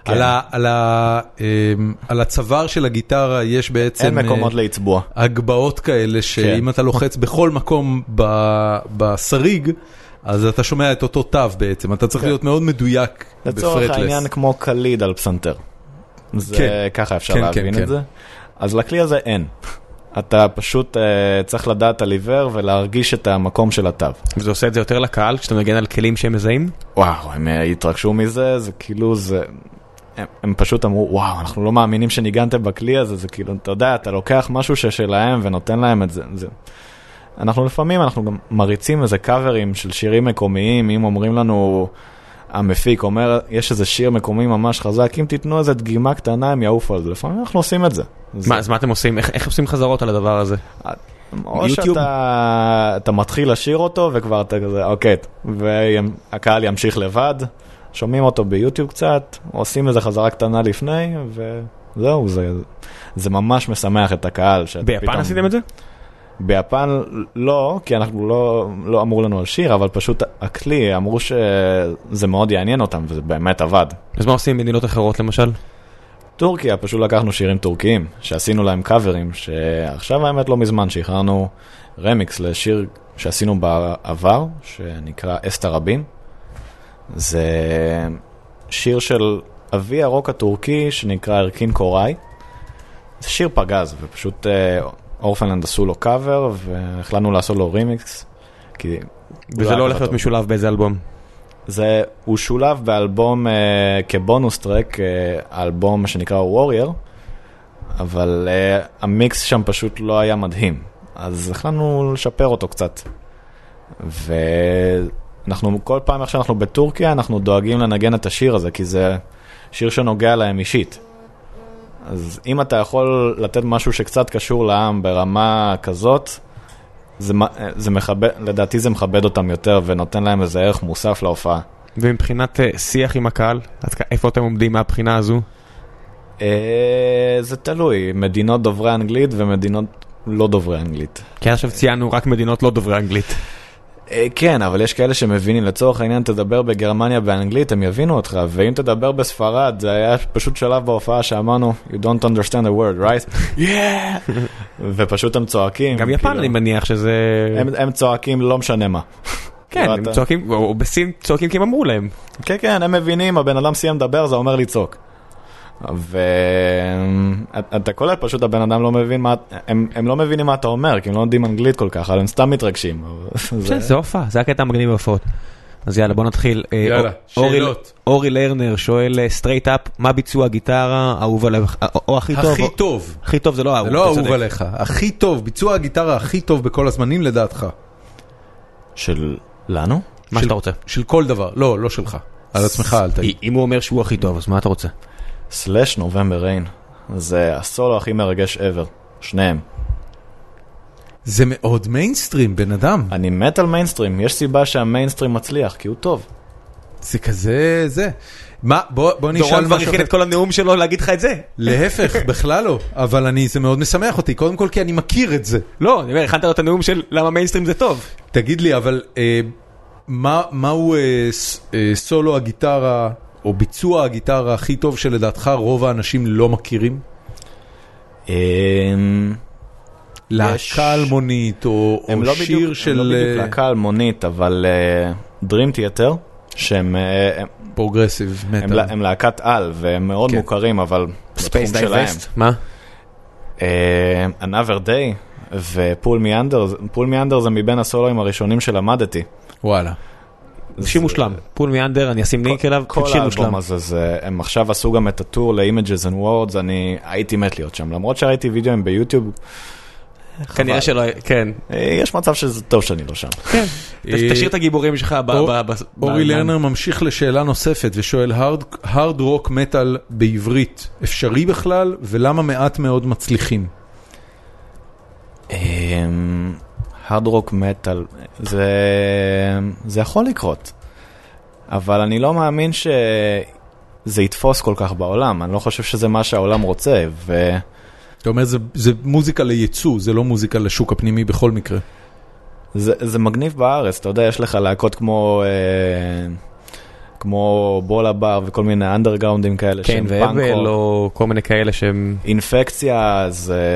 על הצוואר של הגיטרה יש בעצם... אין מקומות להצבוע. הגבעות כאלה שאם אתה לוחץ בכל מקום בסריג, אז אתה שומע את אותו תו בעצם. אתה צריך להיות מאוד מדויק בפרטלס. לצורך העניין כמו קליד על פסנתר. זה ככה אפשר להבין את זה. אז לכלי הזה אין. אתה פשוט צריך לדעת על עיוור ולהרגיש את המקום של התו. וזה עושה את זה יותר לקהל, כשאתה מגן על כלים שהם מזהים? וואו, הם התרגשו מזה, זה כאילו, הם פשוט אמרו, וואו, אנחנו לא מאמינים שניגנתם בכלי הזה, זה כאילו, אתה יודע, אתה לוקח משהו ששלהם ונותן להם את זה. אנחנו לפעמים, אנחנו גם מריצים איזה קאברים של שירים מקומיים, אם אומרים לנו, המפיק אומר, יש איזה שיר מקומי ממש חזק, אם תיתנו איזה דגימה קטנה, הם יעופו על זה. לפעמים אנחנו עושים את זה. אז מה אתם עושים? איך עושים חזרות על הדבר הזה? או שאתה מתחיל לשיר אותו, וכבר אתה כזה, אוקיי, והקהל ימשיך לבד, שומעים אותו ביוטיוב קצת, עושים איזה חזרה קטנה לפני, וזהו, זה ממש משמח את הקהל. ביפן עשיתם את זה? ביפן לא, כי אנחנו לא אמרו לנו על שיר, אבל פשוט הכלי, אמרו שזה מאוד יעניין אותם, וזה באמת עבד. אז מה עושים מדינות אחרות למשל? טורקיה, פשוט לקחנו שירים טורקיים, שעשינו להם קאברים, שעכשיו האמת לא מזמן, שהכרנו רמיקס לשיר שעשינו בעבר, שנקרא אסתר רבים. זה שיר של אבי הרוק הטורקי, שנקרא ארקין קוראי. זה שיר פגז, ופשוט אורפנלנד עשו לו קאבר, והחלטנו לעשות לו רימיקס. וזה לא הולך להיות משולב באיזה אלבום? הוא שולב באלבום כבונוס טרק, אלבום שנקרא Warrior, אבל המיקס שם פשוט לא היה מדהים. אז החלטנו לשפר אותו קצת. ואנחנו כל פעם איך שאנחנו בטורקיה, אנחנו דואגים לנגן את השיר הזה, כי זה שיר שנוגע להם אישית. אז אם אתה יכול לתת משהו שקצת קשור לעם ברמה כזאת, זה מכבד, לדעתי זה מכבד אותם יותר ונותן להם איזה ערך מוסף להופעה. ומבחינת שיח עם הקהל, איפה אתם עומדים מהבחינה הזו? זה תלוי, מדינות דוברי אנגלית ומדינות לא דוברי אנגלית. כי עכשיו ציינו רק מדינות לא דוברי אנגלית. כן, אבל יש כאלה שמבינים, לצורך העניין תדבר בגרמניה באנגלית, הם יבינו אותך, ואם תדבר בספרד, זה היה פשוט שלב בהופעה שאמרנו, you don't understand a word, right? Yeah! ופשוט הם צועקים. גם יפן אני מניח שזה... הם צועקים לא משנה מה. כן, הם צועקים, או בסין צועקים כי הם אמרו להם. כן, כן, הם מבינים, הבן אדם סיים לדבר, זה אומר לצעוק. ואתה קולט, פשוט הבן אדם לא מבין מה, הם לא מבינים מה אתה אומר, כי הם לא יודעים אנגלית כל כך, אבל הם סתם מתרגשים. זה הופעה, זה הקטע המגניב בהופעות. אז יאללה, בוא נתחיל. יאללה, שאלות. אורי לרנר שואל סטרייט אפ, מה ביצוע הגיטרה, אהוב עליך, או הכי טוב? הכי טוב. הכי טוב זה לא אהוב. זה לא אהוב עליך. הכי טוב, ביצוע הגיטרה הכי טוב בכל הזמנים לדעתך. של לנו? מה שאתה רוצה. של כל דבר, לא שלך. על עצמך אל תגיד. אם הוא אומר שהוא הכי טוב, אז מה אתה רוצה? סלש נובמבר ריין. זה הסולו הכי מרגש ever. שניהם. זה מאוד מיינסטרים, בן אדם. אני מת על מיינסטרים. יש סיבה שהמיינסטרים מצליח, כי הוא טוב. זה כזה, זה. מה, בוא נשאל דורון כבר הכין את כל הנאום שלו להגיד לך את זה. להפך, בכלל לא. אבל זה מאוד משמח אותי. קודם כל כי אני מכיר את זה. לא, אני אומר, הכנת לו את הנאום של למה מיינסטרים זה טוב. תגיד לי, אבל מהו סולו הגיטרה... או ביצוע הגיטרה הכי טוב שלדעתך רוב האנשים לא מכירים? להקה אלמונית או שיר של... הם לא בדיוק להקה אלמונית, אבל Dream Theater, שהם... פרוגרסיב מטל. הם להקת על, והם מאוד מוכרים, אבל בתחום שלהם. מה? Another Day ופול מיאנדר. פול מיאנדר זה מבין הסולואים הראשונים שלמדתי. וואלה. שיר מושלם. פול מיאנדר, אני אשים לינק אליו, כל האלבום הזה, הם עכשיו עשו גם את הטור ל-Images and Words, אני הייתי מת להיות שם, למרות שראיתי וידאוים ביוטיוב, כנראה שלא, כן. יש מצב שזה טוב שאני לא שם. כן. תשאיר את הגיבורים שלך. אורי לרנר ממשיך לשאלה נוספת ושואל, hard rock metal בעברית אפשרי בכלל, ולמה מעט מאוד מצליחים? hard rock metal, זה יכול לקרות, אבל אני לא מאמין שזה יתפוס כל כך בעולם, אני לא חושב שזה מה שהעולם רוצה, אתה אומר, זה מוזיקה לייצוא, זה לא מוזיקה לשוק הפנימי בכל מקרה. זה מגניב בארץ, אתה יודע, יש לך להקות כמו בולה בר וכל מיני אנדרגראונדים כאלה, כן, ואבל או כל מיני כאלה שהם... אינפקציה,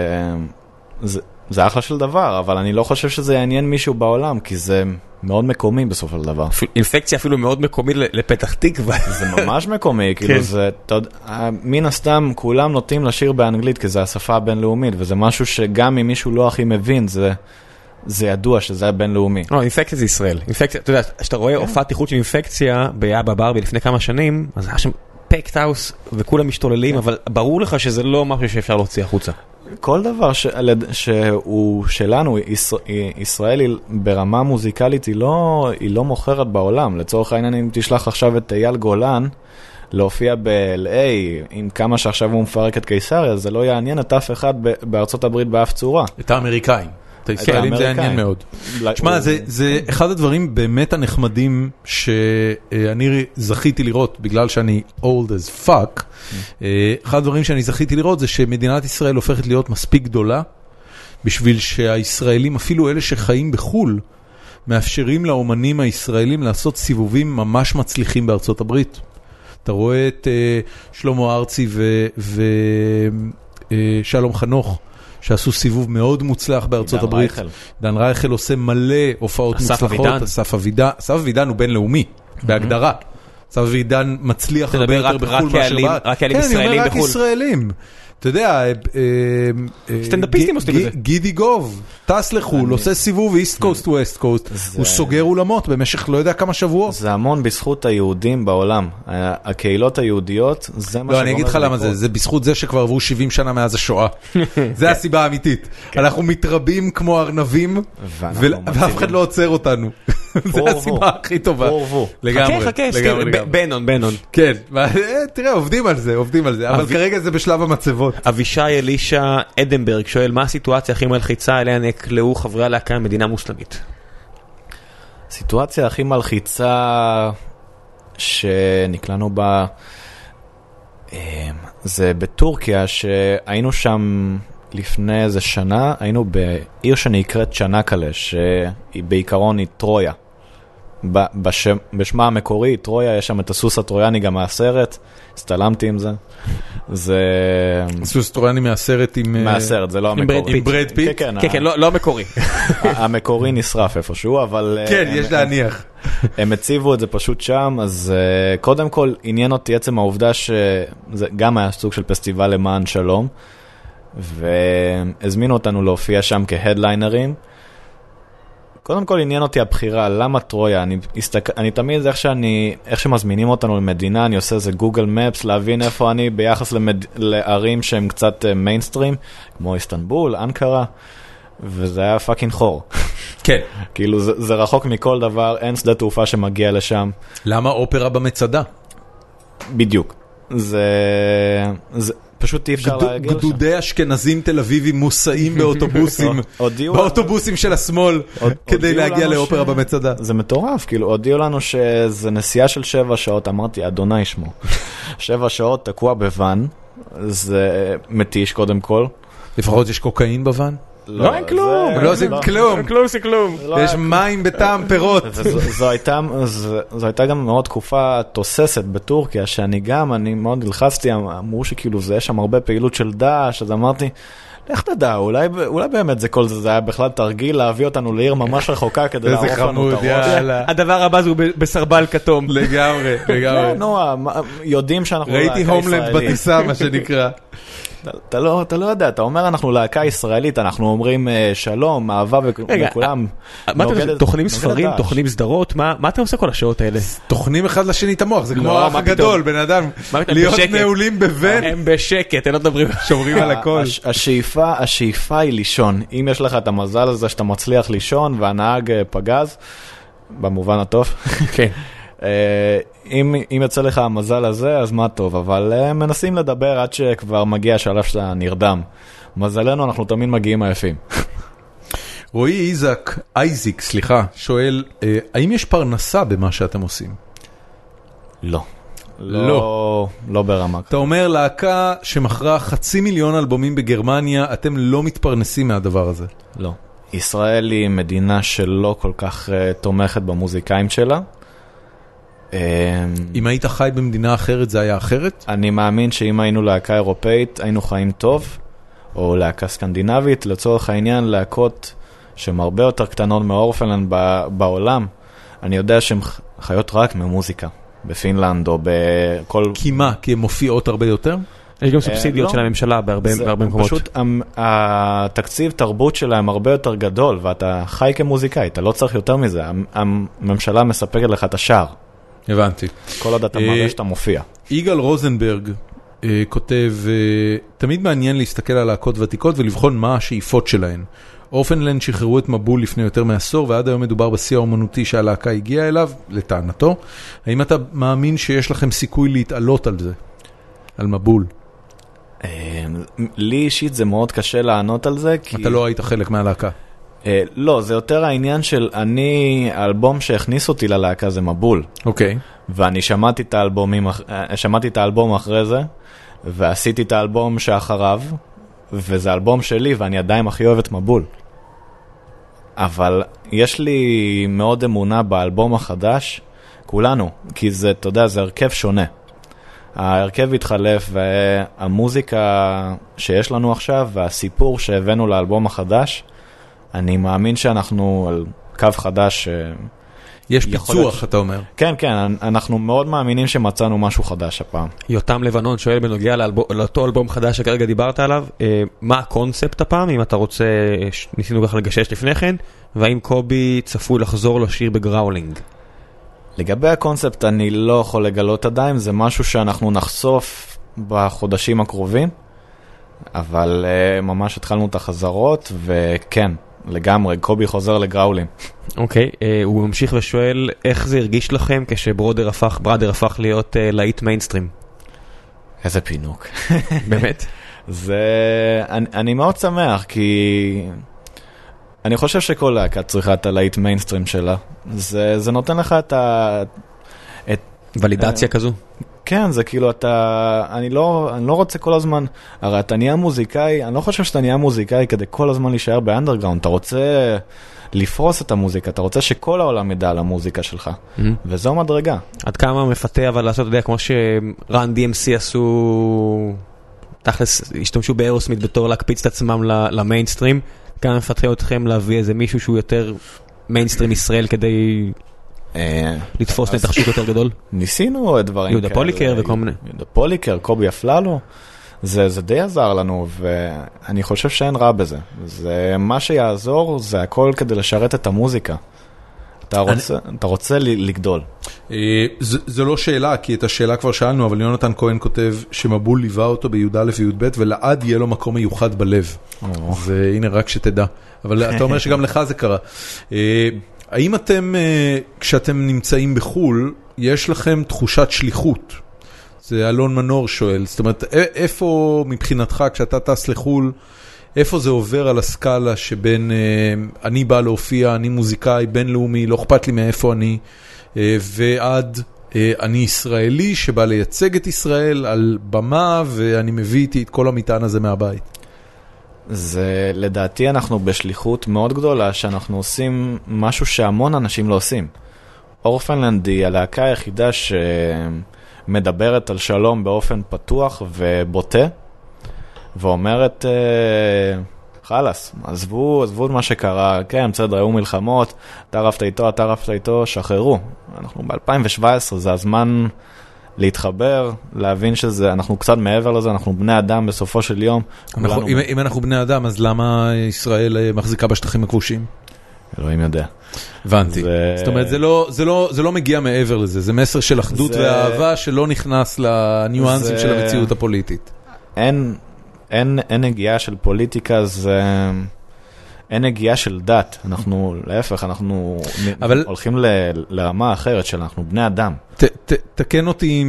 זה אחלה של דבר, אבל אני לא חושב שזה יעניין מישהו בעולם, כי זה מאוד מקומי בסופו של דבר. אינפקציה אפילו מאוד מקומי לפתח תקווה. זה ממש מקומי, כאילו זה, מן הסתם כולם נוטים לשיר באנגלית, כי זה השפה הבינלאומית, וזה משהו שגם אם מישהו לא הכי מבין, זה ידוע שזה הבינלאומי. לא, אינפקציה זה ישראל. אינפקציה, אתה יודע, כשאתה רואה הופעת איכות של אינפקציה ביאבא ברבי לפני כמה שנים, אז היה שם פקט האוס וכולם משתוללים, אבל ברור לך שזה לא משהו שאפשר להוציא החוצה. כל דבר שהוא שלנו, ישראל ברמה מוזיקלית היא לא מוכרת בעולם. לצורך העניין, אם תשלח עכשיו את אייל גולן להופיע ב-LA, עם כמה שעכשיו הוא מפרק את קיסריה, זה לא יעניין את אף אחד בארצות הברית באף צורה. את האמריקאים. את הישראלים זה יעניין מאוד. תשמע, זה אחד הדברים באמת הנחמדים שאני זכיתי לראות, בגלל שאני old as fuck, אחד הדברים שאני זכיתי לראות זה שמדינת ישראל הופכת להיות מספיק גדולה, בשביל שהישראלים, אפילו אלה שחיים בחול, מאפשרים לאומנים הישראלים לעשות סיבובים ממש מצליחים בארצות הברית. אתה רואה את שלמה ארצי ושלום חנוך, שעשו סיבוב מאוד מוצלח בארצות הברית. דן רייכל עושה מלא הופעות מוצלחות. אסף אבידן הוא בינלאומי, בהגדרה. אסף אבידן מצליח הרבה יותר בחול מאשר בארץ. רק כאלים ישראלים בחול. רק ישראלים. אתה יודע, סטנדאפיסטים עושים את זה. גידי גוב, טס לחול, עושה סיבוב איסט קוסט ווסט קוסט, הוא סוגר אולמות במשך לא יודע כמה שבועות. זה המון בזכות היהודים בעולם, הקהילות היהודיות, זה מה לא, אני אגיד לך למה זה בזכות זה שכבר עברו 70 שנה מאז השואה. זה הסיבה האמיתית. אנחנו מתרבים כמו ארנבים, ואף אחד לא עוצר אותנו. זה הסיבה הכי טובה. לגמרי. חכה, בנון. כן, תראה, עובדים על זה, אבל כרגע זה בשלב המצבות. אבישי אלישע אדנברג שואל, מה הסיטואציה הכי מלחיצה אליה נקלעו חברי הלהקה במדינה מוסלמית? הסיטואציה הכי מלחיצה שנקלענו בה זה בטורקיה, שהיינו שם לפני איזה שנה, היינו בעיר שנקראת צ'נקלה, שהיא בעיקרון היא טרויה. בשמה המקורי, טרויה, יש שם את הסוס הטרויאני גם מהסרט, הסתלמתי עם זה. זה... סוס טרויאני מהסרט עם... מהסרט, זה לא המקורי. עם ברד פיט? כן, לא המקורי. המקורי נשרף איפשהו, אבל... כן, יש להניח. הם הציבו את זה פשוט שם, אז קודם כל עניין אותי עצם העובדה שזה גם היה סוג של פסטיבל למען שלום, והזמינו אותנו להופיע שם כהדליינרים. קודם כל עניין אותי הבחירה, למה טרויה? אני תמיד איך שמזמינים אותנו למדינה, אני עושה איזה גוגל מפס, להבין איפה אני ביחס לערים שהם קצת מיינסטרים, כמו איסטנבול, אנקרה, וזה היה פאקינג חור. כן. כאילו זה רחוק מכל דבר, אין שדה תעופה שמגיע לשם. למה אופרה במצדה? בדיוק. זה פשוט אי אפשר להגיע לשם. גדודי אשכנזים תל אביבים מוסעים באוטובוסים, באוטובוסים של השמאל, כדי להגיע לאופרה במצדה. זה מטורף, כאילו, הודיעו לנו שזה נסיעה של 7 שעות, אמרתי, אדוני שמו. 7 שעות תקוע בוואן, זה מתיש קודם כל. לפחות יש קוקאין בוואן? לא, אין כלום. לא עושים כלום. אין כלום. יש מים בטעם פירות. זו הייתה גם מאוד תקופה תוססת בטורקיה, אני מאוד הלחצתי, אמרו שכאילו יש שם הרבה פעילות של דאעש, אז אמרתי, לך תדע, אולי באמת זה כל זה היה בכלל תרגיל להביא אותנו לעיר ממש רחוקה כדי לערוף לנו את הראש. הדבר הבא זה בסרבל כתום. לגמרי. נו, יודעים שאנחנו ראיתי הומלנד בטיסה, מה שנקרא. אתה לא יודע, אתה אומר אנחנו להקה ישראלית, אנחנו אומרים שלום, אהבה וכולם. מה אתה עושה? תוכנים ספרים, תוכנים סדרות? מה אתה עושה כל השעות האלה? תוכנים אחד לשני את המוח, זה כמו האח הגדול, בן אדם, להיות נעולים בבן. הם בשקט, הם לא מדברים, שומרים על הכל. השאיפה היא לישון. אם יש לך את המזל הזה שאתה מצליח לישון, והנהג פגז, במובן הטוב. כן. אם יוצא לך המזל הזה, אז מה טוב, אבל מנסים לדבר עד שכבר מגיע השלב שאתה נרדם. מזלנו, אנחנו תמיד מגיעים עייפים. רועי אייזיק, שואל, האם יש פרנסה במה שאתם עושים? לא ברמה. אתה אומר, להקה שמכרה 500,000 אלבומים בגרמניה, אתם לא מתפרנסים מהדבר הזה? לא. ישראל היא מדינה שלא כל כך תומכת במוזיקאים שלה. אם היית חי במדינה אחרת זה היה אחרת? אני מאמין שאם היינו להקה אירופאית היינו חיים טוב, או להקה סקנדינבית, לצורך העניין להקות שהן הרבה יותר קטנות מאורפלנד בעולם. אני יודע שהן חיות רק ממוזיקה, בפינלנד או בכל... כי מה? כי הן מופיעות הרבה יותר? יש גם סובסידיות של הממשלה בהרבה מקומות. פשוט התקציב תרבות שלהם הרבה יותר גדול, ואתה חי כמוזיקאי, אתה לא צריך יותר מזה. הממשלה מספקת לך את השער. הבנתי. כל עוד אתה מראה שאתה מופיע. יגאל רוזנברג כותב, תמיד מעניין להסתכל על להקות ותיקות ולבחון מה השאיפות שלהן. אורפנלנד שחררו את מבול לפני יותר מעשור, ועד היום מדובר בשיא האומנותי שהלהקה הגיעה אליו, לטענתו. האם אתה מאמין שיש לכם סיכוי להתעלות על זה? על מבול? לי אישית זה מאוד קשה לענות על זה, כי... אתה לא היית חלק מהלהקה. לא, זה יותר העניין של האלבום שהכניס אותי ללהקה זה מבול. אוקיי. ואני שמעתי את האלבום אחרי זה, ועשיתי את האלבום שאחריו, וזה אלבום שלי, ואני עדיין הכי אוהב את מבול. אבל יש לי מאוד אמונה באלבום החדש, כולנו, כי זה, אתה יודע, זה הרכב שונה. ההרכב התחלף, והמוזיקה שיש לנו עכשיו, והסיפור שהבאנו לאלבום החדש, אני מאמין שאנחנו על קו חדש. יש פיצוח, אתה אומר. כן, כן, אנחנו מאוד מאמינים שמצאנו משהו חדש הפעם. יותם לבנון שואל בנוגע לאותו אלבום חדש שכרגע דיברת עליו, מה הקונספט הפעם, אם אתה רוצה, ניסינו ככה לגשש לפני כן, והאם קובי צפוי לחזור לשיר בגראולינג? לגבי הקונספט אני לא יכול לגלות עדיין, זה משהו שאנחנו נחשוף בחודשים הקרובים, אבל ממש התחלנו את החזרות, וכן, לגמרי, קובי חוזר לגראולים. אוקיי, הוא ממשיך ושואל, איך זה הרגיש לכם כשבראדר הפך להיות להיט מיינסטרים? איזה פינוק. באמת? אני מאוד שמח, כי אני חושב שכל להקה צריכה את הלהיט מיינסטרים שלה. זה נותן לך את ולידציה כזו? כן, זה כאילו אני לא רוצה כל הזמן, הרי אתה נהיה מוזיקאי, אני לא חושב שאתה נהיה מוזיקאי כדי כל הזמן להישאר באנדרגראונד, אתה רוצה לפרוס את המוזיקה, אתה רוצה שכל העולם ידע על המוזיקה שלך, וזו מדרגה. עד כמה מפתה אבל לעשות, אתה יודע, כמו שרן DMC עשו, תכלס, השתמשו באירוסמית בתור להקפיץ את עצמם למיינסטרים, כמה מפתה אתכם להביא איזה מישהו שהוא יותר מיינסטרים ישראל כדי לתפוס נתח שוק יותר גדול? ניסינו דברים כאלה. יהודה פוליקר וכל מיני. יהודה פוליקר, קובי אפללו. זה די עזר לנו, ואני חושב שאין רע בזה. מה שיעזור זה הכל כדי לשרת את המוזיקה. אתה רוצה לגדול. זו לא שאלה, כי את השאלה כבר שאלנו, אבל יונתן כהן כותב שמבול ליווה אותו בי"א וי"ב, ולעד יהיה לו מקום מיוחד בלב. והנה רק שתדע. אבל אתה אומר שגם לך זה קרה. האם אתם, כשאתם נמצאים בחול, יש לכם תחושת שליחות? זה אלון מנור שואל. זאת אומרת, איפה מבחינתך, כשאתה טס לחול, איפה זה עובר על הסקאלה שבין אני בא להופיע, אני מוזיקאי בינלאומי, לא אכפת לי מאיפה אני, ועד אני ישראלי שבא לייצג את ישראל על במה, ואני מביא איתי את כל המטען הזה מהבית? זה לדעתי אנחנו בשליחות מאוד גדולה שאנחנו עושים משהו שהמון אנשים לא עושים. אורפנלנד היא הלהקה היחידה שמדברת על שלום באופן פתוח ובוטה, ואומרת חלס, עזבו את מה שקרה, כן, בסדר, היו מלחמות, אתה רפת איתו, שחררו. אנחנו ב-2017, זה הזמן להתחבר, להבין שזה, אנחנו קצת מעבר לזה, אנחנו בני אדם בסופו של יום. אם אנחנו בני אדם, אז למה ישראל מחזיקה בשטחים הכבושים? אלוהים יודע. הבנתי. זאת אומרת, זה לא מגיע מעבר לזה, זה מסר של אחדות ואהבה שלא נכנס לניואנסים של המציאות הפוליטית. אין נגיעה של פוליטיקה, אין נגיעה של דת. אנחנו, להפך, אנחנו הולכים לרמה אחרת שאנחנו בני אדם. תקן אותי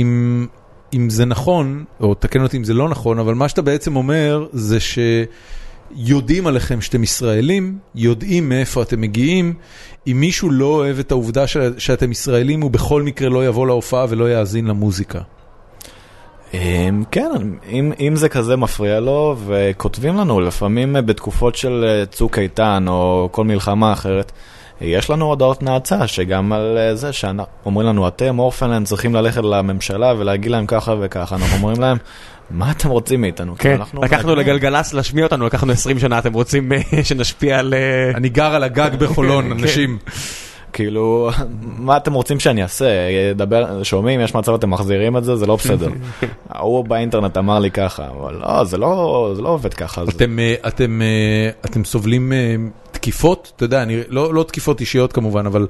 אם זה נכון, או תקן אותי אם זה לא נכון, אבל מה שאתה בעצם אומר זה שיודעים עליכם שאתם ישראלים, יודעים מאיפה אתם מגיעים, אם מישהו לא אוהב את העובדה שאתם ישראלים, הוא בכל מקרה לא יבוא להופעה ולא יאזין למוזיקה. כן, אם זה כזה מפריע לו, וכותבים לנו לפעמים בתקופות של צוק איתן או כל מלחמה אחרת, יש לנו הודעות נאצה שגם על זה שאומרים לנו, אתם אורפנלנד צריכים ללכת לממשלה ולהגיד להם ככה וככה, אנחנו אומרים להם, מה אתם רוצים מאיתנו? כן, לקחנו לגלגלס להשמיע אותנו, לקחנו 20 שנה, אתם רוצים שנשפיע על... אני גר על הגג בחולון, אנשים... כאילו, מה אתם רוצים שאני אעשה? שומעים, יש מצב, אתם מחזירים את זה, זה לא בסדר. הוא באינטרנט אמר לי ככה, אבל לא, זה לא עובד ככה. אתם סובלים תקיפות? אתה יודע, לא תקיפות אישיות כמובן, אבל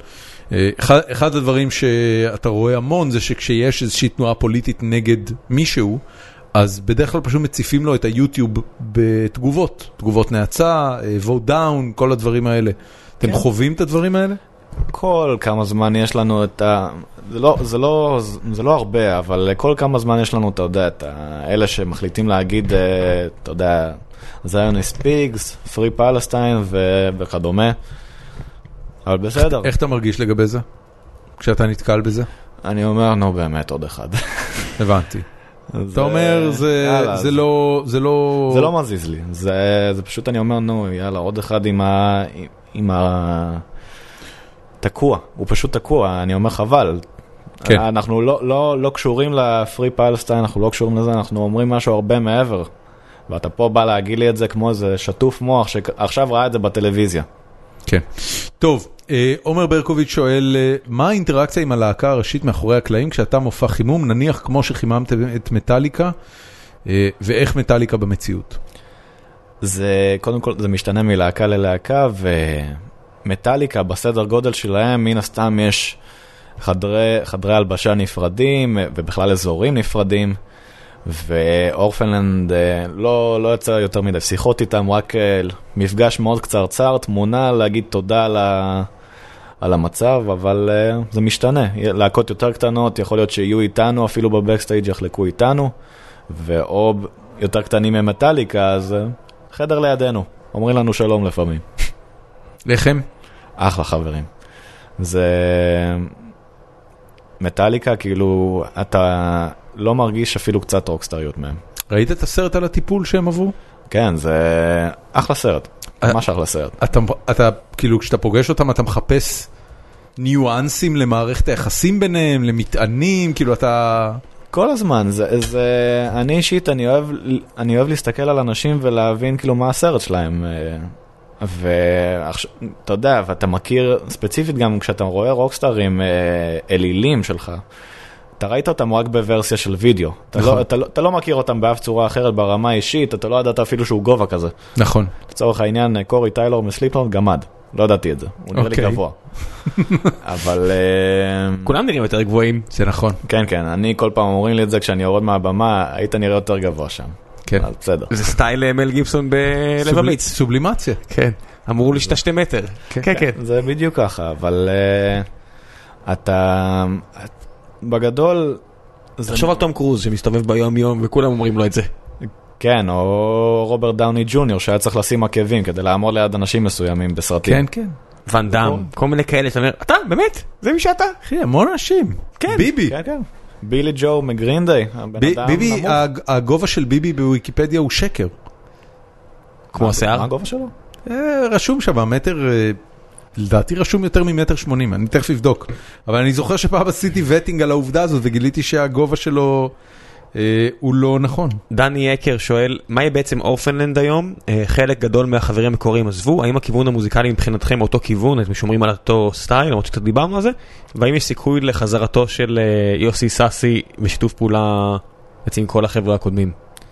אחד הדברים שאתה רואה המון זה שכשיש איזושהי תנועה פוליטית נגד מישהו, אז בדרך כלל פשוט מציפים לו את היוטיוב בתגובות, תגובות נאצה, vote down, כל הדברים האלה. אתם חווים את הדברים האלה? כל כמה זמן יש לנו את ה... זה לא הרבה, אבל כל כמה זמן יש לנו, אתה יודע, את אלה שמחליטים להגיד, אתה יודע, Zionist Pigs, Free Palestine וכדומה. אבל בסדר. איך אתה מרגיש לגבי זה? כשאתה נתקל בזה? אני אומר, נו באמת, עוד אחד. הבנתי. אתה אומר, זה לא מזיז לי. זה פשוט, אני אומר, נו, יאללה, עוד אחד עם ה... תקוע. הוא פשוט תקוע. אני אומר, חבל. אנחנו לא קשורים לפרי פלסטיין, אנחנו לא קשורים לזה, אנחנו אומרים משהו הרבה מעבר. ואתה פה בא להגיד לי את זה כמו איזה שטוף מוח שעכשיו ראה את זה בטלוויזיה. כן. טוב, עומר ברקוביץ' שואל, מה האינטראקציה עם הלהקה הראשית מאחורי הקלעים כשאתה מופע חימום, נניח כמו שחיממתם את מטליקה, ואיך מטליקה במציאות? זה, קודם כל, זה משתנה מלהקה ללהקה, ומטליקה בסדר גודל שלהם, מן הסתם יש חדרי הלבשה נפרדים, ובכלל אזורים נפרדים, ואורפנלנד לא יצא יותר מדי שיחות איתם, רק מפגש מאוד קצרצר, תמונה, להגיד תודה על המצב, אבל זה משתנה. להקות יותר קטנות, יכול להיות שיהיו איתנו, אפילו בבקסטייג' יחלקו איתנו, או יותר קטנים ממטליקה, אז חדר לידינו. אומרים לנו שלום לפעמים. לכם? אחלה חברים. זה... מטליקה, כאילו, אתה לא מרגיש אפילו קצת רוקסטריות מהם. ראית את הסרט על הטיפול שהם עברו? כן, זה אחלה סרט. ממש אחלה סרט. אתה, כאילו, כשאתה פוגש אותם, אתה מחפש ניואנסים למערכת היחסים ביניהם, למטענים, כאילו, אתה... כל הזמן, אני אישית, אני אוהב להסתכל על אנשים ולהבין, כאילו, מה הסרט שלהם. ואתה יודע, ואתה מכיר ספציפית גם כשאתה רואה רוקסטרים אלילים שלך, אתה ראית אותם רק בוורסיה של וידאו. אתה לא מכיר אותם באף צורה אחרת ברמה אישית, אתה לא ידעת אפילו שהוא גובה כזה. נכון. לצורך העניין, קורי טיילור מסליפנוט גמד. לא ידעתי את זה. הוא נראה לי גבוה. אבל... כולם נראים יותר גבוהים. זה נכון. כן, כן. אני כל פעם אומרים לי את זה כשאני יורד מהבמה, היית נראה יותר גבוה שם. כן. בסדר. זה סטייל מל גיבסון בלב אמיץ. סובלימציה. כן. אמרו לי שאתה 2 מטר. כן, כן. זה בדיוק ככה, אבל אתה... בגדול... תחשוב על תום קרוז שמסתובב ביום יום וכולם אומרים לו את זה. כן, או רוברט דאוני ג'וניור שהיה צריך לשים עקבים כדי לעמוד ליד אנשים מסוימים בסרטים. כן, כן. ואן דאם, כל מיני כאלה שאתה אומר, אתה, באמת? זה מי שאתה? אחי, המון אנשים. כן. ביבי. כן, כן. בילי ג'ו מגרינדיי. ביבי, הגובה של ביבי בוויקיפדיה הוא שקר. כמו השיער? מה הגובה שלו? רשום שם, מטר, לדעתי רשום יותר מ1.80 מטר, אני תכף אבדוק. אבל אני זוכר שפעם עשיתי וטינג על העובדה הזאת, וגיליתי שהגובה שלו הוא לא נכון. דני יקר שואל, מהי בעצם אורפנלנד היום? חלק גדול מהחברים המקוריים עזבו, האם הכיוון המוזיקלי מבחינתכם אותו כיוון, אתם שומרים על אותו סטייל, למרות שקצת דיברנו על זה, והאם יש סיכוי לחזרתו של יוסי סאסי בשיתוף פעולה עם כל החבר'ה הקודמים?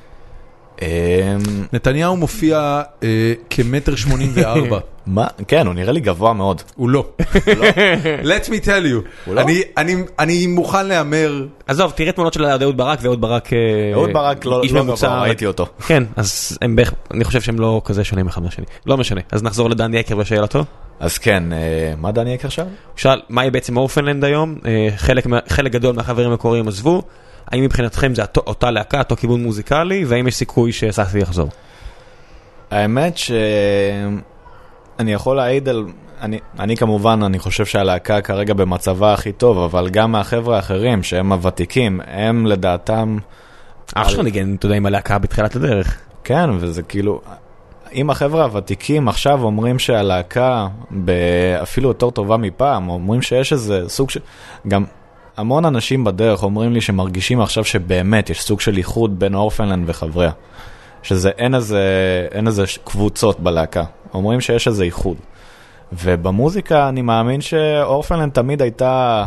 נתניהו מופיע כ1.84 מטר. מה? כן, הוא נראה לי גבוה מאוד. הוא לא. Let me tell you. אני מוכן לאמר... עזוב, תראה תמונות של אהוד ברק, ואהוד ברק... אהוד ברק לא גבוה, ראיתי אותו. כן, אז אני חושב שהם לא כזה שונים אחד מהשני. לא משנה. אז נחזור לדני יקר ושאלתו. אז כן, מה דני יקר שאל? הוא שאל, מהי בעצם אורפנלנד היום? חלק גדול מהחברים המקוריים עזבו. האם מבחינתכם זה אותה להקה, אותו כיוון מוזיקלי, והאם יש סיכוי שסאסי יחזור? האמת שאני יכול להעיד על... אני כמובן, אני חושב שהלהקה כרגע במצבה הכי טוב, אבל גם מהחבר'ה האחרים שהם הוותיקים, הם לדעתם... אח שלך ניגן, אתה יודע, עם הלהקה בתחילת הדרך. כן, וזה כאילו... אם החבר'ה הוותיקים עכשיו אומרים שהלהקה אפילו יותר טובה מפעם, אומרים שיש איזה סוג של... גם... המון אנשים בדרך אומרים לי שמרגישים עכשיו שבאמת יש סוג של איחוד בין אורפנלנד וחבריה. שזה אין איזה קבוצות בלהקה. אומרים שיש איזה איחוד. ובמוזיקה אני מאמין שאורפנלנד תמיד הייתה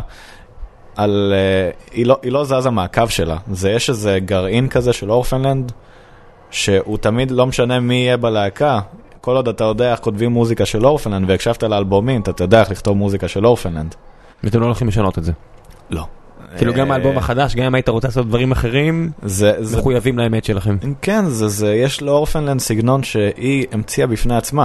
היא לא זזה מהקו שלה. יש איזה גרעין כזה של אורפנלנד, שהוא תמיד לא משנה מי יהיה בלהקה. כל עוד אתה יודע איך כותבים מוזיקה של אורפנלנד, והקשבת לאלבומים, אתה יודע איך לכתוב מוזיקה של אורפנלנד. ואתם לא הולכים לשנות את זה. לא. כאילו גם האלבום החדש, גם אם היית רוצה לעשות דברים אחרים, מחויבים לאמת שלכם. כן, יש לאורפנלנד סגנון שהיא המציאה בפני עצמה,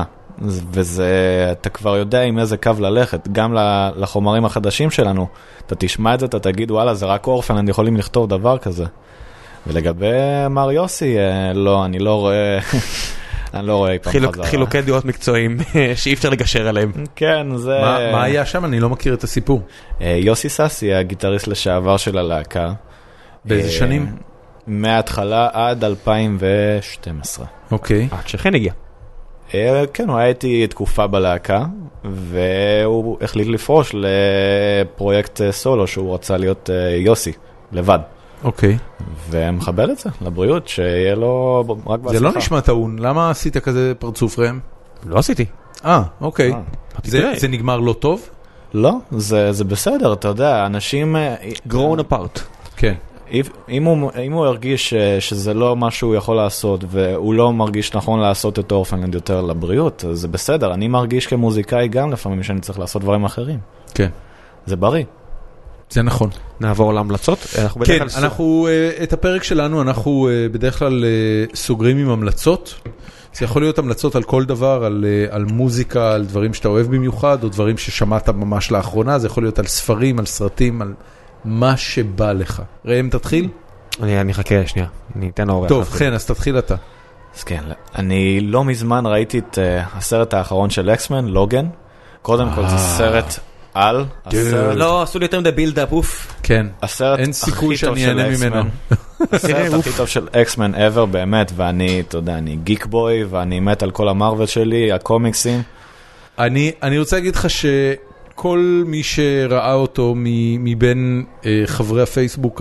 אתה כבר יודע עם איזה קו ללכת, גם לחומרים החדשים שלנו, אתה תשמע את זה, אתה תגיד, וואלה, זה רק אורפנלנד יכולים לכתוב דבר כזה. ולגבי מר יוסי, לא, אני לא רואה... אני לא רואה אי פעם חזרה. חילוקי דעות מקצועיים שאי אפשר לגשר עליהם. כן, זה... מה היה שם? אני לא מכיר את הסיפור. יוסי סאסי, הגיטריסט לשעבר של הלהקה. באיזה שנים? מההתחלה עד 2012. אוקיי. עד שכן הגיע. כן, הוא היה איתי תקופה בלהקה, והוא החליט לפרוש לפרויקט סולו שהוא רצה להיות יוסי, לבד. אוקיי. ומכבד את זה, לבריאות, שיהיה לו רק בהצלחה. זה לא נשמע טעון, למה עשית כזה פרצוף רם? לא עשיתי. אוקיי. זה נגמר לא טוב? לא, זה בסדר, אתה יודע, אנשים... grown apart. כן. אם הוא הרגיש שזה לא מה שהוא יכול לעשות, והוא לא מרגיש נכון לעשות את אורפנלנד יותר לבריאות, אז זה בסדר. אני מרגיש כמוזיקאי גם לפעמים שאני צריך לעשות דברים אחרים. כן. זה בריא. זה נכון. נעבור להמלצות. כן, אנחנו, את הפרק שלנו אנחנו בדרך כלל סוגרים עם המלצות. זה יכול להיות המלצות על כל דבר, על מוזיקה, על דברים שאתה אוהב במיוחד, או דברים ששמעת ממש לאחרונה. זה יכול להיות על ספרים, על סרטים, על מה שבא לך. ראם, תתחיל? אני חכה שנייה. אני אתן אורח. טוב, כן, אז תתחיל אתה. אז כן, אני לא מזמן ראיתי את הסרט האחרון של אקסמן, לוגן. קודם כל זה סרט על. לא, עשו לי יותר מדי בילד-אפ, אוף. כן, הסרט אין סיכוי שאני אענה ממנו. הסרט הכי טוב של אקסמן ever, באמת, ואני, אתה יודע, אני גיק בוי, ואני מת על כל המרוול שלי, הקומיקסים. אני רוצה להגיד לך שכל מי שראה אותו מבין חברי הפייסבוק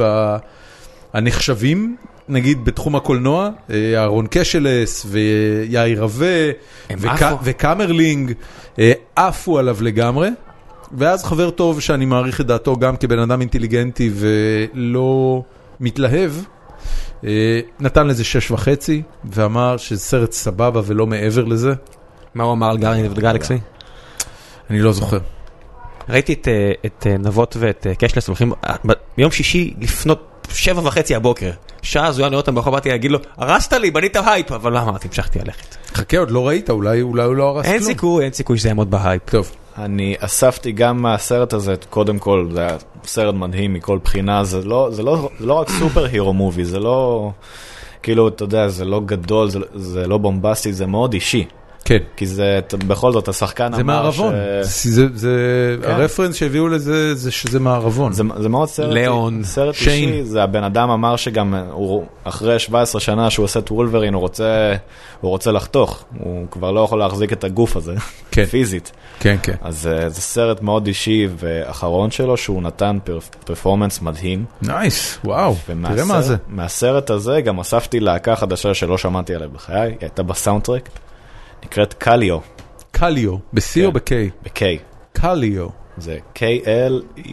הנחשבים, נגיד בתחום הקולנוע, אהרון קשלס ויאיר רווה וקאמרלינג, עפו עליו לגמרי. ואז חבר טוב שאני מעריך את דעתו גם כבן אדם אינטליגנטי ולא מתלהב, נתן לזה 6.5 ואמר שזה סרט סבבה ולא מעבר לזה. מה הוא אמר על גארדיאנס אוף דה גלקסי? אני לא זוכר. ראיתי את נבות ואת קשלס הולכים ביום שישי לפנות 7:30 הבוקר. שעה זו היה נראה אותם באחור, באתי להגיד לו, הרסת לי, בנית הייפ, אבל לא אמרתי, המשכתי ללכת. חכה, עוד לא ראית, אולי הוא לא הרס כלום. אין סיכוי שזה יעמוד בהייפ. טוב. אני אספתי גם מהסרט הזה, קודם כל, זה היה סרט מדהים מכל בחינה, זה לא רק סופר הירו מובי, זה לא, כאילו, אתה יודע, זה לא גדול, זה לא בומבסטי, זה מאוד אישי. כן. כי זה, בכל זאת, השחקן אמר זה מערבון. הרפרנס שהביאו לזה זה שזה מערבון. זה מאוד סרט אישי. זה הבן אדם אמר שגם אחרי 17 שנה שהוא עושה את וולברין, הוא רוצה לחתוך. הוא כבר לא יכול להחזיק את הגוף הזה, פיזית. כן, כן. אז זה סרט מאוד אישי ואחרון שלו, שהוא נתן פרפורמנס מדהים. נייס, וואו. תראה מה זה. מהסרט הזה גם אספתי להקה חדשה שלא שמעתי עליה בחיי, היא הייתה בסאונדטרק. נקראת קליו. קליו, ב-C או ב-K? ב-K. קליו. זה K-L-E...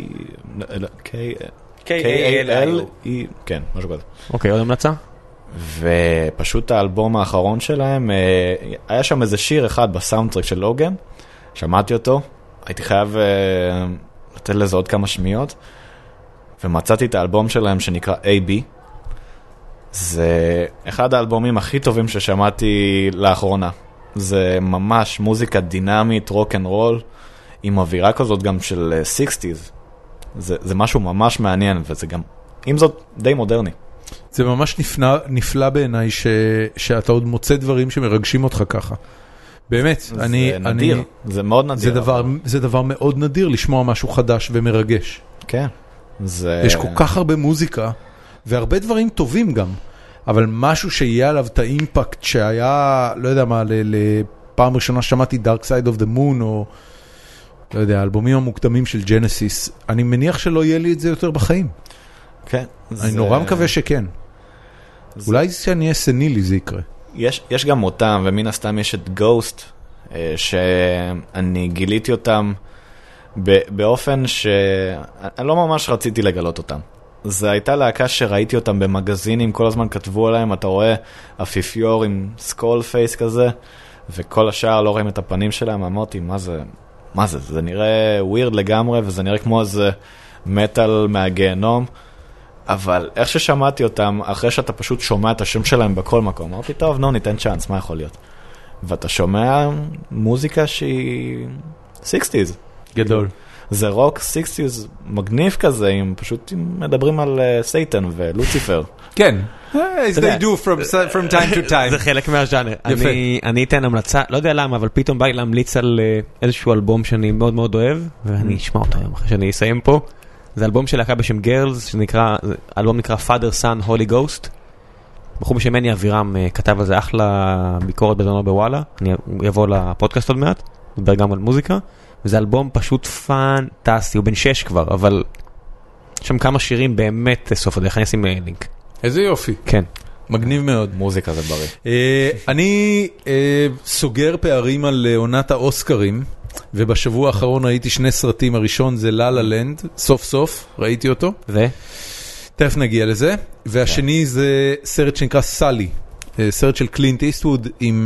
K-A-L-E... כן, משהו כזה. אוקיי, עוד המלצה? ופשוט האלבום האחרון שלהם, היה שם איזה שיר אחד בסאונדטרק של לוגן, שמעתי אותו, הייתי חייב לתת לזה עוד כמה שניות, ומצאתי את האלבום שלהם שנקרא A-B, זה אחד האלבומים הכי טובים ששמעתי לאחרונה. זה ממש מוזיקה דינמית, רוק אנד רול, עם אווירה כזאת גם של 60s. זה משהו ממש מעניין, וזה גם, עם זאת, די מודרני. זה ממש נפלא בעיניי שאתה עוד מוצא דברים שמרגשים אותך ככה. באמת, זה נדיר, זה מאוד נדיר. זה דבר מאוד נדיר לשמוע משהו חדש ומרגש. כן. יש כל כך הרבה מוזיקה, והרבה דברים טובים גם, אבל משהו שיהיה עליו את האימפקט שהיה, לא יודע מה, לפעם ראשונה שמעתי Dark Side of the Moon, או לא יודע, האלבומים המוקדמים של ג'נסיס, אני מניח שלא יהיה לי את זה יותר בחיים. כן. אני נורא מקווה שכן. אולי שאני אהיה סנילי זה יקרה. יש גם אותם, ומן הסתם יש את גוסט, שאני גיליתי אותם באופן שאני לא ממש רציתי לגלות אותם. זה הייתה להקה שראיתי אותם במגזינים, כל הזמן כתבו עליהם, אתה רואה אפיפיור עם סקול פייס כזה, וכל השאר לא רואים את הפנים שלהם, אמרתי, מה מה זה? זה נראה ווירד לגמרי, וזה נראה כמו איזה מטל מהגיהנום, אבל איך ששמעתי אותם, אחרי שאתה פשוט שומע את השם שלהם בכל מקום, אמרתי, טוב, נו, ניתן צ'אנס, מה יכול להיות? ואתה שומע מוזיקה שהיא 60s. גדול. זה רוק 60s מגניב כזה, הם פשוט מדברים על סייטן ולוציפר. כן. As they do from time to time. זה חלק מהז'אנר. יפה. אני אתן המלצה, לא יודע למה, אבל פתאום בא לי להמליץ על איזשהו אלבום שאני מאוד מאוד אוהב, ואני אשמע אותו היום אחרי שאני אסיים פה. זה אלבום של להקה בשם Girls, אלבום נקרא Father Son Holy Ghost. בחור בשם מני אבירם כתב על זה אחלה ביקורת בזמנו בוואלה, אני אבוא לפודקאסט עוד מעט, נדבר גם על מוזיקה, וזה אלבום פשוט פנטסטי, הוא בן 6 כבר, אבל יש שם כמה שירים באמת סוף הדרך, אני אשים לינק. איזה יופי. כן. מגניב מאוד. מוזיקה זה בריא. אני סוגר פערים על עונת האוסקרים, ובשבוע האחרון ראיתי 2 סרטים, הראשון זה לה לה לנד, סוף סוף ראיתי אותו. תכף נגיע לזה. והשני זה סרט שנקרא סאלי, סרט של קלינט איסטווד עם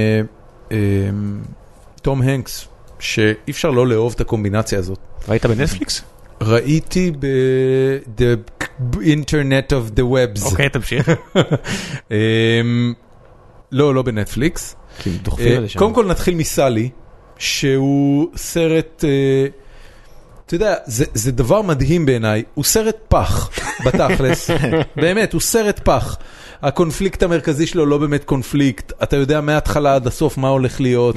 תום הנקס, שאי אפשר לא לאהוב את הקומבינציה הזאת. ראית בנטפליקס? ראיתי ב-The Internet of the Webs. אוקיי, תמשיך. לא בנטפליקס. קודם כל נתחיל מסאלי, שהוא סרט, אתה יודע, זה דבר מדהים בעיניי, הוא סרט פח בתכלס, באמת, הוא סרט פח. הקונפליקט המרכזי שלו לא באמת קונפליקט, אתה יודע מההתחלה עד הסוף מה הולך להיות,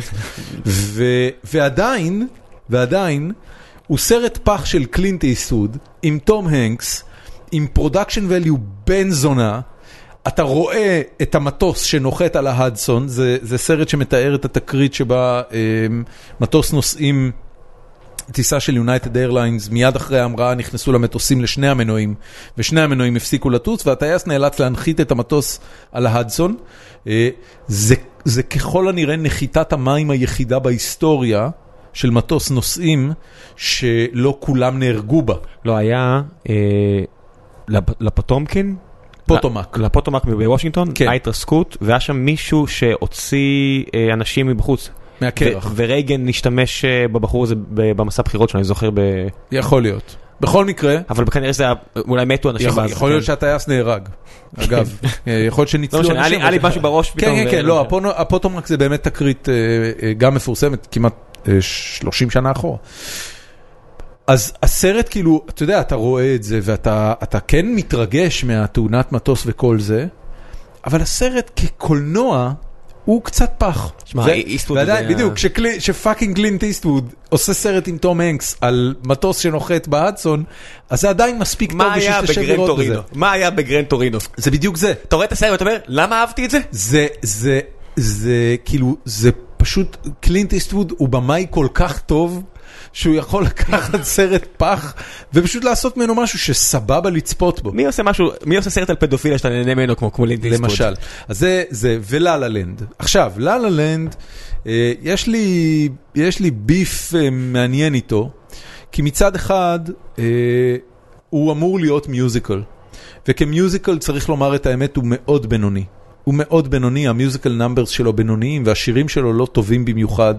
ועדיין, הוא סרט פח של קלינט איסטווד, עם תום הנקס, עם פרודקשן ואליו בן זונה, אתה רואה את המטוס שנוחת על ההדסון, זה סרט שמתאר את התקרית שבה מטוס נוסעים, טיסה של יונייטד איירליינס, מיד אחרי ההמראה נכנסו למטוסים לשני המנועים, ושני המנועים הפסיקו לטוס, והטייס נאלץ להנחית את המטוס על ההדסון. זה ככל הנראה נחיתת המים היחידה בהיסטוריה של מטוס נוסעים, שלא כולם נהרגו בה. לא היה לפוטומקין? לפוטומק בוושינגטון, ההתרסקות, והיה שם מישהו שהוציא אנשים מבחוץ. מהקרח. ורייגן נשתמש בבחור הזה במסע בחירות שלו, אני זוכר יכול להיות. בכל מקרה. אבל כנראה שזה אולי מתו אנשים. יכול להיות שהטייס נהרג. אגב, יכול להיות שניצלו אנשים. היה לי משהו בראש פתאום. כן, לא, הפוטומק זה באמת תקרית גם מפורסמת, כמעט 30 שנה אחורה. אז הסרט כאילו, אתה יודע, אתה רואה את זה, ואתה כן מתרגש מהתאונת מטוס וכל זה, אבל הסרט כקולנוע, הוא קצת פח. בדיוק, שפאקינג קלינט איסטווד עושה סרט עם תום הנקס על מטוס שנוחת בהדסון, אז זה עדיין מספיק טוב בשביל שתשב לראות בזה. מה היה בגרנד טורינו? זה בדיוק זה. אתה רואה את הסרט ואתה אומר, למה אהבתי את זה? זה כאילו, זה פשוט, קלינט איסטווד הוא במאי כל כך טוב, שהוא יכול לקחת סרט פח, ופשוט לעשות ממנו משהו שסבבה לצפות בו. מי עושה סרט על פדופיליה שאתה נהנה ממנו כמו קלינט איסטווד? למשל. אז זה ולה לה לנד. עכשיו, לה לה לנד, יש לי ביף מעניין איתו, כי מצד אחד, הוא אמור להיות מיוזיקל. וכמיוזיקל צריך לומר את האמת, הוא מאוד בינוני. הוא מאוד בינוני, המיוזיקל נאמברס שלו בינוניים, והשירים שלו לא טובים במיוחד,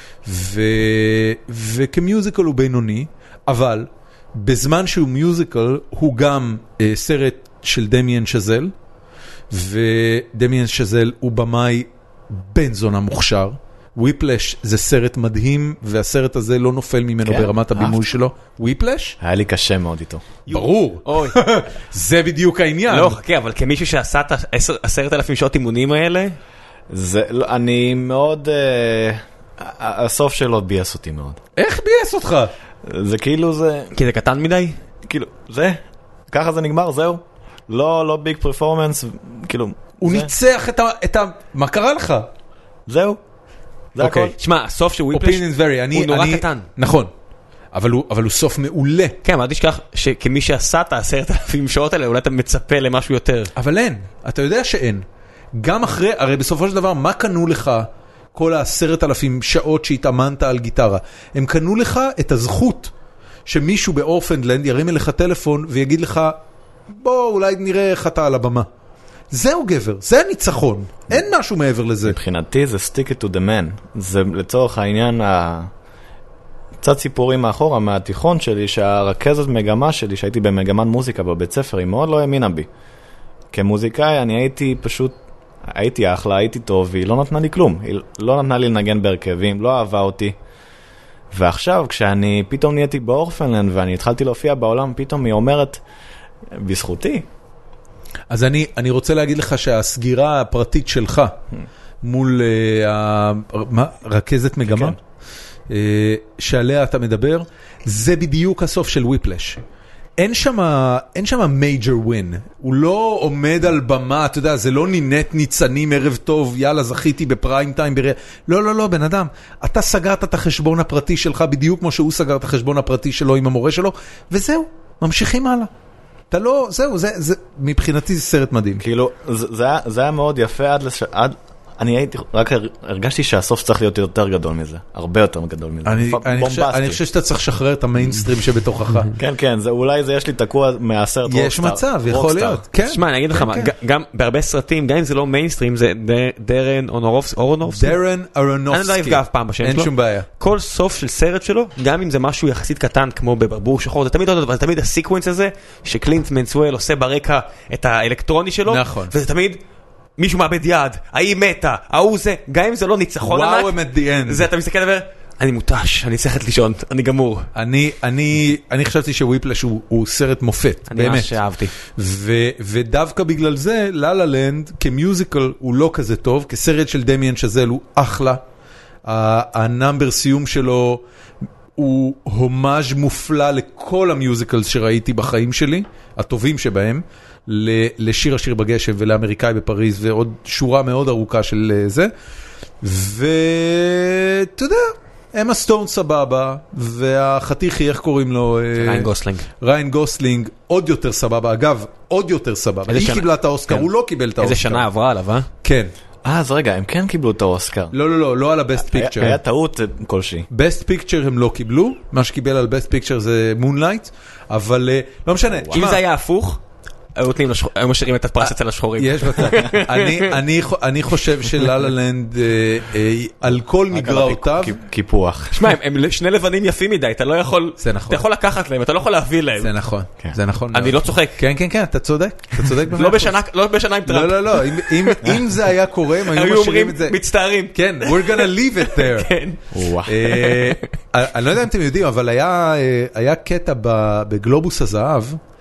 וכמיוזיקל הוא בינוני, אבל בזמן שהוא מיוזיקל, הוא גם סרט של דמיאן שזל, ודמיאן שזל הוא במאי בן זונה מוכשר, וויפלש זה סרט מדהים, והסרט הזה לא נופל ממנו ברמת הבימוי שלו. וויפלש? היה לי קשה מאוד איתו. ברור. זה בדיוק העניין. לא, חכה, אבל כמישהו שעשה את 10,000 שעות אימונים האלה? אני מאוד... הסוף שלו בייס אותי מאוד. איך בייס אותך? זה כאילו זה... כי זה קטן מדי? כאילו, זה? ככה זה נגמר, זהו. לא ביג פרפורמנס, כאילו... הוא ניצח את ה... מה קרה לך? זהו. זה הכל. שמע, הסוף של וויפלש הוא נורא קטן. נכון. אבל הוא סוף מעולה. כן, אבל תשכח שכמי שעשה את 10,000 שעות האלה, אולי אתה מצפה למשהו יותר. אבל אין. אתה יודע שאין. גם אחרי, הרי בסופו של דבר, מה קנו לך כל 10,000 שעות שהתאמנת על גיטרה? הם קנו לך את הזכות שמישהו באורפנדלנד ירים אליך טלפון ויגיד לך, בוא, אולי נראה איך אתה על הבמה. זהו גבר, זה הניצחון, אין משהו מעבר לזה. מבחינתי זה stick it to the man, זה לצורך העניין קצת סיפורים מאחורה מהתיכון שלי, שהרכזת מגמה שלי, שהייתי במגמת מוזיקה בבית ספר, היא מאוד לא האמינה בי. כמוזיקאי אני הייתי אחלה, הייתי טוב, והיא לא נתנה לי כלום. היא לא נתנה לי לנגן בהרכבים, לא אהבה אותי. ועכשיו, כשאני פתאום נהייתי באורפנלנד, ואני התחלתי להופיע בעולם, פתאום היא אומרת, בזכותי. אז אני רוצה להגיד לך שהסגירה הפרטית שלך, מול רכזת מגמה, שעליה אתה מדבר, זה בדיוק הסוף של וויפלש. אין שם מייג'ר ווין, הוא לא עומד על במה, אתה יודע, זה לא נינט ניצנים ערב טוב, יאללה זכיתי בפריים טיים, לא, בן אדם, אתה סגרת את החשבון הפרטי שלך בדיוק כמו שהוא סגר את החשבון הפרטי שלו עם המורה שלו, וזהו, ממשיכים הלאה. אתה לא, זהו, מבחינתי זה סרט מדהים. כאילו, זה היה מאוד יפה עד אני רק הרגשתי שהסוף צריך להיות יותר גדול מזה, הרבה יותר גדול מזה. אני חושב שאתה צריך לשחרר את המיינסטרים שבתוכך. כן, אולי זה יש לי תקוע מהסרט רוקסטאר. יש מצב, יכול להיות. שמע, אני אגיד לך מה, גם בהרבה סרטים, גם אם זה לא מיינסטרים, זה דרן אורונובסקי. דרן אורונובסקי. אני לא אפגע אף פעם בשם שלו. אין שום בעיה. כל סוף של סרט שלו, גם אם זה משהו יחסית קטן, כמו בברבור שחור, זה תמיד הסיקוונס הזה, שקלינט מנסואל עושה ברקע את האלקטרוני שלו, וזה תמיד מישהו מאבד יד, ההיא מתה, ההוא זה, גם אם זה לא ניצחון ענק, וואו, הם at the end. זה אתה מסתכל דבר, אני מוטש, אני צריך לישון, אני גמור. אני חשבתי שוויפלש הוא סרט מופת, באמת. אני ממש אהבתי. ודווקא בגלל זה, לה לה לנד כמיוזיקל הוא לא כזה טוב, כסרט של דמיאן שזל הוא אחלה, הנאמבר סיום שלו הוא הומאז' מופלא לכל המיוזיקלס שראיתי בחיים שלי, הטובים שבהם, לשיר השיר בגשם ולאמריקאי בפריז ועוד שורה מאוד ארוכה של זה, ואתה יודע, אמה סטון סבבה, והחתיכי, איך קוראים לו? ריין גוסלינג, עוד יותר סבבה, אגב, עוד יותר סבבה, היא קיבלה את האוסקר, הוא לא קיבל את האוסקר. איזה שנה עברה עליו, אה? כן. אז רגע, הם כן קיבלו את האוסקר. לא על ה-Best Picture. היה טעות כלשהי. Best Picture הם לא קיבלו, מה שקיבל על Best Picture זה Moonlight, אבל לא משנה. אם זה היה הפוך, היו משאירים את הפרס אצל השחורים. יש בצד. אני חושב שללה לה לנד על כל נגרעותיו. קיפוח. שמע, הם שני לבנים יפים מדי, אתה לא יכול, אתה יכול לקחת להם, אתה לא יכול להביא להם. זה נכון, זה נכון. אני לא צוחק. כן, אתה צודק. לא בשנה עם טראמפ. לא, אם זה היה קורה, הם היו משאירים את זה. מצטערים. כן, we're gonna leave it there. כן. אני לא יודע אם אתם יודעים, אבל היה קטע בגלובוס הזהב,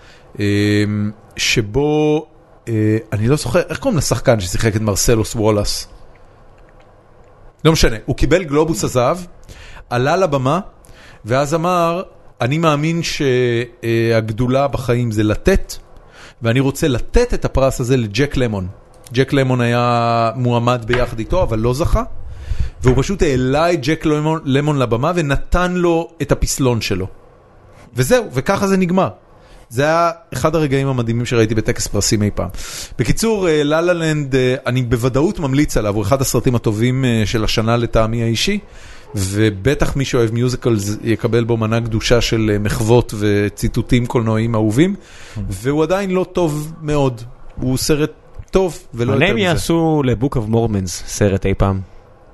שבו, אני לא זוכר, איך קוראים לשחקן ששיחק את מרסלוס וולאס? לא משנה, הוא קיבל גלובוס הזהב, עלה לבמה, ואז אמר, אני מאמין שהגדולה בחיים זה לתת, ואני רוצה לתת את הפרס הזה לג'ק למון. ג'ק למון היה מועמד ביחד איתו, אבל לא זכה, והוא פשוט העלה את ג'ק למון לבמה, ונתן לו את הפסלון שלו. וזהו, וככה זה נגמר. זה היה אחד הרגעים המדהימים שראיתי בטקס פרסים אי פעם. בקיצור, לה לה לנד, אני בוודאות ממליץ עליו, הוא אחד הסרטים הטובים של השנה לטעמי האישי, ובטח מי שאוהב מיוזיקלס יקבל בו מנה קדושה של מחוות וציטוטים קולנועיים אהובים, והוא עדיין לא טוב מאוד. הוא סרט טוב ולא יותר מזה. הם יעשו לבוק אוף מורמנס סרט אי פעם?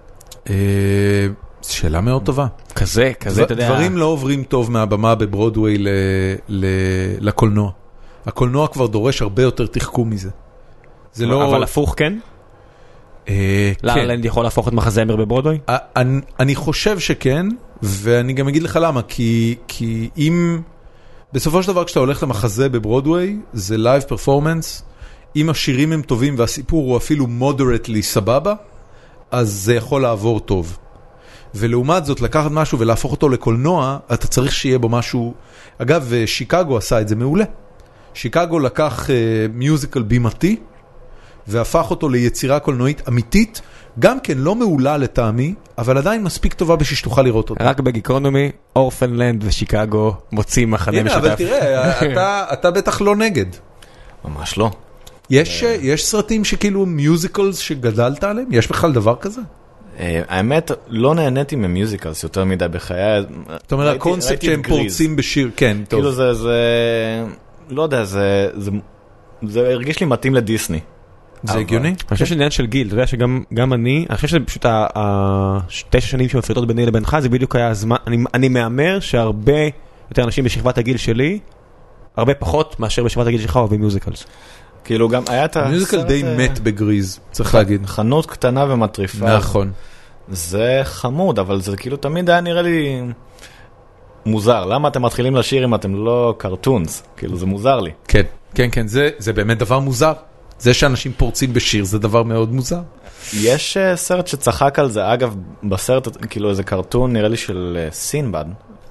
שאלה מאוד טובה. כזה, אתה יודע. דברים לא עוברים טוב מהבמה בברודווי לקולנוע. הקולנוע כבר דורש הרבה יותר תחכום מזה. אבל הפוך כן? לה לה לנד יכול להפוך את מחזמר בברודווי? אני חושב שכן, ואני גם אגיד לך למה, כי אם בסופו של דבר כשאתה הולך למחזה בברודווי, זה לייב פרפורמנס, אם השירים הם טובים והסיפור הוא אפילו moderately סבבה, אז זה יכול לעבור טוב. ולעומת זאת, לקחת משהו ולהפוך אותו לקולנוע, אתה צריך שיהיה בו משהו. אגב, שיקגו עשה את זה מעולה. שיקגו לקח מיוזיקל בימתי, והפך אותו ליצירה קולנועית אמיתית, גם כן לא מעולה לטעמי, אבל עדיין מספיק טובה בששתוכה לראות אותה. רק בגיקונומי, אורפנלנד ושיקגו מוצאים מחנה משותף. הנה, אבל תראה, אתה בטח לא נגד. ממש לא. יש סרטים שכאילו מיוזיקלס שגדלת עליהם? יש בכלל דבר כזה? האמת, לא נהניתי ממיוזיקלס יותר מדי בחיי. זאת אומרת, הקונספט שהם פורצים בשיר, כן, טוב. כאילו זה, לא יודע, זה הרגיש לי מתאים לדיסני. זה הגיוני? אני חושב שזה עניין של גיל, אתה יודע שגם אני חושב שזה פשוט 9 שנים שמפרידות ביני לבינך, זה בדיוק היה הזמן, אני מאמר שהרבה יותר אנשים בשכבת הגיל שלי, הרבה פחות מאשר בשכבת הגיל שלך אוהבים מיוזיקלס. כאילו גם היה את המיוזיקל די מת בגריז, צריך להגיד. חנות קטנה ומטריפה. נכון. זה חמוד, אבל זה כאילו תמיד היה נראה לי מוזר. למה אתם מתחילים לשיר אם אתם לא קרטונס? כאילו זה מוזר לי. כן, כן, כן, זה באמת דבר מוזר. זה שאנשים פורצים בשיר זה דבר מאוד מוזר. יש סרט שצחק על זה, אגב, בסרט, כאילו איזה קרטון, נראה לי של סינבד,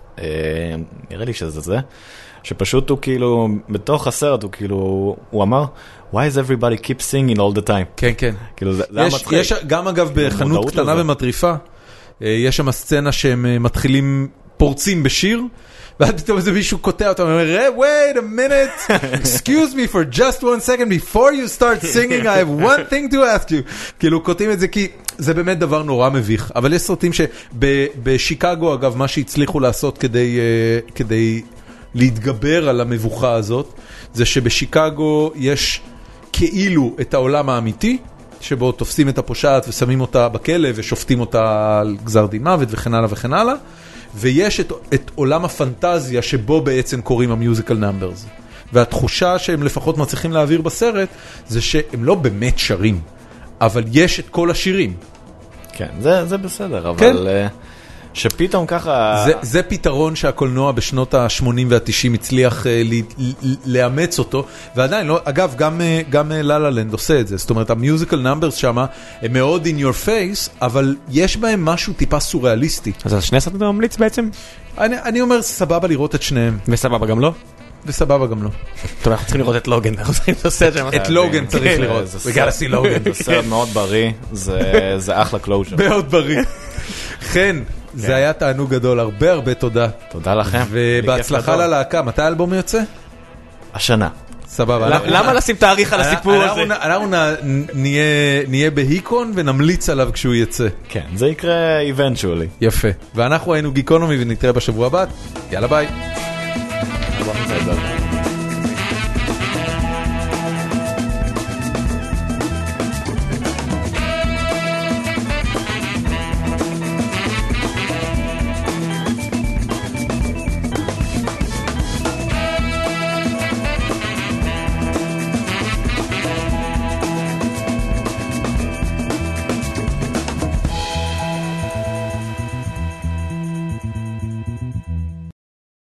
נראה לי שזה זה, שפשוט הוא כאילו, בתוך הסרט הוא כאילו, הוא אמר, why is everybody keep singing all the time? כן, כן. כאילו זה היה מצחיק. יש גם אגב בחנות קטנה ומטריפה, יש שם הסצנה שהם מתחילים, פורצים בשיר, ואז פתאום איזה מישהו קוטע אותם, ואומר, wait a minute, excuse me for just 1 second, before you start singing, I have one thing to ask you. כאילו, קוטעים את זה כי זה באמת דבר נורא מביך. אבל יש סרטים שבשיקגו, אגב, מה שהצליחו לעשות כדי להתגבר על המבוכה הזאת, זה שבשיקגו יש כאילו את העולם האמיתי, שבו תופסים את הפושעת ושמים אותה בכלא ושופטים אותה על גזר דין מוות וכן הלאה וכן הלאה. ויש את עולם הפנטזיה שבו בעצם קוראים המיוזיקל נאמברס. והתחושה שהם לפחות מצליחים להעביר בסרט, זה שהם לא באמת שרים, אבל יש את כל השירים. כן, זה בסדר, אבל שפתאום ככה... זה פתרון שהקולנוע בשנות ה-80 וה-90 הצליח לאמץ אותו, ועדיין, לא, אגב, גם לה לנד עושה את זה. זאת אומרת, המיוזיקל נאמברס שם הם מאוד in your face, אבל יש בהם משהו טיפה סוריאליסטי. אז על שני סרטים אתה ממליץ בעצם? אני אומר, סבבה לראות את שניהם. וסבבה גם לא? וסבבה גם לא. טוב, אנחנו צריכים לראות את לוגן, אנחנו צריכים לעשות שם. את לוגן צריך לראות. We gotta see לוגן. זה סרט מאוד בריא, זה אחלה קלוז'ר. מאוד בריא. חן, זה היה תענוג גדול, הרבה תודה. תודה לכם. ובהצלחה ללהקה, מתי האלבום יוצא? השנה. סבבה. למה לשים תאריך על הסיפור הזה? אנחנו נהיה בהיקון ונמליץ עליו כשהוא יצא. כן, זה יקרה eventually. יפה. ואנחנו היינו גיקונומי ונתראה בשבוע הבא. יאללה ביי.